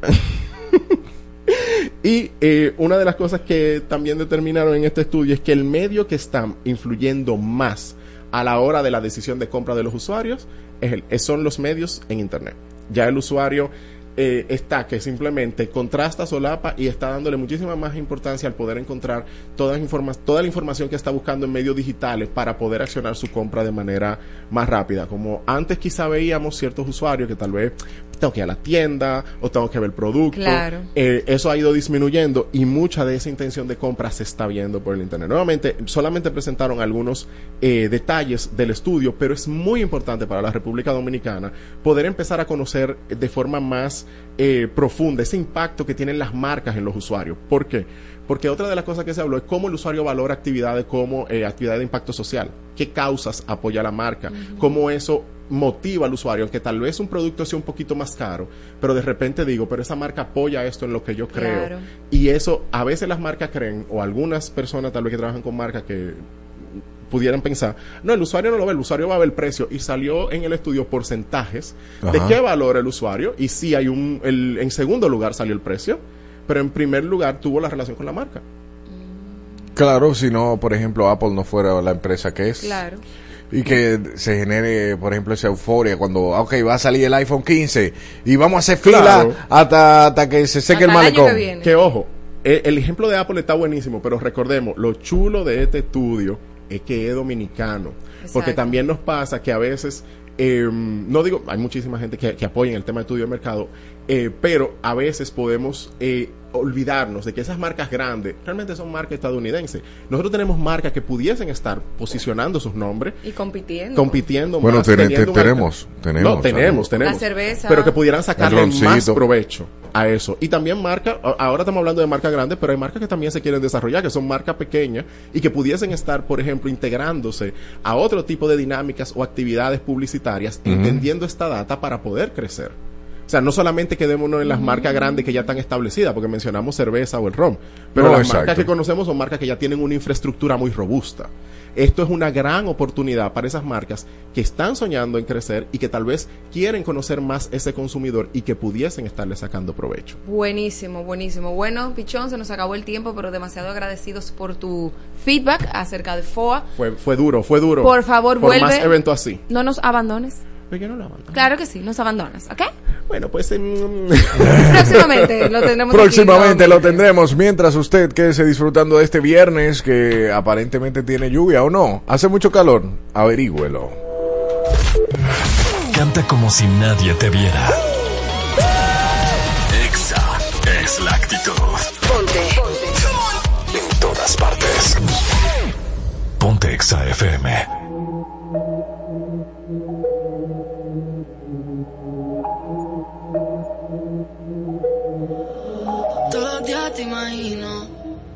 Y una de las cosas que también determinaron en este estudio es que el medio que está influyendo más a la hora de la decisión de compra de los usuarios son los medios en Internet. Ya el usuario está que simplemente contrasta, solapa y está dándole muchísima más importancia al poder encontrar toda la información que está buscando en medios digitales para poder accionar su compra de manera más rápida. Como antes quizá veíamos ciertos usuarios que tal vez tengo que ir a la tienda o tengo que ver el producto. Claro. Eso ha ido disminuyendo y mucha de esa intención de compra se está viendo por el internet. Nuevamente, solamente presentaron algunos detalles del estudio, pero es muy importante para la República Dominicana poder empezar a conocer de forma más profunda ese impacto que tienen las marcas en los usuarios. ¿Por qué? Porque otra de las cosas que se habló es cómo el usuario valora actividades como actividades de impacto social. ¿Qué causas apoya la marca? Cómo eso motiva al usuario, aunque tal vez un producto sea un poquito más caro, pero de repente digo, pero esa marca apoya esto en lo que yo creo. Claro. Y eso, a veces las marcas creen, o algunas personas tal vez que trabajan con marcas que pudieran pensar, no, el usuario no lo ve, el usuario va a ver el precio, y salió en el estudio porcentajes de qué valora el usuario, y sí hay en segundo lugar salió el precio, pero en primer lugar tuvo la relación con la marca. Claro, si no, por ejemplo, Apple no fuera la empresa que es. Claro. Y que se genere, por ejemplo, esa euforia cuando, va a salir el iPhone 15 y vamos a hacer fila hasta que se seque el malecón. Que ojo, el ejemplo de Apple está buenísimo, pero recordemos, lo chulo de este estudio es que es dominicano. Exacto. Porque también nos pasa que a veces, no digo, hay muchísima gente que apoya en el tema de estudio de mercado, pero a veces podemos olvidarnos de que esas marcas grandes realmente son marcas estadounidenses. Nosotros tenemos marcas que pudiesen estar posicionando sus nombres y compitiendo bueno, más, tenemos la cerveza, pero que pudieran sacarle más provecho a eso. Y también marcas, ahora estamos hablando de marcas grandes, pero hay marcas que también se quieren desarrollar, que son marcas pequeñas y que pudiesen estar, por ejemplo, integrándose a otro tipo de dinámicas o actividades publicitarias, entendiendo esta data para poder crecer. O sea, no solamente quedémonos en las marcas grandes que ya están establecidas, porque mencionamos cerveza o el ron, pero las marcas que conocemos son marcas que ya tienen una infraestructura muy robusta. Esto es una gran oportunidad para esas marcas que están soñando en crecer y que tal vez quieren conocer más ese consumidor y que pudiesen estarle sacando provecho. Buenísimo, buenísimo. Bueno, Pichón, se nos acabó el tiempo, pero demasiado agradecidos por tu feedback acerca de FOA. Fue duro. Por favor, por vuelve. Más eventos así. No nos abandones. ¿Por qué no lo abandonas? Claro que sí, nos abandonas, ¿ok? Bueno, pues próximamente lo tendremos. Próximamente lo tendremos. Mientras usted quédese disfrutando de este viernes que aparentemente tiene lluvia o no. Hace mucho calor, averígüelo. Canta como si nadie te viera. Exa es la actitud. Ponte. En todas partes. Ponte Exa FM. Todos los días te imagino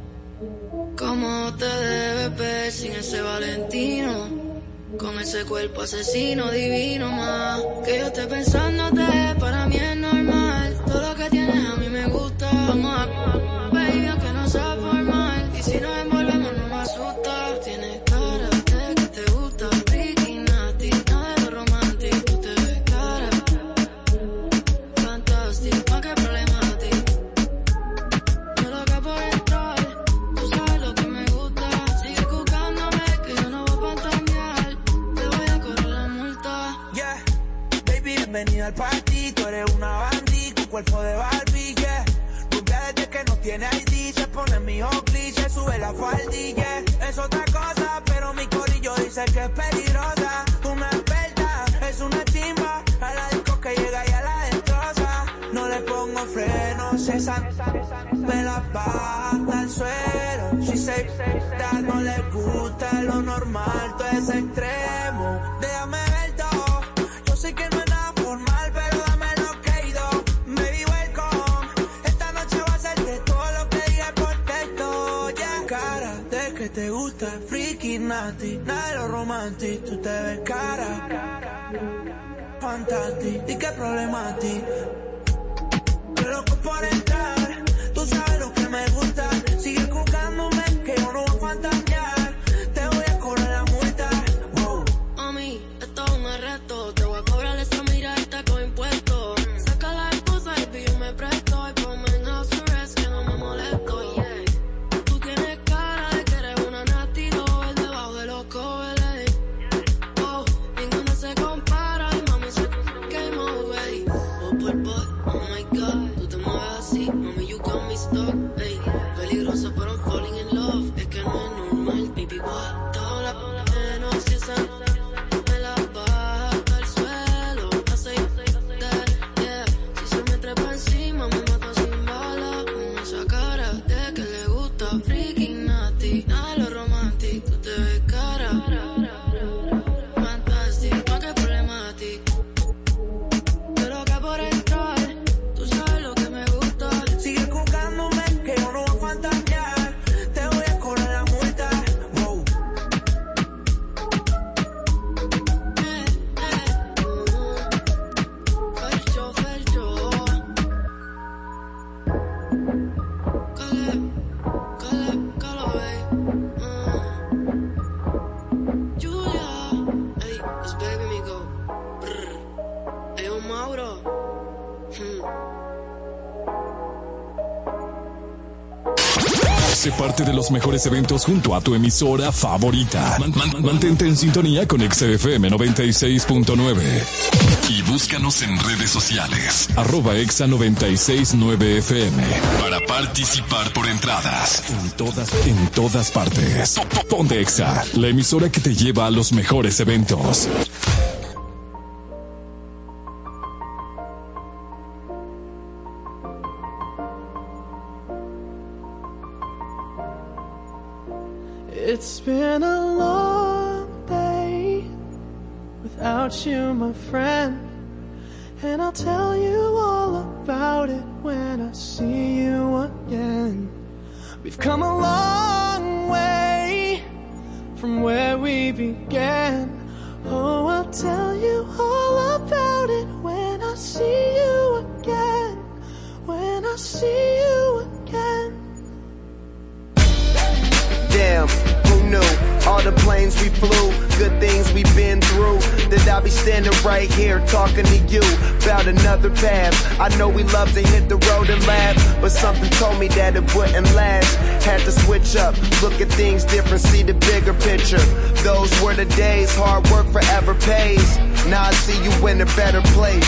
cómo te debes ver sin ese Valentino, con ese cuerpo asesino divino más. Que yo esté pensándote, para mí es normal. Todo lo que tienes a mí me gusta. Vamos a baby, aunque no sea formal. Y si nos envolvemos no me asusta. Tienes cara de que te gusta, freaky, nasty, nada de lo romántico. Tú te ves cara, fantástico, ¿pa' qué problema a ti? Yo loca por entrar, tú sabes lo que me gusta. Sigue buscándome que yo no voy a fantasear. Te voy a correr la multa. Yeah, baby, bienvenida al party. Tú eres una bandita, tu cuerpo de Barbie, yeah. Rubia desde que no tiene ID, se pone mi cliché, sube la faldilla. Es otra cosa, pero mi corillo dice que es peligrosa. Una experta, es una chimba. A la disco que llega y a la destroza. No le pongo frenos, esa me la baja hasta el suelo. She say that no le gusta lo normal, todo es extremo. Déjame ver todo, yo sé que no es nada formal, pero dame lo que he ido. Baby, welcome, esta noche va a ser de todo lo que diga por texto, yeah. Cara de que te gusta, freaky, nasty, nada de lo romántico. Tú te ves cara, fantástico, ¿y qué problema a ti? Loco por entrar, tú sabes lo que me gusta. Sigue buscándome que yo no voy a fantasear. Te voy a cobrar la multa. Wow. Mami, esto es un arresto. Te voy a cobrar esa mirada con impuestos. Saca la esposa y yo me presto. Y ponme en house arrest que no me molesto, yeah. Tú tienes cara de que eres una nasty doll debajo de los covers. Oh, ninguno se compara. Y mami, se game over. Oh, oh my God. Sé parte de los mejores eventos junto a tu emisora favorita. Mantente en sintonía con XFM 96.9. Y búscanos en redes sociales. @Exa 96.9 FM. Para participar por entradas. En todas partes. Ponte Exa, la emisora que te lleva a los mejores eventos. It's been a long day without you, my friend, and I'll tell you all about it when I see you again. We've come a long way from where we began. Oh, I'll tell you all about it when I see you again. When I see you again. Damn, who knew? All the planes we flew, good things we've been through. That I'll be standing right here talking to you about another path. I know we love to hit the road and laugh, but something told me that it wouldn't last. Had to switch up, look at things different, see the bigger picture. Those were the days, hard work forever pays. Now I see you in a better place.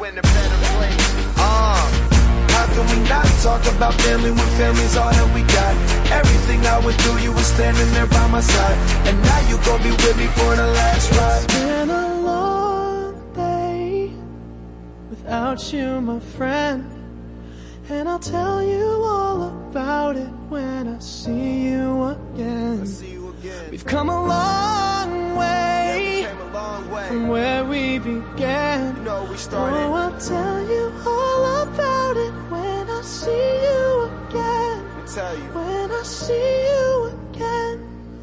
How can we not talk about family when family's all that we got? Everything I went through, you were standing there by my side. And now you gon' be with me for the last ride. It's been a long day without you, my friend, and I'll tell you all about it when I see you again. We've come a long way from where we began. Oh, I'll tell you all about it when I see you again. When I see you again.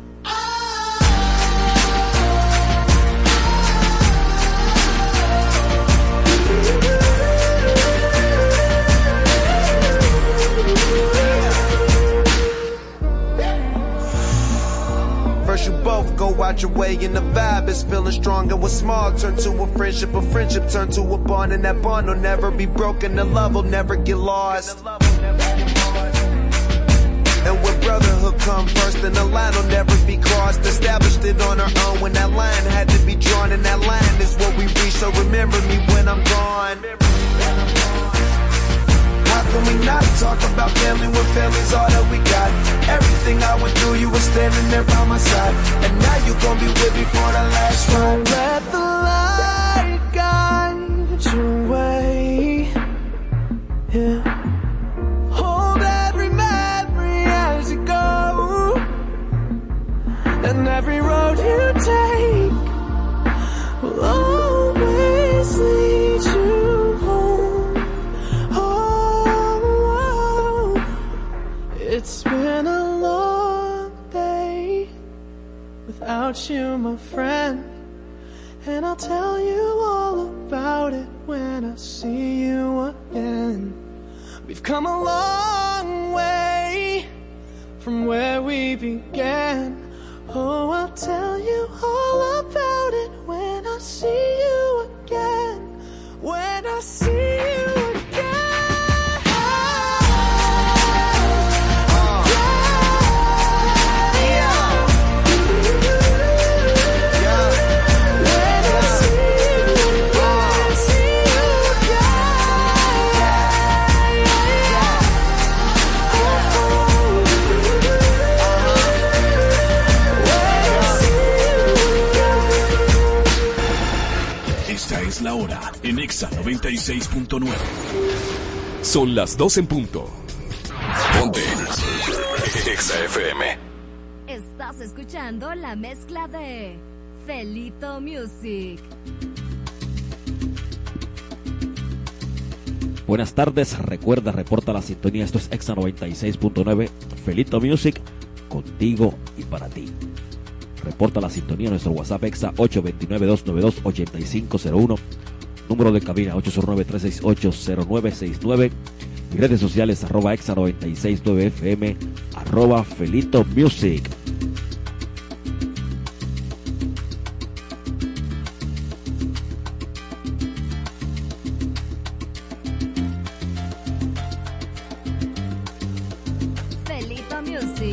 First you both go out your way and the vibe is feeling strong, and what's small turn to a friendship turn to a bond, and that bond will never be broken, the love will never get lost. And when brotherhood come first, then the line will never be crossed. Established it on our own when that line had to be drawn, and that line is what we reach, so remember me when I'm gone. How can we not talk about family when family's all that we got? Everything I went through, you were standing there by my side. And now you gon' be with me for the last ride. Let the light guide your way. Yeah. Hold every memory as you go, and every road you take will always lead you home. Oh, it's been a long day without you, my friend, and I'll tell you all about it when I see you again. We've come a long way from where we began. Oh, I'll tell you all about it when I see you again. When I see you again. La hora en Exa 96.9. Son las 2 en punto. Ponte Exa FM. Estás escuchando la mezcla de Felito Music. Buenas tardes, recuerda, reporta la sintonía. Esto es Exa 96.9, Felito Music, contigo y para ti. Reporta la sintonía, nuestro WhatsApp Exa 829-292-8501, número de cabina 809-368-0969, y redes sociales @Exa 969 FM, @Felito Music. Felito Music.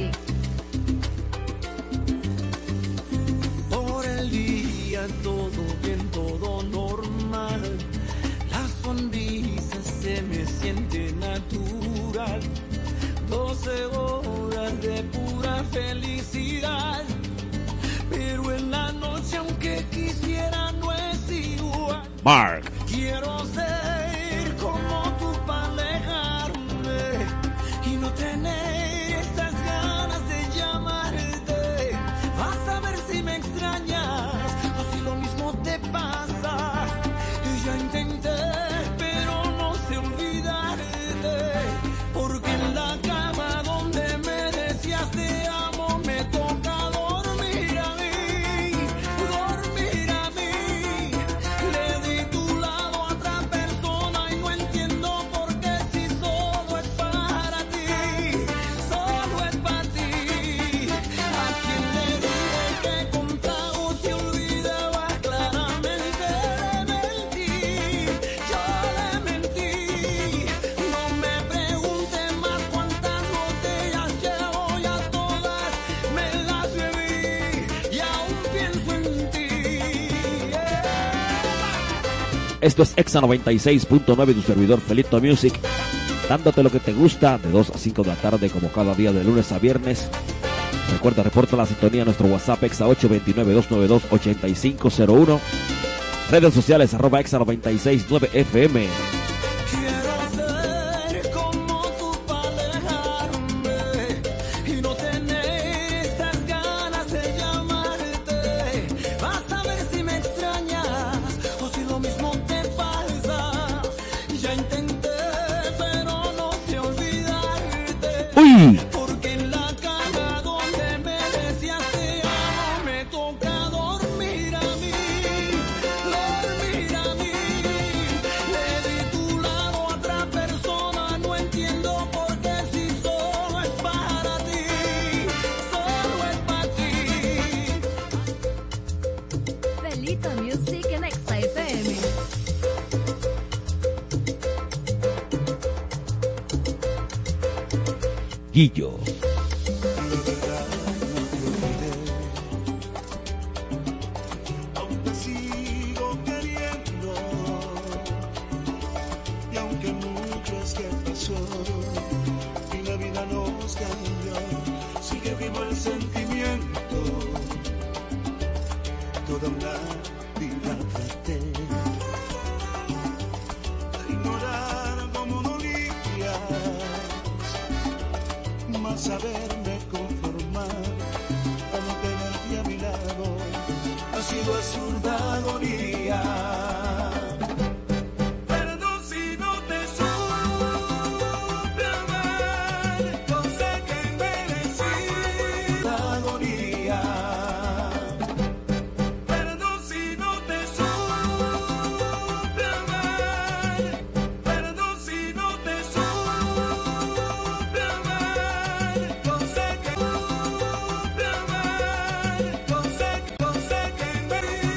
felicidad. Pero en la noche, aunque quisiera, no es igual. Mark. Quiero ser como tú para alejarme y no tener estas ganas de llamarte. Vas a ver si me extrañas o si lo mismo te pasa. Y ya intenté, pero no sé olvidarte, porque en la cama donde me decías te amo me toca dormir a mí, dormir a mí. Le di tu lado a otra persona y no entiendo por qué, si solo es para ti, solo es para ti. A quien le dije que contigo se olvidaba, claramente le mentí, yo le mentí. No me preguntes más cuántas botellas llevo, ya todas me las bebí y aún pienso en ti. Esto es Exa 96.9, tu servidor Felito Music, dándote lo que te gusta de 2 a 5 de la tarde, como cada día de lunes a viernes. Recuerda, reporta la sintonía a nuestro WhatsApp Exa 829-292-8501. Redes sociales @Exa 969 FM. Ser como tú para alejarme y no tener estas ganas de llamarte. Vas a ver si me extrañas o si lo mismo te pasa. Ya intenté, pero no sé olvidarte. ¡Uy! Porque en la cama donde me decías te amo me toca dormir a mí, dormir a mí. Le di tu lado a otra persona, no entiendo por qué, si solo es para ti, solo es para ti. Felito Music en Exa FM. Guillo. Aún te sigo queriendo, y aunque mucho es que pasó y la vida nos cambió, sigue vivo el sentimiento. Toda una vida traté de ignorar cómo dolías, más saberme conformar a no tenerte a mi lado ha sido absurda agonía.